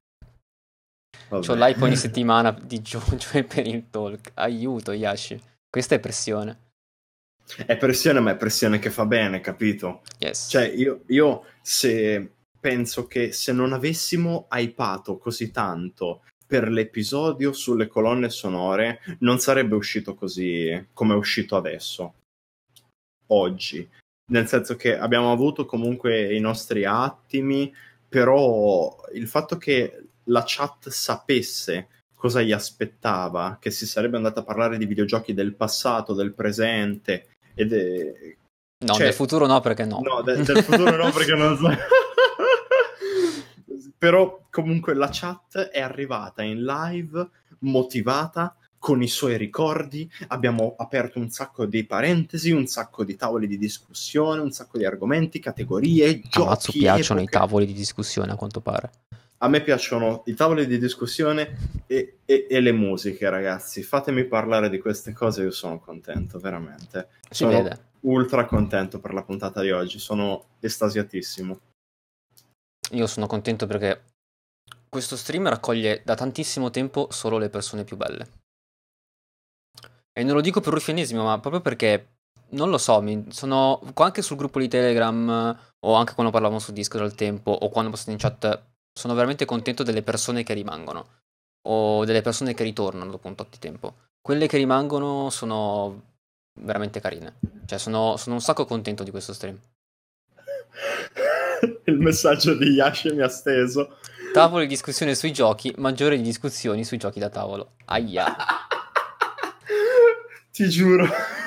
Vabbè. C'ho l'hype ogni settimana di Giorgio per il talk. Aiuto, Yashi. Questa è pressione. È pressione, ma è pressione che fa bene, capito? Yes. Cioè, io se penso che se non avessimo hypato così tanto per l'episodio sulle colonne sonore, non sarebbe uscito così come è uscito adesso, oggi. Nel senso che abbiamo avuto comunque i nostri attimi, però il fatto che la chat sapesse cosa gli aspettava, che si sarebbe andata a parlare di videogiochi del passato, del presente, No, cioè, del futuro no, perché no. No, del futuro no, perché non so. Però comunque la chat è arrivata in live motivata con i suoi ricordi. Abbiamo aperto un sacco di parentesi, un sacco di tavoli di discussione, un sacco di argomenti, categorie, A Mazzu giochi, piacciono i epoche. tavoli di discussione, a quanto pare. A me piacciono i tavoli di discussione e le musiche, ragazzi. Fatemi parlare di queste cose, io sono contento, veramente. Si Sono vede. ultra contento per la puntata di oggi, sono estasiatissimo. Io sono contento perché questo stream raccoglie da tantissimo tempo solo le persone più belle. E non lo dico per ruffianesimo, ma proprio perché, non lo so, sono anche sul gruppo di Telegram, o anche quando parlavamo su Discord al tempo, o quando passate in chat, sono veramente contento delle persone che rimangono, o delle persone che ritornano dopo un tot di tempo. Quelle che rimangono sono veramente carine. Cioè, sono un sacco contento di questo stream. Il messaggio di Yashi mi ha steso. Tavolo di discussione sui giochi, maggiore di discussioni sui giochi da tavolo. Aia. Ti giuro.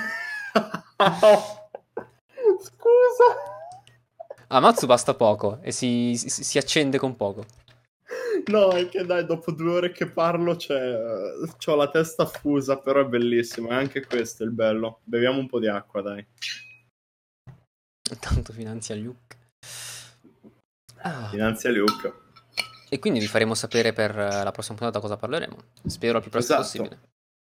Scusa. A Matsu basta poco e si accende con poco. No, è che dai, dopo 2 ore che parlo c'ho la testa fusa, però è bellissimo. E anche questo è il bello. Beviamo un po' di acqua, dai. Tanto finanzia Luke. Dinanzi a Luke. E quindi vi faremo sapere per la prossima puntata cosa parleremo. Spero al più presto Esatto. possibile.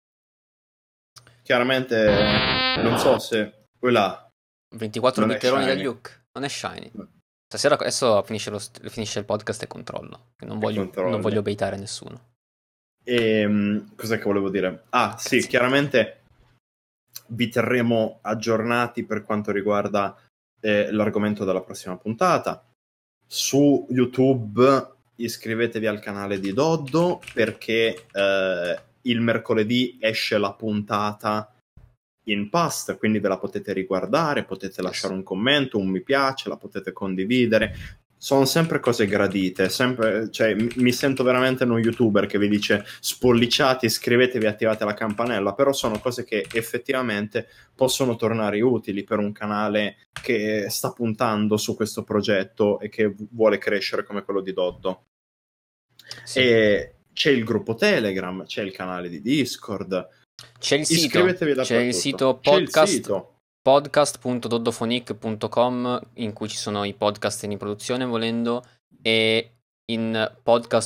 Chiaramente non so se quella 24 non è bitteroni da shiny. Luke. Non è shiny. Stasera adesso finisce il podcast e controllo. Non controlli. voglio baitare nessuno. Cos'è che volevo dire? Ah, sì, chiaramente vi terremo aggiornati per quanto riguarda l'argomento della prossima puntata. Su YouTube iscrivetevi al canale di Doddo perché il mercoledì esce la puntata in past, quindi ve la potete riguardare, potete lasciare un commento, un mi piace, la potete condividere. Sono sempre cose gradite, sempre, cioè, mi sento veramente uno youtuber che vi dice spolliciate, iscrivetevi, attivate la campanella, però sono cose che effettivamente possono tornare utili per un canale che sta puntando su questo progetto e che vuole crescere come quello di Doddo. Sì. E c'è il gruppo Telegram, c'è il canale di Discord. C'è il sito. Iscrivetevi C'è il dappertutto. sito C'è il podcast. sito. podcast.doddophonic.com, in cui ci sono i podcast in produzione volendo, e in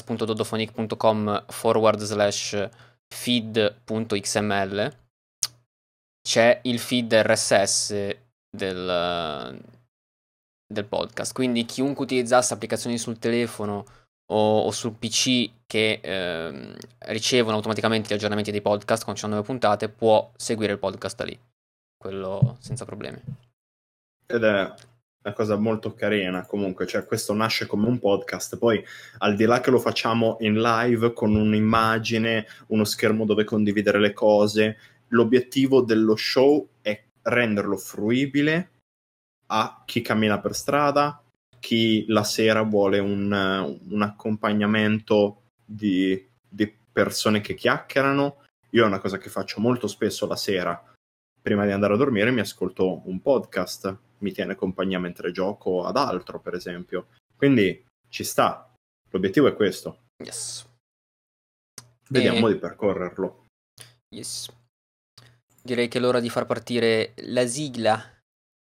podcast.doddophonic.com/feed.xml c'è il feed RSS del podcast, quindi chiunque utilizzasse applicazioni sul telefono o sul PC che ricevono automaticamente gli aggiornamenti dei podcast quando ci sono nuove puntate può seguire il podcast da lì, quello senza problemi. Ed è una cosa molto carina comunque, cioè questo nasce come un podcast, poi al di là che lo facciamo in live con un'immagine, uno schermo dove condividere le cose, l'obiettivo dello show è renderlo fruibile a chi cammina per strada, chi la sera vuole un accompagnamento di persone che chiacchierano. Io è una cosa che faccio molto spesso la sera. Prima di andare a dormire mi ascolto un podcast, mi tiene compagnia mentre gioco ad altro, per esempio. Quindi ci sta. L'obiettivo è questo. Yes. Vediamo di percorrerlo. Yes. Direi che è l'ora di far partire la sigla.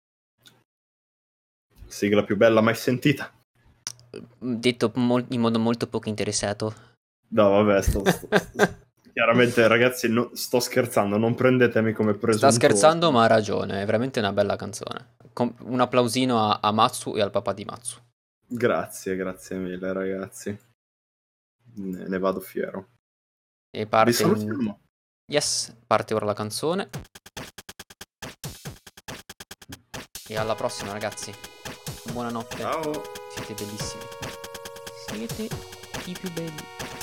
Sigla più bella mai sentita. Detto in modo molto poco interessato. No, vabbè, chiaramente, ragazzi, sto scherzando, non prendetemi come presuntuoso. Sta scherzando, ma ha ragione, è veramente una bella canzone. Un applausino a Matsu e al papà di Matsu. Grazie mille, ragazzi. Ne vado fiero. E parte Vi salutiamo. Yes, parte ora la canzone. E alla prossima, ragazzi. Buonanotte. Ciao. Siete bellissimi. Siete i più belli.